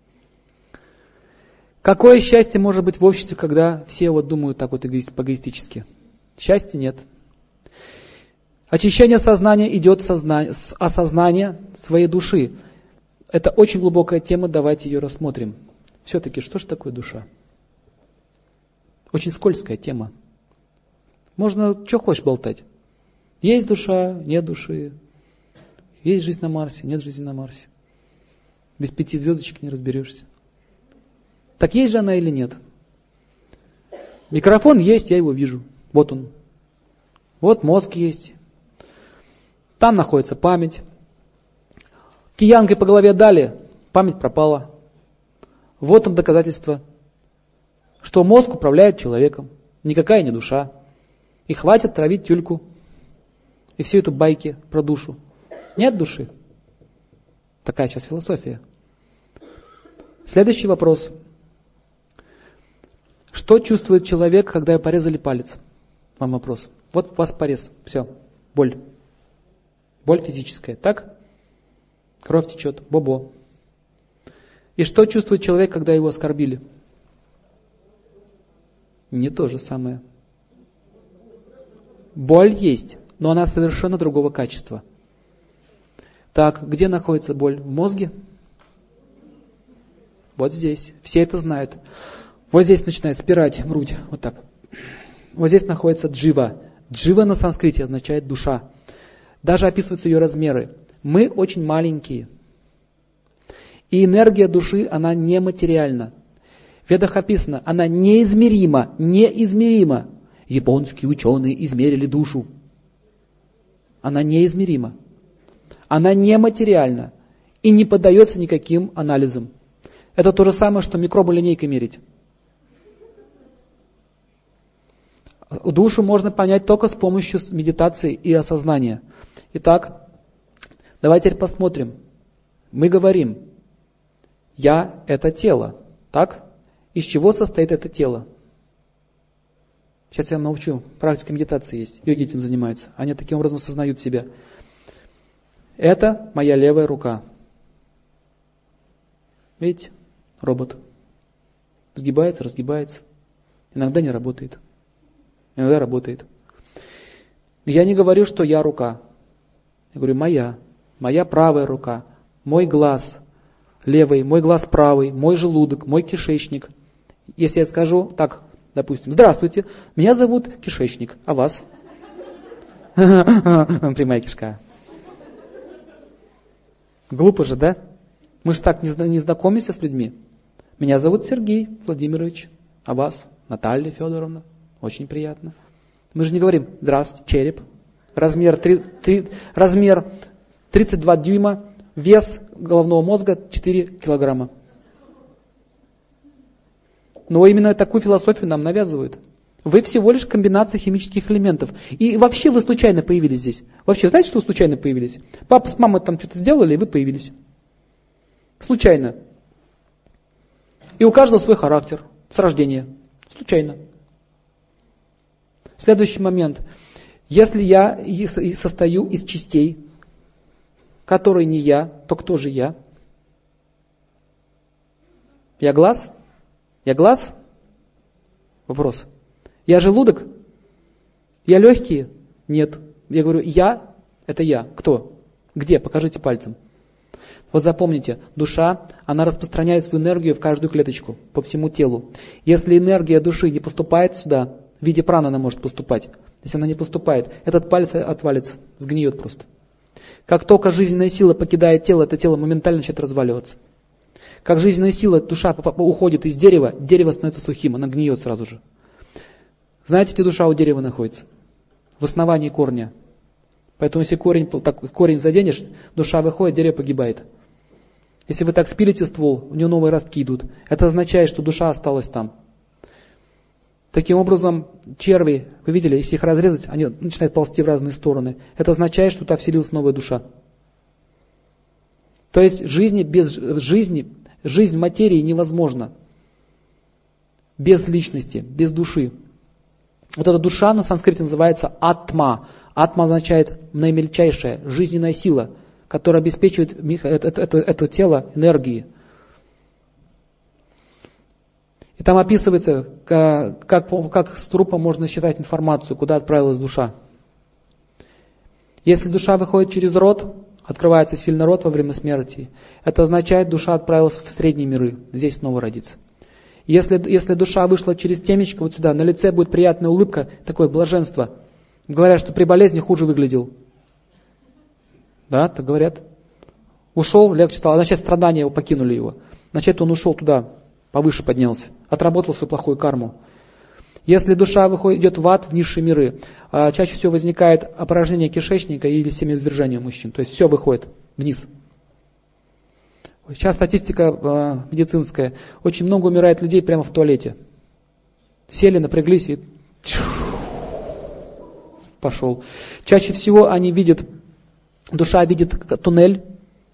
Какое счастье может быть в обществе, когда все вот думают так вот эгоистически? Счастья нет. Очищение сознания идет с осознания своей души. Это очень глубокая тема, давайте ее рассмотрим. Все-таки, что же такое душа? Очень скользкая тема. Можно что хочешь болтать. Есть душа, нет души. Есть жизнь на Марсе, нет жизни на Марсе. Без 5 звездочек не разберешься. Так есть же она или нет? Микрофон есть, я его вижу. Вот он. Вот мозг есть. Там находится память. Киянкой по голове дали, память пропала. Вот он доказательство, что мозг управляет человеком. Никакая не душа. И хватит травить тюльку. И всю эту байки про душу. Нет души. Такая сейчас философия. Следующий вопрос. Что чувствует человек, когда его порезали палец? Вам вопрос. Вот у вас порез. Все. Боль. Боль физическая. Так? Кровь течет. Бо-бо. И что чувствует человек, когда его оскорбили? Не то же самое. Боль есть, но она совершенно другого качества. Так, где находится боль? В мозге? Вот здесь. Все это знают. Вот здесь начинает спирать грудь. Вот так. Вот здесь находится джива. Джива на санскрите означает душа. Даже описываются ее размеры. Мы очень маленькие. И энергия души, она нематериальна. В Ведах описано, она неизмерима, неизмерима. Японские ученые измерили душу. Она неизмерима. Она нематериальна и не поддается никаким анализам. Это то же самое, что микробы линейкой мерить. Душу можно понять только с помощью медитации и осознания. Итак, давайте теперь посмотрим. Мы говорим, я это тело. Так? Из чего состоит это тело? Сейчас я вам научу. Практика медитации есть. Йоги этим занимаются. Они таким образом осознают себя. Это моя левая рука. Видите? Робот. Сгибается, разгибается. Иногда не работает. Иногда работает. Я не говорю, что я рука. Я говорю, моя. Моя правая рука. Мой глаз левый, мой глаз правый, мой желудок, мой кишечник. Если я скажу так, допустим, здравствуйте, меня зовут кишечник, а вас? Прямая кишка. Глупо же, да? Мы же так не знакомимся с людьми. Меня зовут Сергей Владимирович, а вас? Наталья Федоровна. Очень приятно. Мы же не говорим «Здравствуйте, череп». Размер 32 дюйма, вес головного мозга 4 килограмма. Но именно такую философию нам навязывают. Вы всего лишь комбинация химических элементов. И вообще вы случайно появились здесь. Вообще, знаете, что вы случайно появились? Папа с мамой там что-то сделали, и вы появились. Случайно. И у каждого свой характер. С рождения. Случайно. Следующий момент. Если я состою из частей, которые не я, то кто же я? Я глаз? Я глаз? Вопрос. Я желудок? Я легкие? Нет. Я говорю, я – это я. Кто? Где? Покажите пальцем. Вот запомните, душа, она распространяет свою энергию в каждую клеточку, по всему телу. Если энергия души не поступает сюда, в виде праны она может поступать. Если она не поступает, этот палец отвалится, сгниет просто. Как только жизненная сила покидает тело, это тело моментально начинает разваливаться. Как жизненная сила, душа уходит из дерева, дерево становится сухим, она гниет сразу же. Знаете, где душа у дерева находится? В основании корня. Поэтому если корень заденешь, душа выходит, дерево погибает. Если вы так спилите ствол, у него новые ростки идут. Это означает, что душа осталась там. Таким образом, черви, вы видели, если их разрезать, они начинают ползти в разные стороны. Это означает, что туда вселилась новая душа. То есть жизнь в материи невозможна. Без личности, без души. Вот эта душа на санскрите называется атма. Атма означает наимельчайшая жизненная сила, которая обеспечивает это тело энергией. И там описывается, как с трупа можно считать информацию, куда отправилась душа. Если душа выходит через рот, открывается сильный рот во время смерти, это означает, душа отправилась в средние миры, здесь снова родится. Если душа вышла через темечко вот сюда, на лице будет приятная улыбка, такое блаженство. Говорят, что при болезни хуже выглядел. Да, так говорят. Ушел, легче стало, значит страдания его покинули его. Значит он ушел туда, повыше поднялся, отработал свою плохую карму. Если душа идет в ад, в низшие миры, чаще всего возникает опорожнение кишечника или семяизвержение у мужчин. То есть все выходит вниз. Сейчас статистика медицинская. Очень много умирает людей прямо в туалете. Сели, напряглись и пошел. Чаще всего душа видит туннель.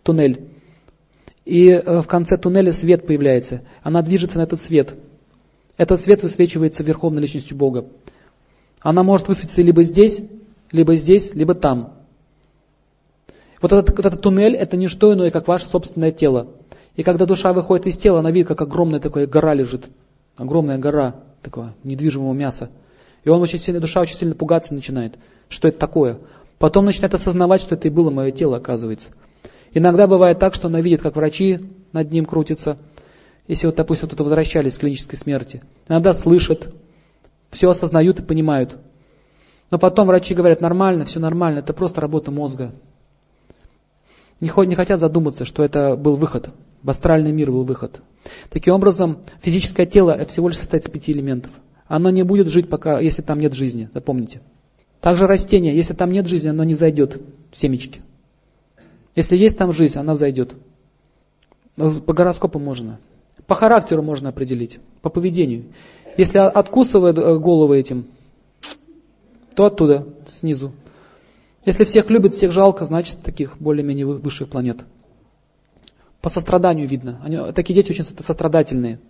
И в конце туннеля свет появляется. Она движется на этот свет. Этот свет высвечивается Верховной Личностью Бога. Она может высветиться либо здесь, либо там. Вот этот туннель, это не что иное, как ваше собственное тело. И когда душа выходит из тела, она видит, как огромная такая гора лежит. Огромная гора такого недвижимого мяса. И душа очень сильно пугаться начинает. Что это такое? Потом начинает осознавать, что это и было мое тело, оказывается. Иногда бывает так, что она видит, как врачи над ним крутятся. Если вот, допустим, тут возвращались с клинической смерти. Иногда слышат, все осознают и понимают. Но потом врачи говорят, нормально, все нормально, это просто работа мозга. Не хотят задуматься, что это был выход, в астральный мир был выход. Таким образом, физическое тело всего лишь состоит из 5 элементов. Оно не будет жить, если там нет жизни, запомните. Также растение, если там нет жизни, оно не зайдет в семечки. Если есть там жизнь, она взойдет. По гороскопу можно. По характеру можно определить, по поведению. Если откусывают головы этим, то оттуда, снизу. Если всех любят, всех жалко, значит таких более-менее высших планет. По состраданию видно. Такие дети очень сострадательные.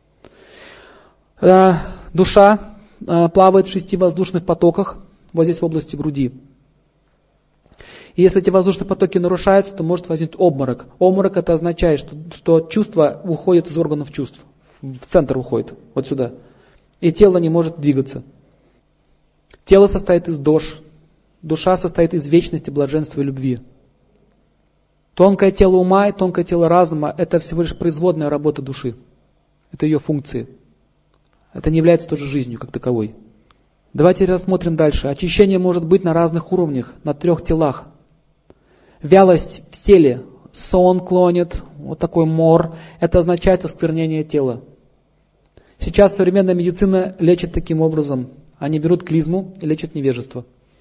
Душа плавает в 6 воздушных потоках, вот здесь в области груди. И если эти воздушные потоки нарушаются, то может возникнуть обморок. Обморок это означает, что чувства уходят из органов чувств. В центр уходит, вот сюда. И тело не может двигаться. Тело состоит из дож. Душа состоит из вечности, блаженства и любви. Тонкое тело ума и тонкое тело разума – это всего лишь производная работа души. Это ее функции. Это не является тоже жизнью как таковой. Давайте рассмотрим дальше. Очищение может быть на разных уровнях, на 3 телах. Вялость в теле, сон клонит, вот такой мор. Это означает осквернение тела. Сейчас современная медицина лечит таким образом. Они берут клизму и лечат невежество.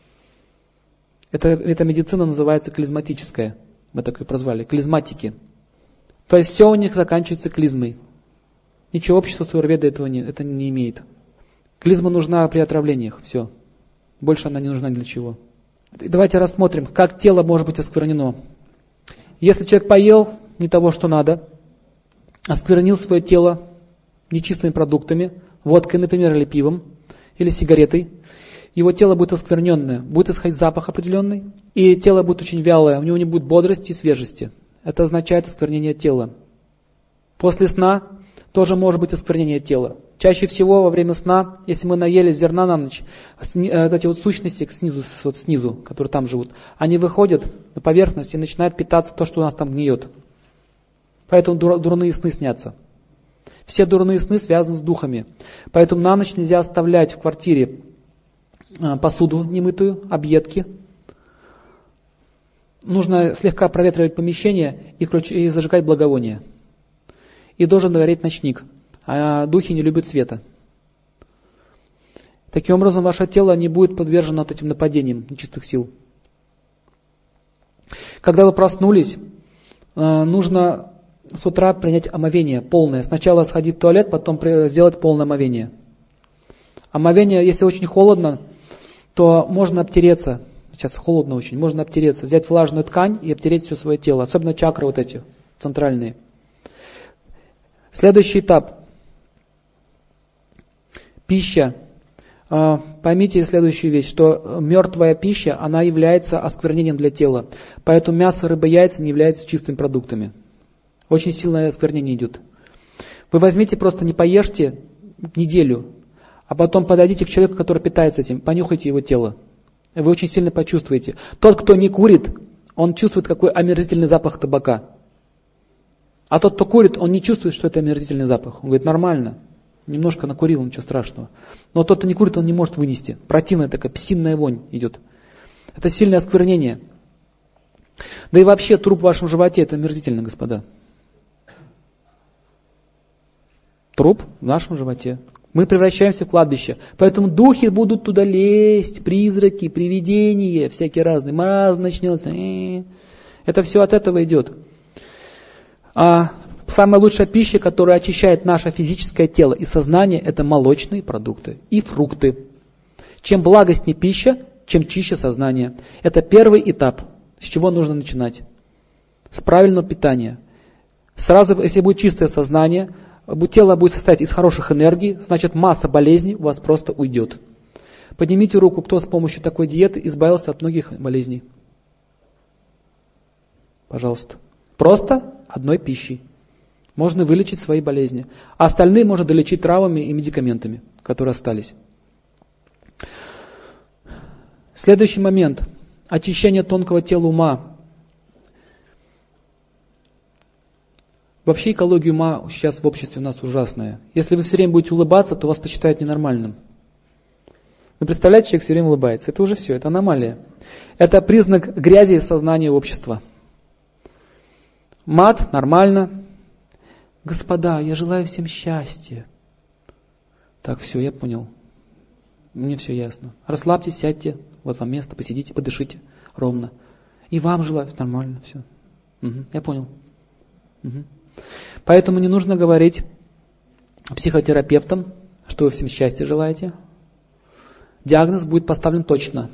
Эта медицина называется клизматическая. Мы так и прозвали. Клизматики. То есть все у них заканчивается клизмой. Ничего общего с аюрведой это не имеет. Клизма нужна при отравлениях. Все. Больше она не нужна ни для чего. Давайте рассмотрим, как тело может быть осквернено. Если человек поел, не того, что надо, осквернил свое тело нечистыми продуктами, водкой, например, или пивом, или сигаретой, его тело будет оскверненное, будет исходить запах определенный, и тело будет очень вялое, у него не будет бодрости и свежести. Это означает осквернение тела. После сна тоже может быть осквернение тела. Чаще всего во время сна, если мы наелись зерна на ночь, эти вот сущности снизу, которые там живут, они выходят на поверхность и начинают питаться то, что у нас там гниет. Поэтому дурные сны снятся. Все дурные сны связаны с духами. Поэтому на ночь нельзя оставлять в квартире посуду немытую, объедки. Нужно слегка проветривать помещение и зажигать благовоние. И должен гореть ночник. А духи не любят света. Таким образом, ваше тело не будет подвержено вот этим нападениям нечистых сил. Когда вы проснулись, нужно с утра принять омовение полное. Сначала сходить в туалет, потом сделать полное омовение. Омовение, если очень холодно, то можно обтереться. Сейчас холодно очень, можно обтереться. Взять влажную ткань и обтереть все свое тело. Особенно чакры вот эти, центральные. Следующий этап. Пища. Поймите следующую вещь, что мертвая пища, она является осквернением для тела. Поэтому мясо, рыба, яйца не являются чистыми продуктами. Очень сильное осквернение идет. Вы возьмите, просто не поешьте неделю, а потом подойдите к человеку, который питается этим, понюхайте его тело. Вы очень сильно почувствуете. Тот, кто не курит, он чувствует, какой омерзительный запах табака. А тот, кто курит, он не чувствует, что это омерзительный запах. Он говорит, нормально. Немножко накурил, ничего страшного. Но тот, кто не курит, он не может вынести. Противная такая псинная вонь идет. Это сильное осквернение. Да и вообще труп в вашем животе, это омерзительно, господа. Труп в нашем животе. Мы превращаемся в кладбище. Поэтому духи будут туда лезть, призраки, привидения, всякие разные. Маразм начнется. Это все от этого идет. А самая лучшая пища, которая очищает наше физическое тело и сознание, это молочные продукты и фрукты. Чем благостнее пища, чем чище сознание. Это первый этап, с чего нужно начинать. С правильного питания. Сразу, если будет чистое сознание, тело будет состоять из хороших энергий, значит масса болезней у вас просто уйдет. Поднимите руку, кто с помощью такой диеты избавился от многих болезней. Пожалуйста. Просто одной пищей. Можно вылечить свои болезни. А остальные можно долечить травами и медикаментами, которые остались. Следующий момент. Очищение тонкого тела ума. Вообще экология ума сейчас в обществе у нас ужасная. Если вы все время будете улыбаться, то вас посчитают ненормальным. Вы представляете, человек все время улыбается. Это уже все, это аномалия. Это признак грязи сознания общества. Мат, нормально. Господа, я желаю всем счастья. Так, все, я понял. Мне все ясно. Расслабьтесь, сядьте, вот вам место, посидите, подышите ровно. И вам желаю, нормально, все. Я понял. Поэтому не нужно говорить психотерапевтам, что вы всем счастья желаете. Диагноз будет поставлен точно.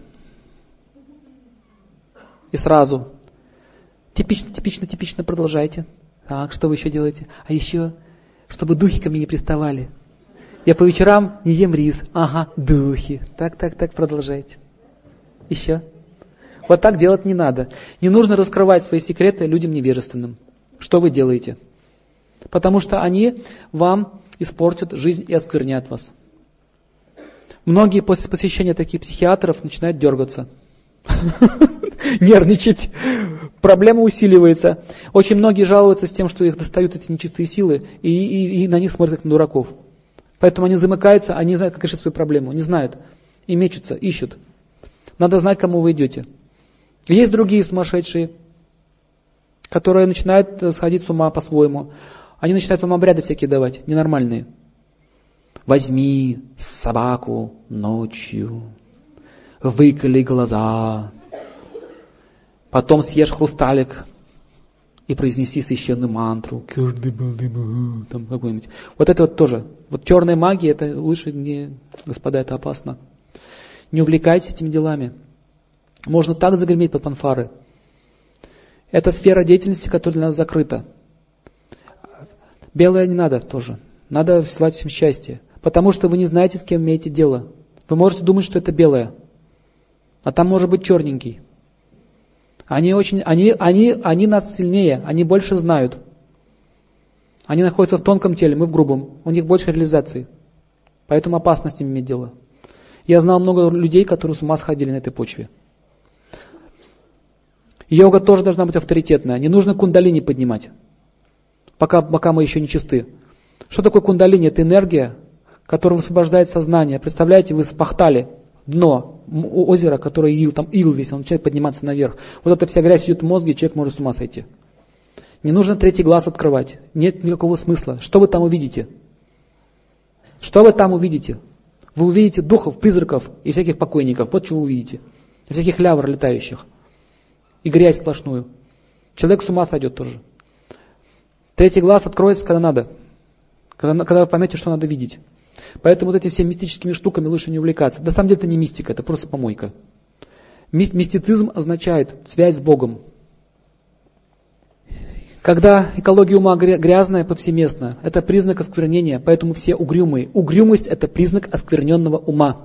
И сразу. Типично продолжайте. Так, что вы еще делаете? А еще, чтобы духи ко мне не приставали. Я по вечерам не ем рис. Ага, духи. Так, продолжайте. Еще. Вот так делать не надо. Не нужно раскрывать свои секреты людям невежественным. Что вы делаете? Потому что они вам испортят жизнь и осквернят вас. Многие после посещения таких психиатров начинают дергаться. Нервничать. Проблема усиливается. Очень многие жалуются с тем, что их достают эти нечистые силы, и на них смотрят как на дураков. Поэтому они замыкаются, они не знают, как решить свою проблему. Не знают. И мечутся, ищут. Надо знать, к кому вы идете. Есть другие сумасшедшие, которые начинают сходить с ума по-своему. Они начинают вам обряды всякие давать, ненормальные. Возьми собаку ночью, выколи глаза, потом съешь хрусталик и произнеси священную мантру. Там какой-нибудь. Вот это вот тоже. Вот черная магия, это лучше не, господа, это опасно. Не увлекайтесь этими делами. Можно так загреметь под фанфары. Это сфера деятельности, которая для нас закрыта. Белое не надо тоже. Надо желать всем счастья. Потому что вы не знаете, с кем имеете дело. Вы можете думать, что это белое. А там может быть черненький. Они нас сильнее, они больше знают. Они находятся в тонком теле, мы в грубом. У них больше реализации. Поэтому опасно с ними иметь дело. Я знал много людей, которые с ума сходили на этой почве. Йога тоже должна быть авторитетная. Не нужно кундалини поднимать, пока мы еще не чисты. Что такое кундалини? Это энергия, которая высвобождает сознание. Представляете, вы спахтали дно озера, которое ил весь, он начинает подниматься наверх. Вот эта вся грязь идет в мозг, и человек может с ума сойти. Не нужно третий глаз открывать. Нет никакого смысла. Что вы там увидите? Что вы там увидите? Вы увидите духов, призраков и всяких покойников. Вот что вы увидите. И всяких лявр летающих. И грязь сплошную. Человек с ума сойдет тоже. Третий глаз откроется, когда надо. Когда вы поймете, что надо видеть. Поэтому вот этими всеми мистическими штуками лучше не увлекаться. На самом деле это не мистика, это просто помойка. Мистицизм означает связь с Богом. Когда экология ума грязная повсеместно, это признак осквернения, поэтому все угрюмые. Угрюмость – это признак оскверненного ума.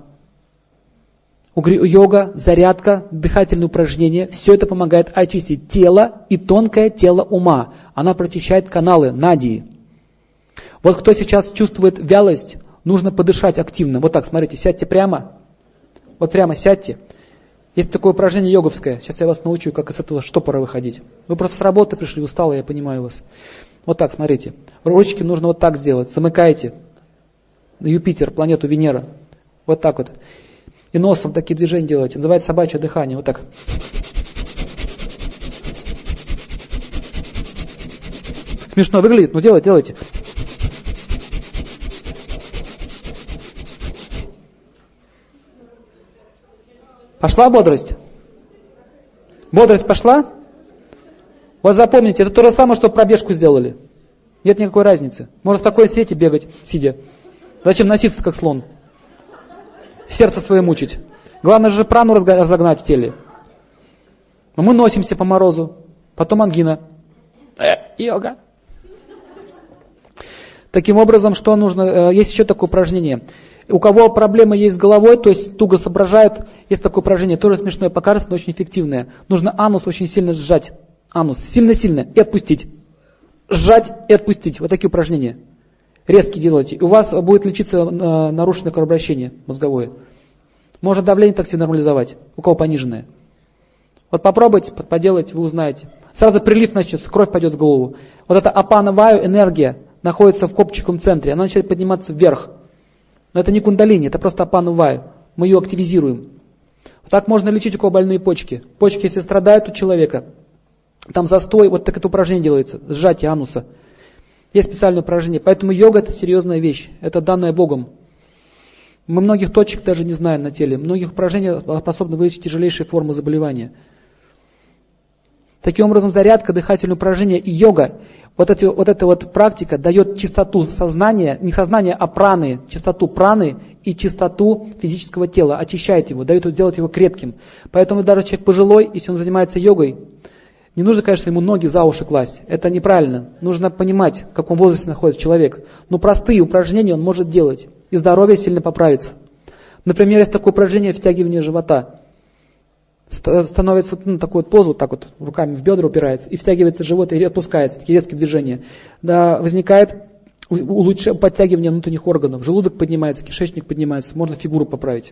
Йога, зарядка, дыхательные упражнения – все это помогает очистить тело и тонкое тело ума. Она прочищает каналы, надии. Вот кто сейчас чувствует вялость, нужно подышать активно. Вот так, смотрите, сядьте прямо. Вот прямо сядьте. Есть такое упражнение йоговское. Сейчас я вас научу, как из этого штопора выходить. Вы просто с работы пришли, усталы, я понимаю вас. Вот так, смотрите. Ручки нужно вот так сделать. Замыкаете Юпитер, планету Венера. Вот так вот. И носом такие движения делаете. Называется собачье дыхание. Вот так. Смешно выглядит, но делайте. Пошла бодрость? Бодрость пошла? Вот запомните, это то же самое, что пробежку сделали. Нет никакой разницы. Можно в такой свете бегать, сидя. Зачем носиться, как слон? Сердце свое мучить. Главное же прану разогнать в теле. Но мы носимся по морозу. Потом ангина. Йога. Таким образом, что нужно? Есть еще такое упражнение. У кого проблемы есть с головой, то есть туго соображают, есть такое упражнение, тоже смешное покажется, но очень эффективное. Нужно анус очень сильно сжать. Анус сильно-сильно и отпустить. Сжать и отпустить. Вот такие упражнения. Резкие делайте. И у вас будет лечиться нарушенное кровообращение мозговое. Можно давление так себе нормализовать, у кого пониженное. Вот попробуйте, поделайте, вы узнаете. Сразу прилив начнется, кровь пойдет в голову. Вот эта апана-ваю энергия находится в копчиковом центре, она начинает подниматься вверх. Но это не кундалини, это просто апана-ваю. Мы ее активизируем. Вот так можно лечить, у кого больные почки. Почки, если страдают у человека, там застой, вот так это упражнение делается, сжатие ануса. Есть специальное упражнение. Поэтому йога – это серьезная вещь. Это данное Богом. Мы многих точек даже не знаем на теле. Многих упражнений способны вылечить тяжелейшие формы заболевания. Таким образом, зарядка, дыхательные упражнения и йога, вот эта практика дает чистоту сознания, не сознания, а праны, чистоту праны и чистоту физического тела, очищает его, делает его крепким. Поэтому даже человек пожилой, если он занимается йогой, не нужно, конечно, ему ноги за уши класть. Это неправильно. Нужно понимать, в каком возрасте находится человек. Но простые упражнения он может делать. И здоровье сильно поправится. Например, есть такое упражнение втягивания живота. Становится такую вот позу, так вот руками в бедра упирается, и втягивается живот, и отпускается, такие резкие движения. Да, возникает подтягивание внутренних органов. Желудок поднимается, кишечник поднимается, можно фигуру поправить.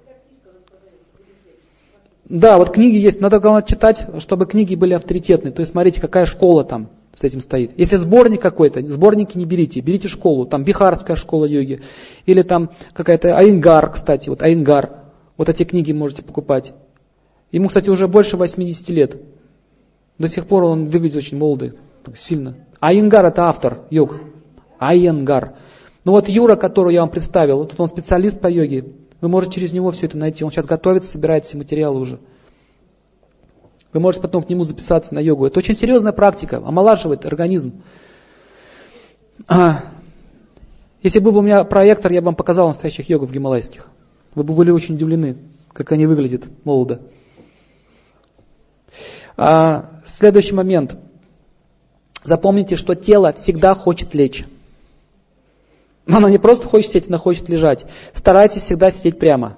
Да, вот книги есть, надо главное читать, чтобы книги были авторитетные. То есть смотрите, какая школа там с этим стоит. Если сборник какой-то, сборники не берите, берите школу, там бихарская школа йоги, или там какая-то Айенгар, кстати, вот Айенгар, вот эти книги можете покупать. Ему, кстати, уже больше 80 лет. До сих пор он выглядит очень молодый, так сильно. Айенгар это автор йог. Айенгар. Ну вот Юра, которого я вам представил, вот он специалист по йоге. Вы можете через него все это найти. Он сейчас готовится, собирает все материалы уже. Вы можете потом к нему записаться на йогу. Это очень серьезная практика, омолаживает организм. Если был бы у меня проектор, я бы вам показал настоящих йогов гималайских. Вы бы были очень удивлены, как они выглядят молодо. Следующий момент. Запомните, что тело всегда хочет лечь. Но оно не просто хочет сидеть, оно хочет лежать. Старайтесь всегда сидеть прямо.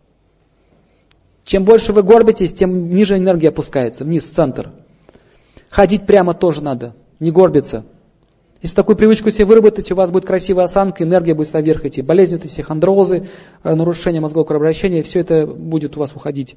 Чем больше вы горбитесь, тем ниже энергия опускается, вниз, в центр. Ходить прямо тоже надо, не горбиться. Если такую привычку себе выработаете, у вас будет красивая осанка, энергия будет наверх идти. Болезни, все хондрозы, нарушение мозгового кровообращения, все это будет у вас уходить.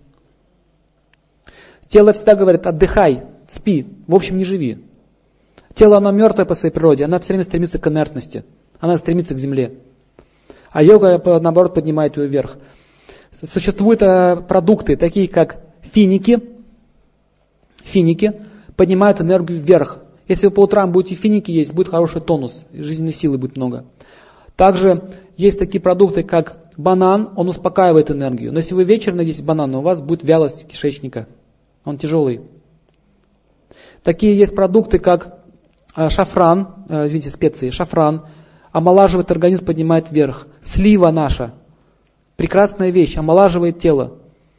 Тело всегда говорит: отдыхай, спи, в общем, не живи. Тело, оно мертвое по своей природе, оно все время стремится к инертности, она стремится к земле. А йога, наоборот, поднимает ее вверх. Существуют продукты, такие как финики. Финики поднимают энергию вверх. Если вы по утрам будете финики есть, будет хороший тонус, жизненной силы будет много. Также есть такие продукты, как банан, он успокаивает энергию. Но если вы вечером наедите банана, у вас будет вялость кишечника, он тяжелый. Такие есть продукты, как шафран, специи, шафран, омолаживает организм, поднимает вверх. Слива наша, прекрасная вещь, омолаживает тело.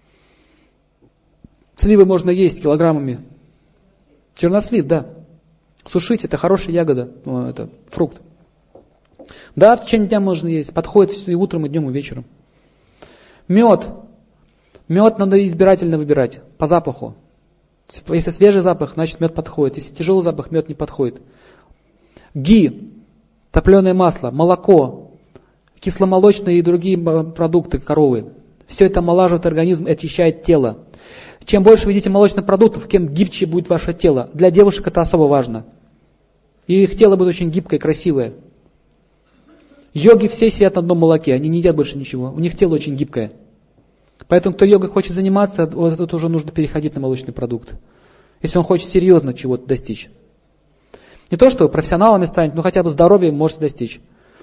Сливы можно есть килограммами. Чернослив, да. Сушить, это хорошая ягода, это фрукт. Да, в течение дня можно есть, подходит и утром, и днем, и вечером. Мед. Мед надо избирательно выбирать, по запаху. Если свежий запах, значит мед подходит. Если тяжелый запах, мед не подходит. Ги, топленое масло, молоко, кисломолочные и другие продукты коровы. Все это омолаживает организм и очищает тело. Чем больше вы едите молочных продуктов, тем гибче будет ваше тело. Для девушек это особо важно. И их тело будет очень гибкое, красивое. Йоги все сидят на одном молоке, они не едят больше ничего. У них тело очень гибкое. Поэтому, кто йогой хочет заниматься, вот это уже нужно переходить на молочный продукт. Если он хочет серьезно чего-то достичь. Не то, что вы профессионалами станете, но хотя бы здоровье можете достичь.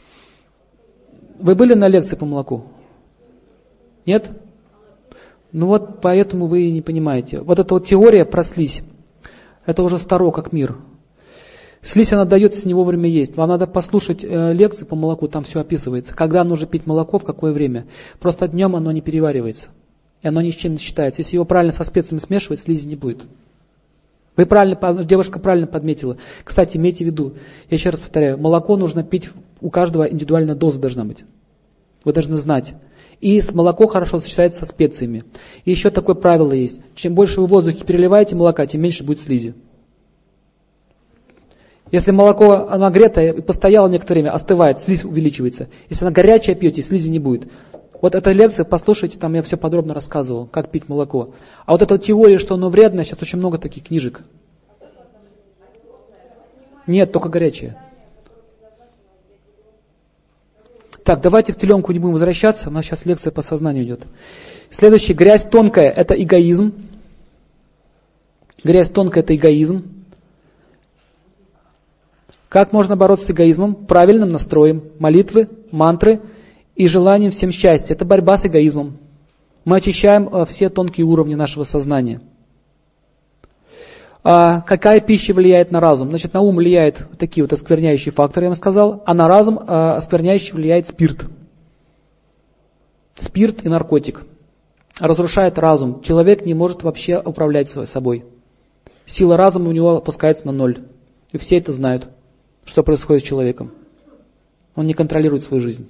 Вы были на лекции по молоку? Нет? Ну вот поэтому вы и не понимаете. Вот эта вот теория про слизь, это уже старо как мир. Слизь, она дается, если не вовремя есть. Вам надо послушать лекции по молоку, там все описывается. Когда нужно пить молоко, в какое время. Просто днем оно не переваривается. И оно ни с чем не считается. Если его правильно со специями смешивать, слизи не будет. Вы правильно, девушка правильно подметила. Кстати, имейте в виду, я еще раз повторяю, молоко нужно пить, у каждого индивидуальная доза должна быть. Вы должны знать. И молоко хорошо сочетается со специями. И еще такое правило есть. Чем больше вы в воздухе переливаете молока, тем меньше будет слизи. Если молоко нагретое и постояло некоторое время, остывает, слизь увеличивается. Если она горячая пьете, слизи не будет. Вот эта лекция, послушайте, там я все подробно рассказывал, как пить молоко. А вот эта теория, что оно вредно, сейчас очень много таких книжек. Нет, только горячее. Так, давайте к теленку не будем возвращаться, у нас сейчас лекция по сознанию идет. Следующий, грязь тонкая, это эгоизм. Грязь тонкая, это эгоизм. Как можно бороться с эгоизмом? Правильным настроем, молитвы, мантры и желанием всем счастья. Это борьба с эгоизмом. Мы очищаем все тонкие уровни нашего сознания. Какая пища влияет на разум? Значит, на ум влияют такие вот оскверняющие факторы, я вам сказал, а на разум оскверняющий влияет спирт. Спирт и наркотик. Разрушает разум. Человек не может вообще управлять собой. Сила разума у него опускается на ноль. И все это знают, что происходит с человеком. Он не контролирует свою жизнь.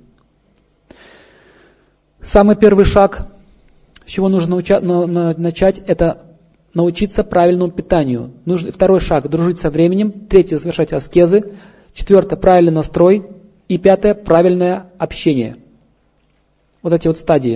Самый первый шаг, с чего нужно начать, это научиться правильному питанию. Второй шаг – дружить со временем. Третий – совершать аскезы. Четвертое – правильный настрой. И пятое – правильное общение. Вот эти вот стадии.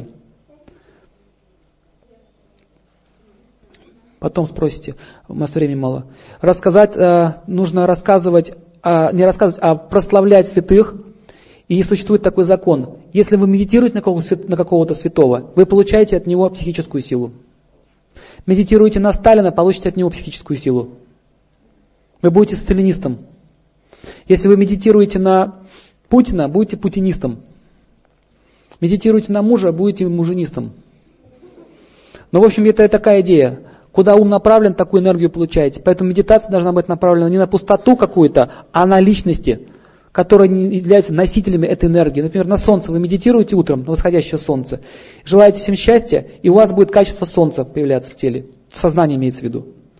Потом спросите, у нас времени мало. Нужно рассказывать, не рассказывать, а прославлять святых. И существует такой закон. Если вы медитируете на какого-то святого, вы получаете от него психическую силу. Медитируете на Сталина, получите от него психическую силу. Вы будете сталинистом. Если вы медитируете на Путина, будете путинистом. Медитируете на мужа, будете муженистом. Ну, в общем, это такая идея. Куда ум направлен, такую энергию получаете. Поэтому медитация должна быть направлена не на пустоту какую-то, а на личности, которые являются носителями этой энергии. Например, на солнце вы медитируете утром, на восходящее солнце, желаете всем счастья, и у вас будет качество солнца появляться в теле, в сознании имеется в виду.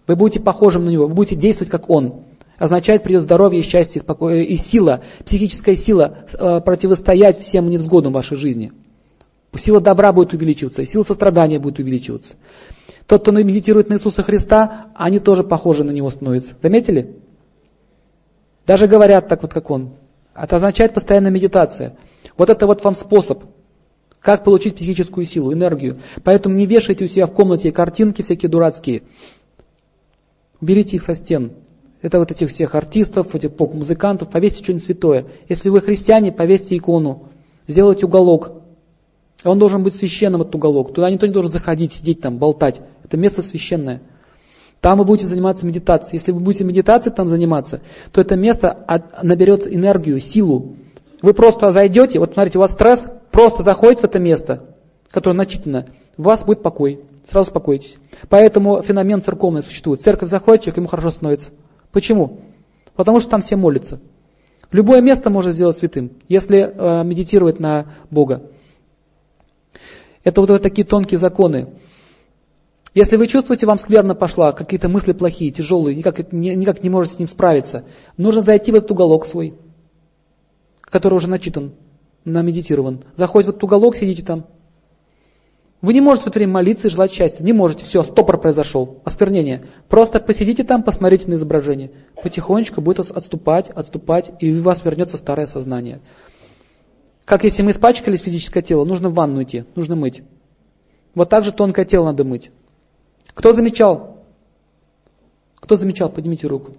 Вы будете похожим на него, вы будете действовать как он. Означает, придет здоровье, счастье и сила, психическая сила противостоять всем невзгодам в вашей жизни. Сила добра будет увеличиваться, сила сострадания будет увеличиваться. Тот, кто медитирует на Иисуса Христа, они тоже похожи на него становятся. Заметили? Даже говорят так вот, как он. Это означает постоянная медитация. Вот это вот вам способ, как получить психическую силу, энергию. Поэтому не вешайте у себя в комнате картинки всякие дурацкие. Уберите их со стен. Это вот этих всех артистов, этих поп-музыкантов, повесьте что-нибудь святое. Если вы христиане, повесьте икону, сделайте уголок. Он должен быть священным, этот уголок. Туда никто не должен заходить, сидеть там, болтать. Это место священное. Там вы будете заниматься медитацией. Если вы будете медитацией там заниматься, то это место наберет энергию, силу. Вы просто зайдете, вот смотрите, у вас стресс, просто заходит в это место, которое начитано, у вас будет покой, сразу успокоитесь. Поэтому феномен церковный существует. Церковь заходит, человек, ему хорошо становится. Почему? Потому что там все молятся. Любое место можно сделать святым, если медитировать на Бога. Это вот такие тонкие законы. Если вы чувствуете, вам скверно пошла, какие-то мысли плохие, тяжелые, никак не можете с ним справиться, нужно зайти в этот уголок свой, который уже начитан, намедитирован. Заходите в этот уголок, сидите там. Вы не можете в это время молиться и желать счастья. Не можете, все, стопор произошел, осквернение. Просто посидите там, посмотрите на изображение. Потихонечку будет отступать, и у вас вернется старое сознание. Как если мы испачкались физическое тело, нужно в ванну идти, нужно мыть. Вот так же тонкое тело надо мыть. Кто замечал? Поднимите руку.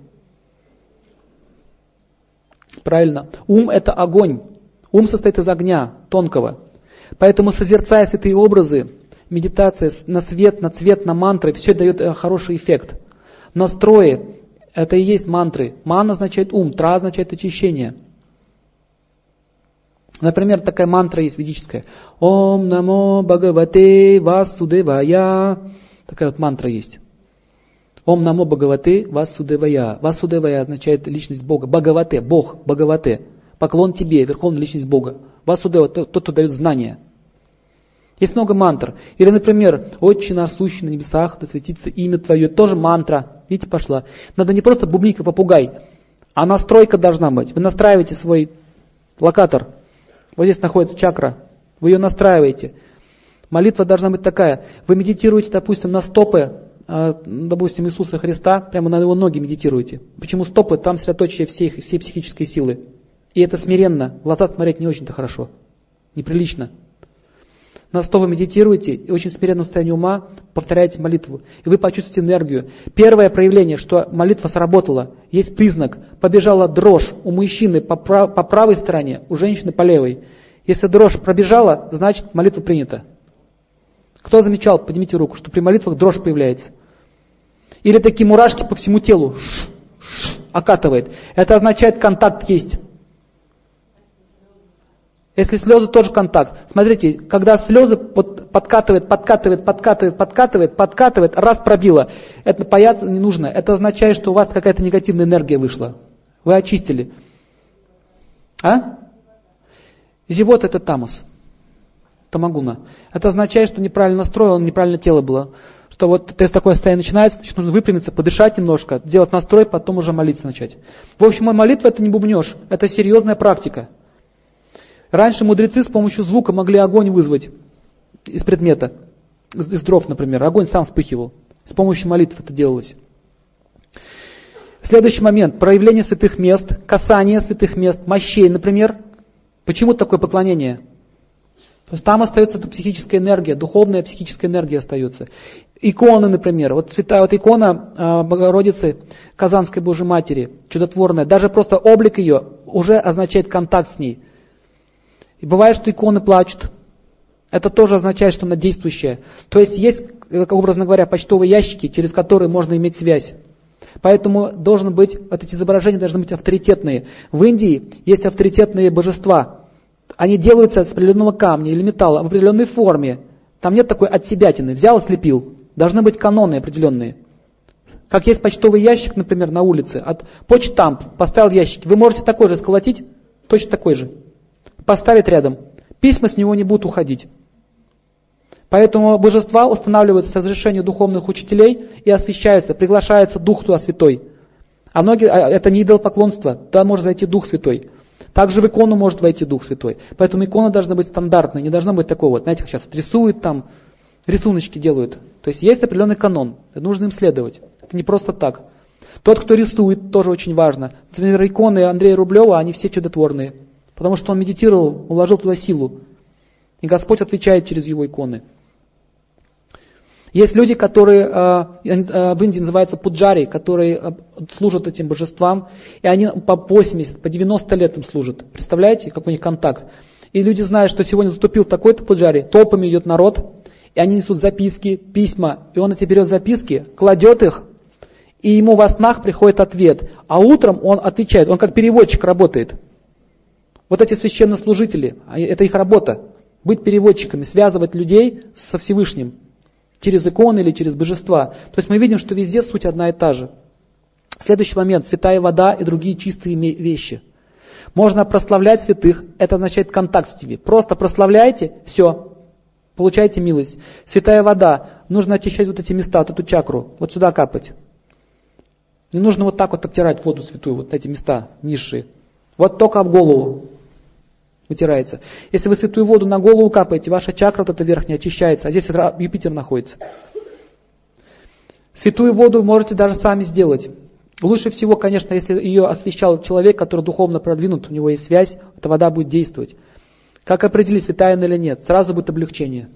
Правильно. Ум это огонь. Ум состоит из огня, тонкого. Поэтому, созерцая святые образы, медитация на свет, на цвет, на мантры, все это дает хороший эффект. Настрои – это и есть мантры. Ман означает ум, тра означает очищение. Например, такая мантра есть ведическая. Ом намо бхагавате васудевая. Такая вот мантра есть. Ом намо бхагавате васудевая. Васудевая означает личность Бога. Бхагавате, Бог, Бхагавате. Поклон тебе, верховная личность Бога. Васудева, тот, кто дает знания. Есть много мантр. Или, например, «Отче наш, сущий на небесах, да светится имя Твое». Тоже мантра. Видите, пошла. Надо не просто бубнить, как попугай, а настройка должна быть. Вы настраиваете свой локатор. Вот здесь находится чакра. Вы ее настраиваете. Молитва должна быть такая. Вы медитируете, допустим, на стопы, допустим, Иисуса Христа, прямо на его ноги медитируете. Почему стопы? Там средоточие всей психической силы. И это смиренно. В глаза смотреть не очень-то хорошо. Неприлично. На стопы медитируете и очень смиренном состоянии ума повторяете молитву. И вы почувствуете энергию. Первое проявление, что молитва сработала, есть признак. Побежала дрожь у мужчины по правой стороне, у женщины по левой. Если дрожь пробежала, значит молитва принята. Кто замечал, поднимите руку, что при молитвах дрожь появляется. Или такие мурашки по всему телу окатывает. Это означает, контакт есть. Если слезы, тоже контакт. Смотрите, когда слезы подкатывает, раз пробило, это бояться не нужно. Это означает, что у вас какая-то негативная энергия вышла. Вы очистили. Зевот это тамас. Тамагуна. Это означает, что неправильно настроено, неправильно тело было. Что вот такое состояние начинается, значит, нужно выпрямиться, подышать немножко, делать настрой, потом уже молиться начать. В общем, молитва это не бубнеж, это серьезная практика. Раньше мудрецы с помощью звука могли огонь вызвать из предмета, из дров, например. Огонь сам вспыхивал. С помощью молитв это делалось. Следующий момент. Проявление святых мест, касание святых мест, мощей, например. Почему такое поклонение? Там остается психическая энергия, духовная психическая энергия остается. Иконы, например. Вот святая икона Богородицы Казанской Божьей Матери, чудотворная. Даже просто облик ее уже означает контакт с ней. И бывает, что иконы плачут. Это тоже означает, что она действующая. То есть есть, образно говоря, почтовые ящики, через которые можно иметь связь. Поэтому должны быть, вот эти изображения должны быть авторитетные. В Индии есть авторитетные божества. Они делаются с определенного камня или металла в определенной форме. Там нет такой отсебятины. Взял и слепил. Должны быть каноны определенные. Как есть почтовый ящик, например, на улице. От почтамп поставил ящик. Вы можете такой же сколотить, точно такой же. Поставить рядом. Письма с него не будут уходить. Поэтому божества устанавливаются с разрешения духовных учителей и освящаются, приглашается Дух туда Святой. А многие, это не идолопоклонство, туда может зайти Дух Святой. Также в икону может войти Дух Святой. Поэтому икона должна быть стандартной, не должна быть такого, вот, знаете, как сейчас вот рисуют там, рисуночки делают. То есть есть определенный канон, нужно им следовать. Это не просто так. Тот, кто рисует, тоже очень важно. Например, иконы Андрея Рублева, они все чудотворные. Потому что он медитировал, вложил туда силу. И Господь отвечает через его иконы. Есть люди, которые в Индии называются пуджари, которые служат этим божествам, и они по 80, по 90 лет им служат. Представляете, какой у них контакт? И люди знают, что сегодня заступил такой-то пуджари, толпами идет народ, и они несут записки, письма, и он эти берет записки, кладет их, и ему во снах приходит ответ. А утром он отвечает, он как переводчик работает. Вот эти священнослужители, это их работа, быть переводчиками, связывать людей со Всевышним. Через иконы или через божества. То есть мы видим, что везде суть одна и та же. Следующий момент. Святая вода и другие чистые вещи. Можно прославлять святых. Это означает контакт с ними. Просто прославляйте, все. Получаете милость. Святая вода. Нужно очищать вот эти места, вот эту чакру. Вот сюда капать. Не нужно вот так вот обтирать воду святую, вот эти места низшие. Вот только об голову вытирается. Если вы святую воду на голову капаете, ваша чакра вот эта верхняя очищается, а здесь Юпитер находится. Святую воду можете даже сами сделать. Лучше всего, конечно, если ее освящал человек, который духовно продвинут, у него есть связь, эта вода будет действовать. Как определить, святая она или нет? Сразу будет облегчение.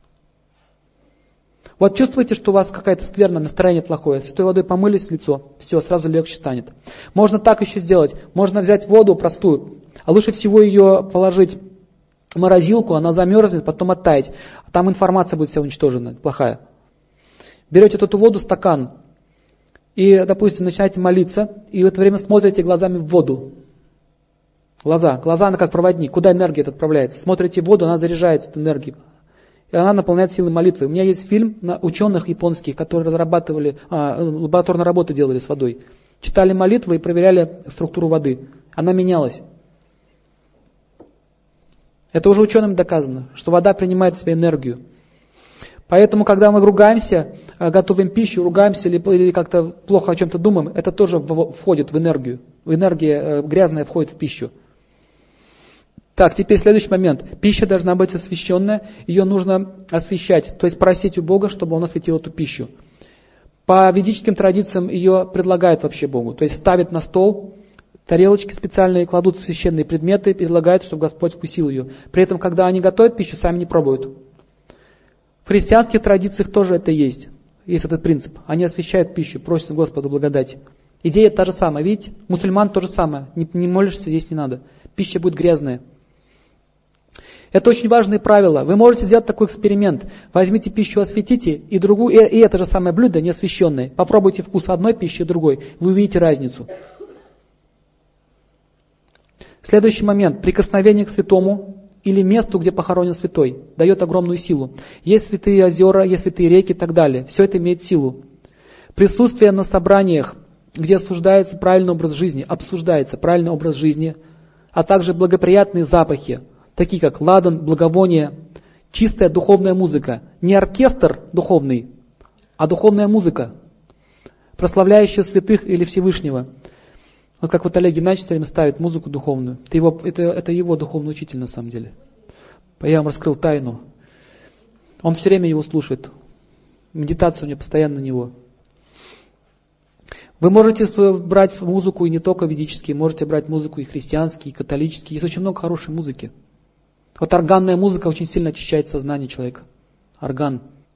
Вот чувствуете, что у вас какая-то скверна, настроение плохое, святой водой помылись в лицо, все, сразу легче станет. Можно так еще сделать, можно взять воду простую, а лучше всего ее положить в морозилку, она замерзнет, потом оттаять, а там информация будет вся уничтожена, плохая. Берете эту воду, стакан, и, допустим, начинаете молиться, и в это время смотрите глазами в воду. Глаза, она как проводник, куда энергия эта отправляется. Смотрите в воду, она заряжается этой энергией. И она наполняет силой молитвы. У меня есть фильм на ученых японских, которые разрабатывали, лабораторные работы делали с водой. Читали молитвы и проверяли структуру воды. Она менялась. Это уже ученым доказано, что вода принимает в себя энергию. Поэтому, когда мы ругаемся, готовим пищу, ругаемся или как-то плохо о чем-то думаем, это тоже входит в энергию. Энергия грязная входит в пищу. Так, теперь следующий момент. Пища должна быть освященная, ее нужно освящать, то есть просить у Бога, чтобы Он осветил эту пищу. По ведическим традициям ее предлагают вообще Богу, то есть ставят на стол, тарелочки специальные, кладут священные предметы, предлагают, чтобы Господь вкусил ее. При этом, когда они готовят пищу, сами не пробуют. В христианских традициях тоже это есть этот принцип. Они освящают пищу, просят Господа благодати. Идея та же самая, видите? Мусульман то же самое, не молишься, есть не надо. Пища будет грязная. Это очень важные правила. Вы можете сделать такой эксперимент. Возьмите пищу, осветите, и другую, и это же самое блюдо, не освященное. Попробуйте вкус одной пищи и другой. Вы увидите разницу. Следующий момент. Прикосновение к святому или месту, где похоронен святой, дает огромную силу. Есть святые озера, есть святые реки и так далее. Все это имеет силу. Присутствие на собраниях, где обсуждается правильный образ жизни, а также благоприятные запахи, такие как ладан, благовоние, чистая духовная музыка. Не оркестр духовный, а духовная музыка, прославляющая святых или Всевышнего. Вот как вот Олег Геннадьевич все время ставит музыку духовную. Это его духовный учитель на самом деле. Я вам раскрыл тайну. Он все время его слушает. Медитация у него постоянно на него. Вы можете брать музыку и не только ведические, можете брать музыку и христианские, и католические. Есть очень много хорошей музыки. Вот органная музыка очень сильно очищает сознание человека. Орган.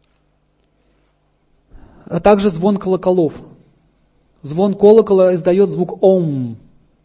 А также звон колоколов. Звон колокола издает звук ом.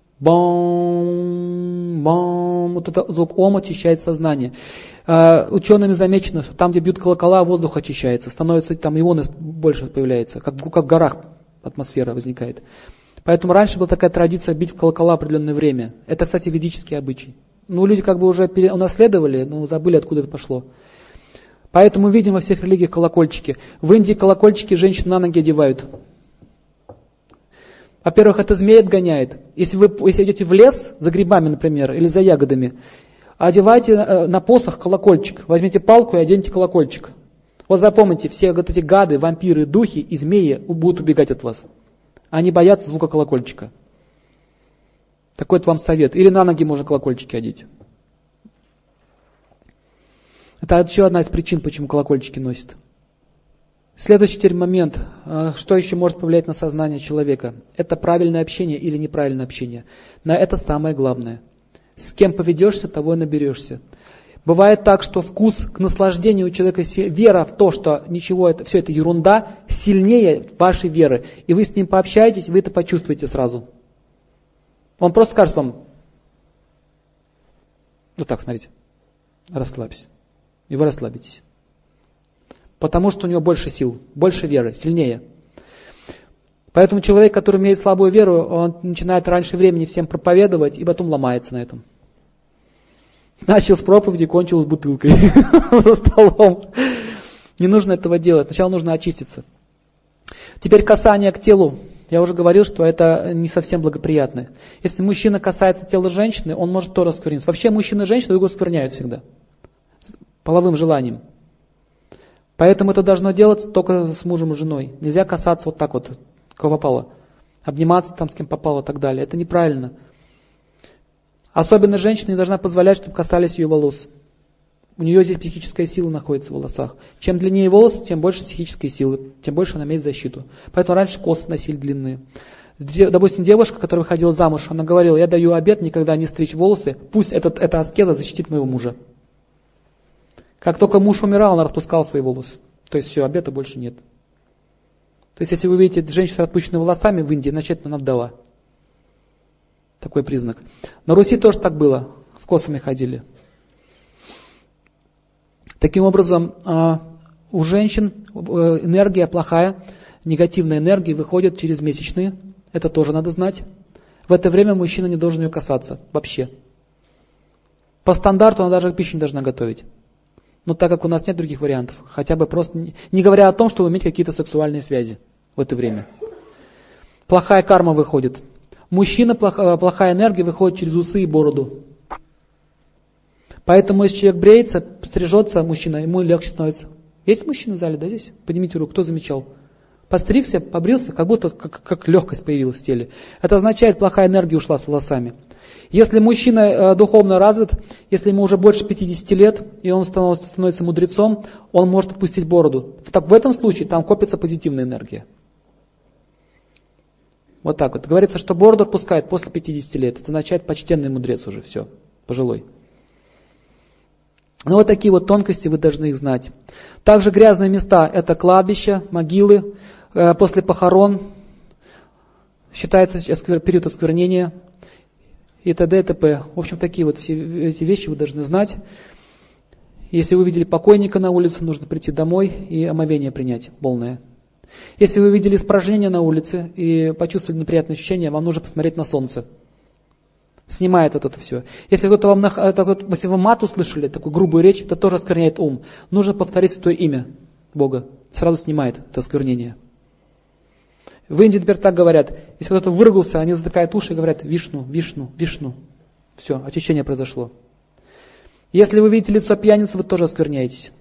Бам, бам. Вот этот звук ом очищает сознание. Учеными замечено, что там, где бьют колокола, воздух очищается. Становится, там ионы больше появляется. Как в горах атмосфера возникает. Поэтому раньше была такая традиция бить в колокола определенное время. Это, кстати, ведический обычай. Люди как бы уже унаследовали, но забыли, откуда это пошло. Поэтому видим во всех религиях колокольчики. В Индии колокольчики женщины на ноги одевают. Во-первых, это змей отгоняет. Если идете в лес за грибами, например, или за ягодами, одевайте на посох колокольчик. Возьмите палку и оденьте колокольчик. Вот запомните, все вот эти гады, вампиры, духи и змеи будут убегать от вас. Они боятся звука колокольчика. Такой вот вам совет. Или на ноги можно колокольчики одеть. Это еще одна из причин, почему колокольчики носят. Следующий теперь момент, что еще может повлиять на сознание человека. Это правильное общение или неправильное общение. На это самое главное. С кем поведешься, того и наберешься. Бывает так, что вкус к наслаждению у человека, вера в то, что ничего, все это ерунда, сильнее вашей веры. И вы с ним пообщаетесь, вы это почувствуете сразу. Он просто скажет вам, вот так, смотрите, расслабься. И вы расслабитесь. Потому что у него больше сил, больше веры, сильнее. Поэтому человек, который имеет слабую веру, он начинает раньше времени всем проповедовать и потом ломается на этом. Начал с проповеди, кончил с бутылкой за столом. Не нужно этого делать. Сначала нужно очиститься. Теперь касание к телу. Я уже говорил, что это не совсем благоприятно. Если мужчина касается тела женщины, он может тоже оскверниться. Вообще мужчина и женщина друг друга оскверняют всегда. Половым желанием. Поэтому это должно делаться только с мужем и женой. Нельзя касаться вот так вот, кого попало. Обниматься там с кем попало и так далее. Это неправильно. Особенно женщина не должна позволять, чтобы касались ее волос. У нее здесь психическая сила находится в волосах. Чем длиннее волосы, тем больше психической силы, тем больше она имеет защиту. Поэтому раньше косы носили длинные. Допустим, девушка, которая выходила замуж, она говорила, я даю обет никогда не стричь волосы, пусть эта аскеза защитит моего мужа. Как только муж умирал, она распускала свои волосы. То есть все, обета больше нет. То есть если вы видите женщину с распущенными волосами в Индии, значит она вдова. Такой признак. На Руси тоже так было. С косами ходили. Таким образом, у женщин энергия плохая, негативная энергия выходит через месячные. Это тоже надо знать. В это время мужчина не должен ее касаться вообще. По стандарту она даже пищу не должна готовить. Но так как у нас нет других вариантов, хотя бы просто, не говоря о том, чтобы иметь какие-то сексуальные связи в это время. Плохая карма выходит. Мужчина, плохая энергия выходит через усы и бороду. Поэтому, если человек бреется, стрижется мужчина, ему легче становится. Есть мужчина в зале, да, здесь? Поднимите руку, кто замечал? Постригся, побрился, как будто как легкость появилась в теле. Это означает, плохая энергия ушла с волосами. Если мужчина духовно развит, если ему уже больше 50 лет, и он становится мудрецом, он может отпустить бороду. Так в этом случае там копится позитивная энергия. Вот так вот. Говорится, что бороду отпускают после 50 лет. Это означает почтенный мудрец уже, все, пожилой. Ну вот такие вот тонкости, вы должны их знать. Также грязные места – это кладбища, могилы. После похорон считается период осквернения и т.д. и т.п. В общем, такие вот все эти вещи вы должны знать. Если вы видели покойника на улице, нужно прийти домой и омовение принять полное. Если вы видели испражнение на улице и почувствовали неприятные ощущения, вам нужно посмотреть на солнце. Снимает это все. Если если вы мат услышали, такую грубую речь, это тоже оскверняет ум. Нужно повторить святое имя Бога. Сразу снимает это осквернение. В Индии теперь так говорят. Если кто-то выругался, они затыкают уши и говорят Вишну, Вишну, Вишну. Все, очищение произошло. Если вы видите лицо пьяницы, вы тоже оскверняетесь.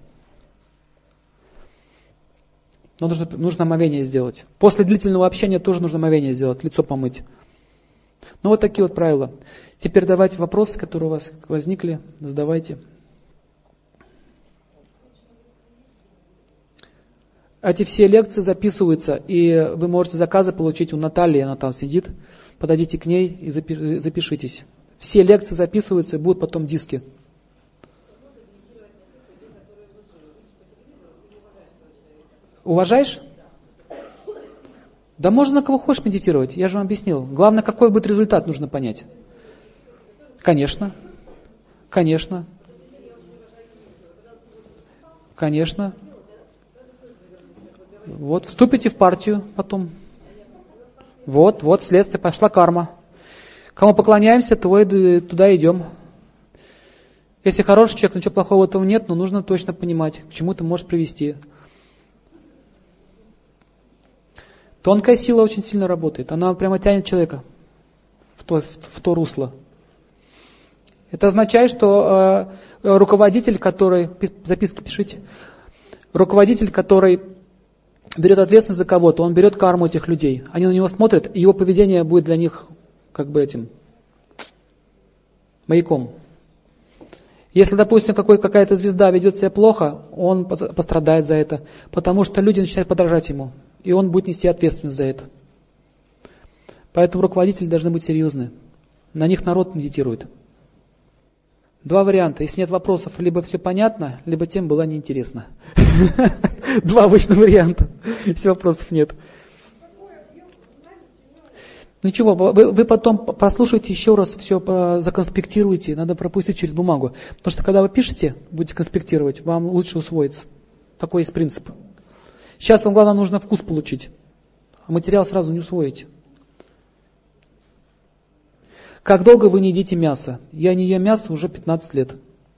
Но нужно омовение сделать. После длительного общения тоже нужно омовение сделать, лицо помыть. Ну вот такие вот правила. Теперь давайте вопросы, которые у вас возникли, задавайте. Эти все лекции записываются, и вы можете заказы получить у Натальи, она там сидит. Подойдите к ней и запишитесь. Все лекции записываются, и будут потом диски. Уважаешь? Да можно на кого хочешь медитировать, я же вам объяснил. Главное, какой будет результат, нужно понять. Конечно. Конечно. Конечно. Вот, вступите в партию потом. Вот, следствие, пошла карма. Кому поклоняемся, туда идем. Если хороший человек, ничего плохого в этом нет, но нужно точно понимать, к чему это может привести. Тонкая сила очень сильно работает. Она прямо тянет человека в то русло. Это означает, что руководитель, который, записки пишите, Руководитель, который берет ответственность за кого-то, он берет карму этих людей. Они на него смотрят, и его поведение будет для них как бы этим маяком. Если, допустим, какая-то звезда ведет себя плохо, он пострадает за это, потому что люди начинают подражать ему, и он будет нести ответственность за это. Поэтому руководители должны быть серьезны. На них народ медитирует. Два варианта. Если нет вопросов, либо все понятно, либо тема была неинтересна. Два обычных варианта, если вопросов нет. Ничего, вы потом прослушайте еще раз, все законспектируйте, надо пропустить через бумагу. Потому что когда вы пишете, будете конспектировать, вам лучше усвоится. Такой есть принцип. Сейчас вам главное нужно вкус получить, а материал сразу не усвоите. Как долго вы не едите мясо? Я не ем мясо уже 15 лет.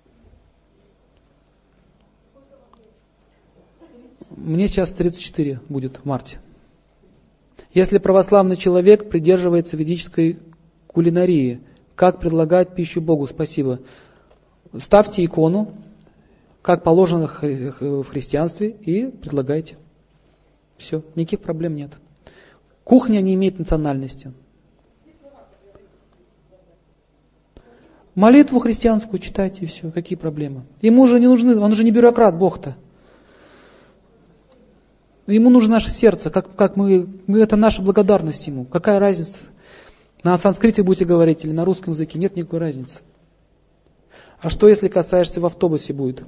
Мне сейчас 34 будет в марте. Если православный человек придерживается ведической кулинарии, как предлагать пищу Богу? Спасибо. Ставьте икону, как положено в христианстве, и предлагайте. Все, никаких проблем нет. Кухня не имеет национальности. Молитву христианскую читайте, и все, какие проблемы? Ему же не нужны, он же не бюрократ, Бог-то. Ему нужно наше сердце, как мы, это наша благодарность Ему. Какая разница? На санскрите будете говорить или на русском языке? Нет никакой разницы. А что, если касаешься в автобусе будет?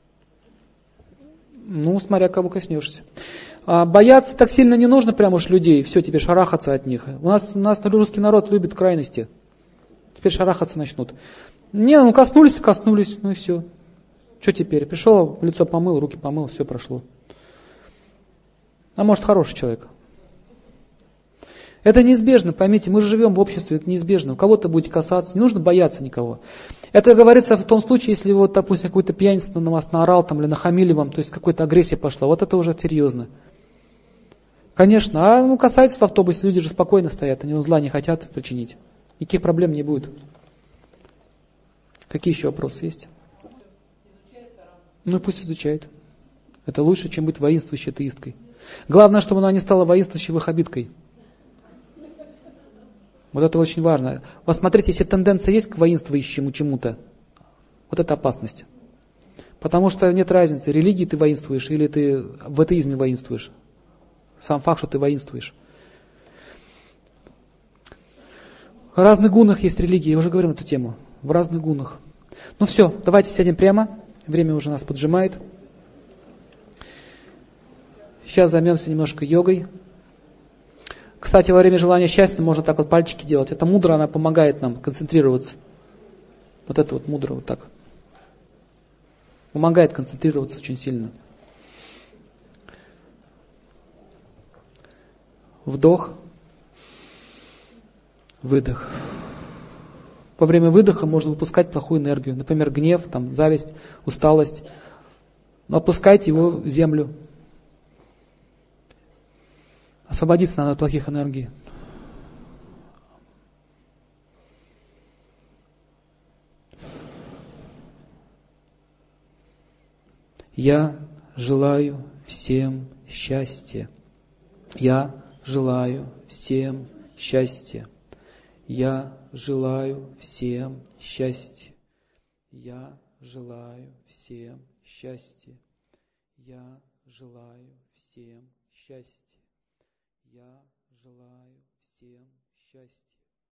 Ну, смотря кого коснешься. Бояться так сильно не нужно прям уж людей, все, тебе шарахаться от них. У нас русский народ любит крайности. Теперь шарахаться начнут. Не, ну коснулись, ну и все. Что теперь? Пришел, лицо помыл, руки помыл, все прошло. А может, хороший человек. Это неизбежно, поймите, мы же живем в обществе, это неизбежно. У кого-то будете касаться, не нужно бояться никого. Это говорится в том случае, если вот, допустим, какой-то пьяница на вас наорал там, или нахамили вам, то есть какая-то агрессия пошла, вот это уже серьезно. Конечно, касается в автобусе, люди же спокойно стоят, они зла не хотят причинить. Никаких проблем не будет. Какие еще вопросы есть? Ну пусть изучает. Это лучше, чем быть воинствующей атеисткой. Главное, чтобы она не стала воинствующей ваххабиткой. Вот это очень важно. Вот смотрите, если тенденция есть к воинствующему чему-то, вот это опасность. Потому что нет разницы, религии ты воинствуешь или ты в атеизме воинствуешь. Сам факт, что ты воинствуешь. В разных гунах есть религии, я уже говорил на эту тему. В разных гунах. Ну все, давайте сядем прямо. Время уже нас поджимает. Сейчас займемся немножко йогой. Кстати, во время желания счастья можно так вот пальчики делать. Это мудра, она помогает нам концентрироваться. Вот это вот мудра вот так. Помогает концентрироваться очень сильно. Вдох. Выдох. Во время выдоха можно выпускать плохую энергию. Например, гнев, зависть, усталость. Но отпускайте его в землю. Освободиться надо от плохих энергий. Я желаю всем счастья. Я желаю всем счастья. Я желаю всем счастья. Я желаю всем счастья. Я желаю всем счастья. Я желаю всем счастья.